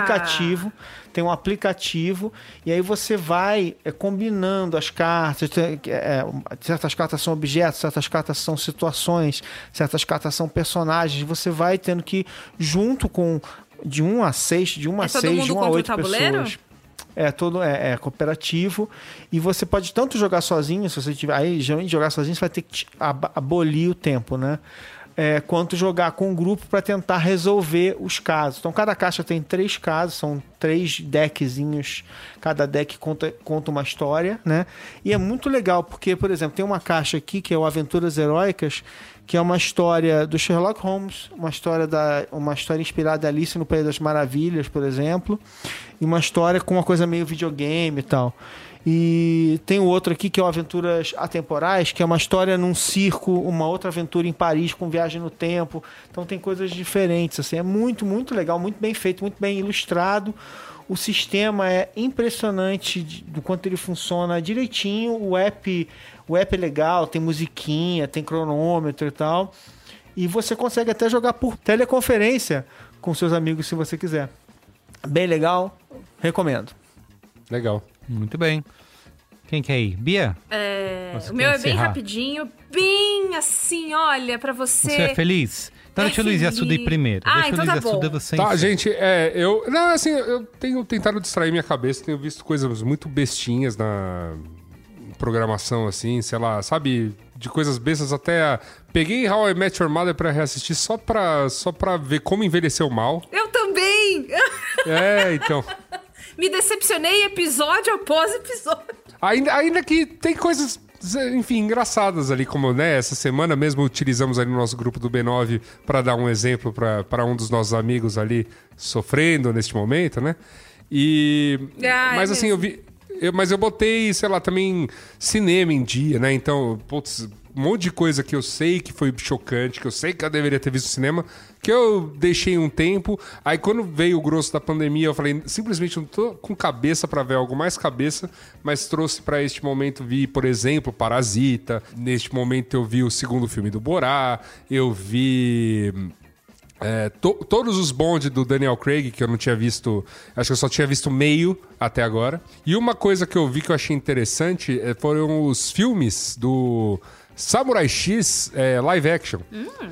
tem um aplicativo e aí você vai combinando as cartas. Certas cartas são objetos, certas cartas são situações, certas cartas são personagens. Você vai tendo que, junto com de 1 a 6, de 1 a 6, de 1 a 8 pessoas. É cooperativo e você pode tanto jogar sozinho, se você tiver aí, geralmente jogar sozinho você vai ter que abolir o tempo, né? quanto jogar com um grupo para tentar resolver os casos. Então, cada caixa tem 3 casos, são 3 deckzinhos, cada deck conta uma história, né? E é muito legal, porque, por exemplo, tem uma caixa aqui que é o Aventuras Heróicas, que é uma história do Sherlock Holmes, uma história inspirada em Alice no País das Maravilhas, por exemplo, e uma história com uma coisa meio videogame e tal. E tem o outro aqui que é o Aventuras Atemporais, que é uma história num circo, uma outra aventura em Paris com viagem no tempo. Então tem coisas diferentes, assim, é muito, muito legal, muito bem feito, muito bem ilustrado. O sistema é impressionante do quanto ele funciona direitinho. O app é legal, tem musiquinha, tem cronômetro e tal. E você consegue até jogar por teleconferência com seus amigos se você quiser. Bem legal, recomendo. Legal. Muito bem. Quem quer ir? Bia? O meu é bem rapidinho, bem assim, olha, pra você... Você é feliz? Então deixa o Luiz e a Suda ir primeiro. Deixa então o Luiz e a tá Suda bom. você Tá, gente, eu tenho tentado distrair minha cabeça, tenho visto coisas muito bestinhas na programação, assim, sei lá, sabe, de coisas bestas até... Peguei How I Met Your Mother pra reassistir só pra ver como envelheceu mal. Eu também! Então... Me decepcionei episódio após episódio. Ainda que tem coisas, enfim, engraçadas ali, como, né, essa semana mesmo utilizamos ali no nosso grupo do B9 para dar um exemplo para um dos nossos amigos ali sofrendo neste momento, né? Mas assim, eu botei, sei lá, também cinema em dia, né? Então, putz, um monte de coisa que eu sei que foi chocante, que eu sei que eu deveria ter visto no cinema, que eu deixei um tempo. Aí quando veio o grosso da pandemia, eu falei, simplesmente não tô com cabeça pra ver algo mais cabeça, mas trouxe pra este momento, vi, por exemplo, Parasita. Neste momento eu vi o segundo filme do Borá, eu vi... todos os Bond do Daniel Craig, que eu não tinha visto, acho que eu só tinha visto meio até agora. E uma coisa que eu vi que eu achei interessante foram os filmes do Samurai X live action.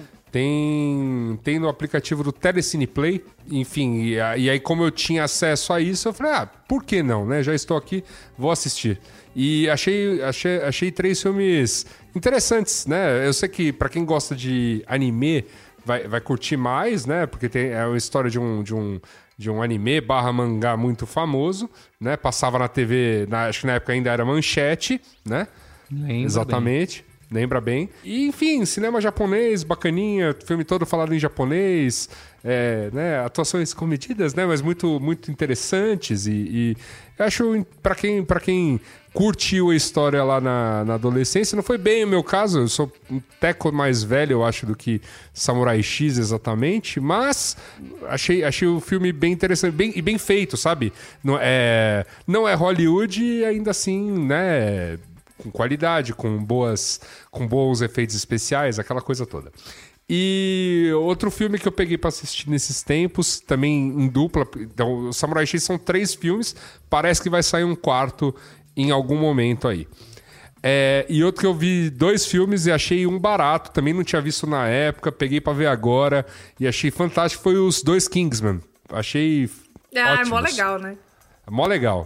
Tem no aplicativo do Telecine Play, enfim, e aí como eu tinha acesso a isso, eu falei, por que não, né? Já estou aqui, vou assistir. E achei 3 filmes interessantes, né? Eu sei que pra quem gosta de anime vai curtir mais, né? Porque é uma história de um anime / mangá muito famoso, né? Passava na TV, acho que na época ainda era Manchete, né? Exatamente. Bem. Lembra bem. E, enfim, cinema japonês, bacaninha, filme todo falado em japonês, né, atuações comedidas, né, mas muito, muito interessantes. E eu acho, pra quem curtiu a história lá na adolescência, não foi bem o meu caso, eu sou um teco mais velho, eu acho, do que Samurai X exatamente, mas achei o filme bem interessante e bem feito, sabe? Não é Hollywood e ainda assim, né... com qualidade, com bons efeitos especiais, aquela coisa toda. E outro filme que eu peguei pra assistir nesses tempos, também em dupla, então, o Samurai X são 3 filmes, parece que vai sair um 4º em algum momento aí. E outro que eu vi 2 filmes e achei um barato, também não tinha visto na época, peguei pra ver agora e achei fantástico, foi os 2 Kingsman. Achei ótimos. É mó legal, né? Mó legal.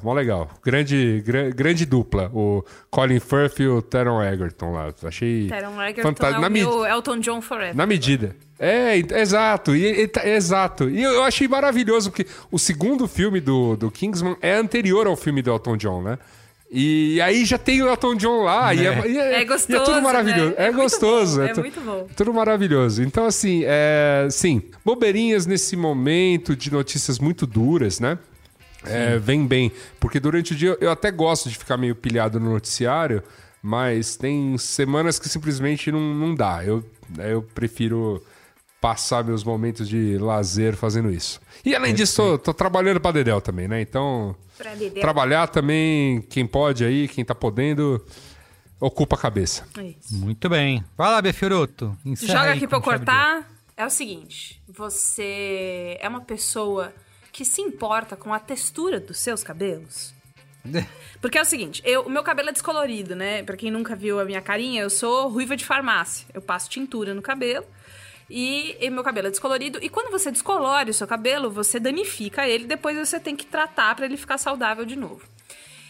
Grande dupla. O Colin Firth e o Taron Egerton lá. Achei Taron Egerton é o meu Elton John Forever. Na medida. Exato. Exato. E eu achei maravilhoso, porque o segundo filme do Kingsman é anterior ao filme do Elton John, né? E aí já tem o Elton John lá. É gostoso, e é tudo maravilhoso. Né? É gostoso. É muito bom. Tudo maravilhoso. Então, assim, sim, bobeirinhas nesse momento de notícias muito duras, né? Vem bem, porque durante o dia eu até gosto de ficar meio pilhado no noticiário, mas tem semanas que simplesmente não dá. Eu prefiro passar meus momentos de lazer fazendo isso. E além disso, tô trabalhando pra Dedéu também, né? Então, trabalhar também, quem pode aí, quem tá podendo, ocupa a cabeça. Isso. Muito bem. Vai lá, Befioroto. Joga aqui pra eu cortar. É o seguinte, você é uma pessoa... que se importa com a textura dos seus cabelos? Porque é o seguinte, o meu cabelo é descolorido, né? Pra quem nunca viu a minha carinha, eu sou ruiva de farmácia. Eu passo tintura no cabelo e meu cabelo é descolorido. E quando você descolore o seu cabelo, você danifica ele, depois você tem que tratar pra ele ficar saudável de novo.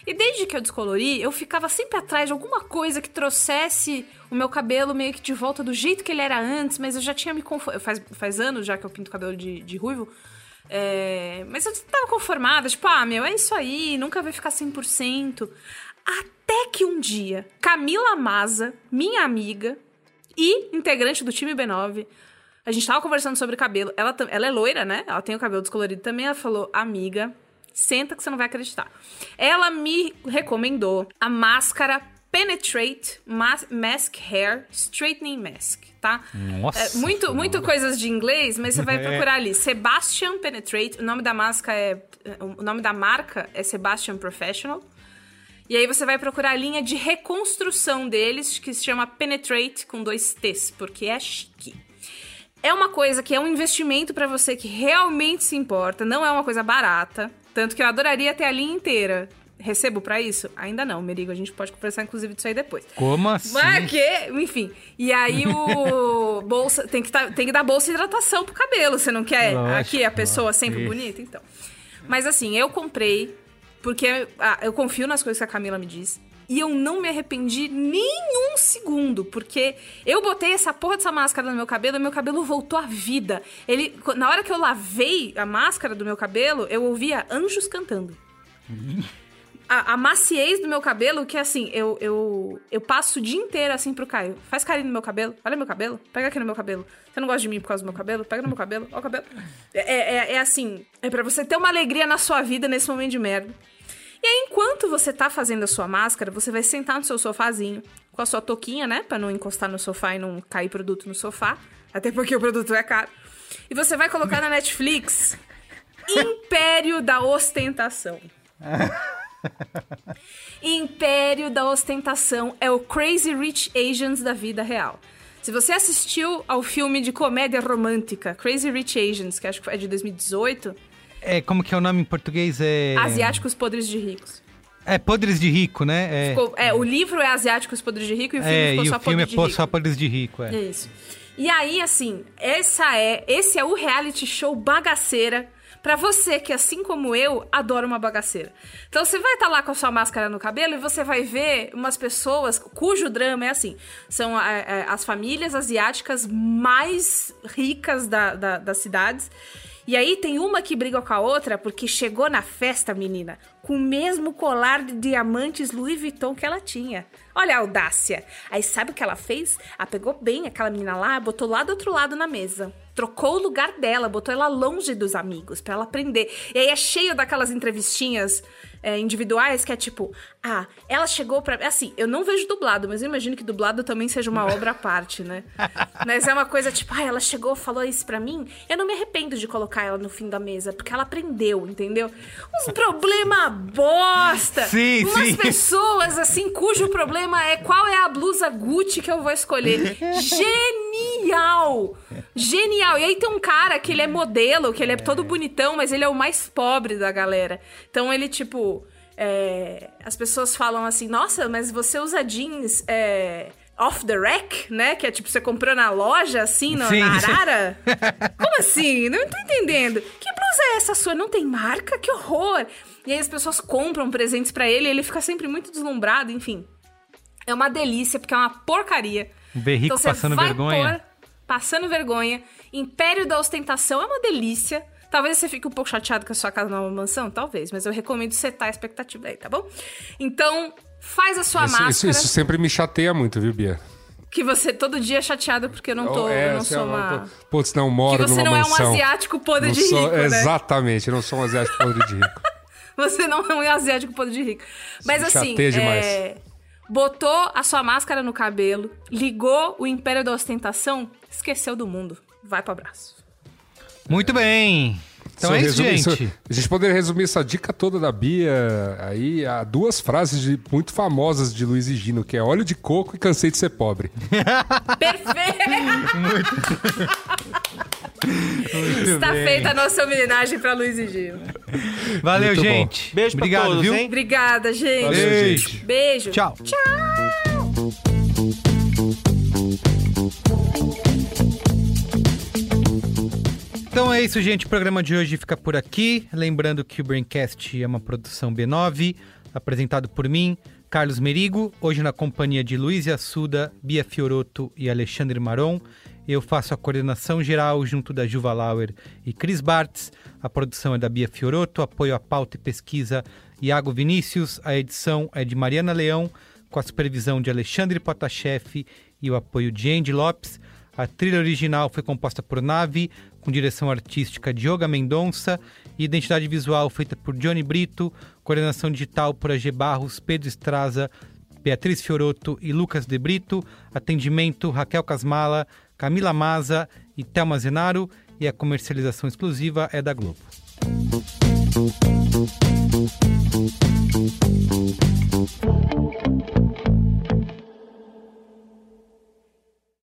E desde que eu descolori, eu ficava sempre atrás de alguma coisa que trouxesse o meu cabelo meio que de volta do jeito que ele era antes, mas eu já tinha me conformado. Faz anos já que eu pinto cabelo de ruivo. Mas eu tava conformada, tipo, é isso aí, nunca vai ficar 100%. Até que um dia, Camila Maza, minha amiga e integrante do time B9, a gente tava conversando sobre cabelo. Ela é loira, né? Ela tem o cabelo descolorido também. Ela falou, amiga, senta que você não vai acreditar. Ela me recomendou a máscara Penetrate Mask Hair Straightening Mask, tá? Nossa! Muito coisas de inglês, mas você vai procurar ali. Sebastian Penetrate. O nome da marca é Sebastian Professional. E aí você vai procurar a linha de reconstrução deles, que se chama Penetrate com 2 T's, porque é chique. É uma coisa que é um investimento pra você que realmente se importa, não é uma coisa barata. Tanto que eu adoraria ter a linha inteira. Recebo pra isso? Ainda não, Merigo. A gente pode conversar, inclusive, disso aí depois. Como assim? Mas enfim. E aí o bolsa... Tem que dar bolsa de hidratação pro cabelo. Você não quer aqui a pessoa sempre bonita? Então. Mas assim, eu comprei porque eu confio nas coisas que a Camila me diz. E eu não me arrependi nem um segundo, porque eu botei essa porra dessa máscara no meu cabelo voltou à vida. Na hora que eu lavei a máscara do meu cabelo, eu ouvia anjos cantando. A maciez do meu cabelo, que assim, eu passo o dia inteiro assim pro Caio. Faz carinho no meu cabelo, olha meu cabelo, pega aqui no meu cabelo. Você não gosta de mim por causa do meu cabelo? Pega no meu cabelo, ó o cabelo. É assim, é pra você ter uma alegria na sua vida nesse momento de merda. E aí, enquanto você tá fazendo a sua máscara, você vai sentar no seu sofazinho, com a sua touquinha, né? Pra não encostar no sofá e não cair produto no sofá. Até porque o produto é caro. E você vai colocar na Netflix Império da Ostentação. Império da Ostentação é o Crazy Rich Asians da vida real. Se você assistiu ao filme de comédia romântica Crazy Rich Asians, que acho que é de 2018... como que é o nome em português? Asiáticos Podres de Ricos. Podres de Rico, né? O livro é Asiáticos Podres de Rico e o filme ficou só Podres de Rico. Só Podres de Rico, Isso. E aí, assim, esse é o reality show bagaceira pra você que, assim como eu, adora uma bagaceira. Então, você vai estar lá com a sua máscara no cabelo e você vai ver umas pessoas cujo drama é assim. São as famílias asiáticas mais ricas das cidades. E aí tem uma que briga com a outra porque chegou na festa, menina, com o mesmo colar de diamantes Louis Vuitton que ela tinha. Olha a audácia. Aí sabe o que ela fez? Ela pegou bem aquela menina lá, botou lá do outro lado na mesa. Trocou o lugar dela, botou ela longe dos amigos, pra ela aprender. E aí é cheio daquelas entrevistinhas individuais que é tipo... ela chegou pra... Assim, eu não vejo dublado, mas eu imagino que dublado também seja uma obra à parte, né? Mas é uma coisa tipo... ela chegou, falou isso pra mim. Eu não me arrependo de colocar ela no fim da mesa, porque ela aprendeu, entendeu? Uns problema bosta! Sim, umas pessoas, assim, cujo problema é qual é a blusa Gucci que eu vou escolher. Genial! Genial! E aí tem um cara que ele é modelo, que ele é todo bonitão, mas ele é o mais pobre da galera. Então ele, tipo... as pessoas falam assim, nossa, mas você usa jeans off the rack, né? Que é tipo, você comprou na loja, assim, na Arara? Como assim? Não tô entendendo. Que blusa é essa sua? Não tem marca? Que horror! E aí as pessoas compram presentes pra ele e ele fica sempre muito deslumbrado, enfim. É uma delícia, porque é uma porcaria. Ver rico então, passando vergonha. Passando vergonha. Império da Ostentação é uma delícia. Talvez você fique um pouco chateado com a sua casa numa mansão, talvez, mas eu recomendo setar a expectativa aí, tá bom? Então, faz a sua máscara. Isso sempre me chateia muito, viu, Bia? Que você todo dia é chateado porque eu não sou uma... Putz, não moro numa mansão. Que você não é um asiático podre de rico, né? Exatamente, eu não sou um asiático podre de rico. Você não é um asiático podre de rico. Mas assim, chateia demais. Botou a sua máscara no cabelo, ligou o Império da Ostentação, esqueceu do mundo. Vai pro abraço. Muito bem. Então é isso, gente. A gente poderia resumir essa dica toda da Bia aí a 2 frases muito famosas de Luiz e Gino, que é óleo de coco e cansei de ser pobre. Perfeito! Muito Está bem. feita a nossa homenagem pra Luiz e Gino. Valeu, Muito gente. Beijo pra Obrigado, todos, viu? hein? Obrigada, gente. Valeu, Beijo. gente. Beijo. Tchau. Então é isso, gente. O programa de hoje fica por aqui. Lembrando que o Braincast é uma produção B9. apresentado por mim, Carlos Merigo, hoje na companhia de Luiz Assuda, Bia Fiorotto e Alexandre Maron. Eu faço a coordenação geral junto da Juva Lauer e Cris Bartz. A produção é da Bia Fiorotto, apoio à pauta e pesquisa Iago Vinícius. A edição é de Mariana Leão, com a supervisão de Alexandre Potashev e o apoio de Andy Lopes. A trilha original foi composta por Navi, com direção artística de Yoga Mendonça e identidade visual feita por Johnny Brito, coordenação digital por AG Barros, Pedro Estraza, Beatriz Fiorotto e Lucas De Brito, atendimento Raquel Casmala, Camila Maza e Thelma Zenaro, e a comercialização exclusiva é da Globo.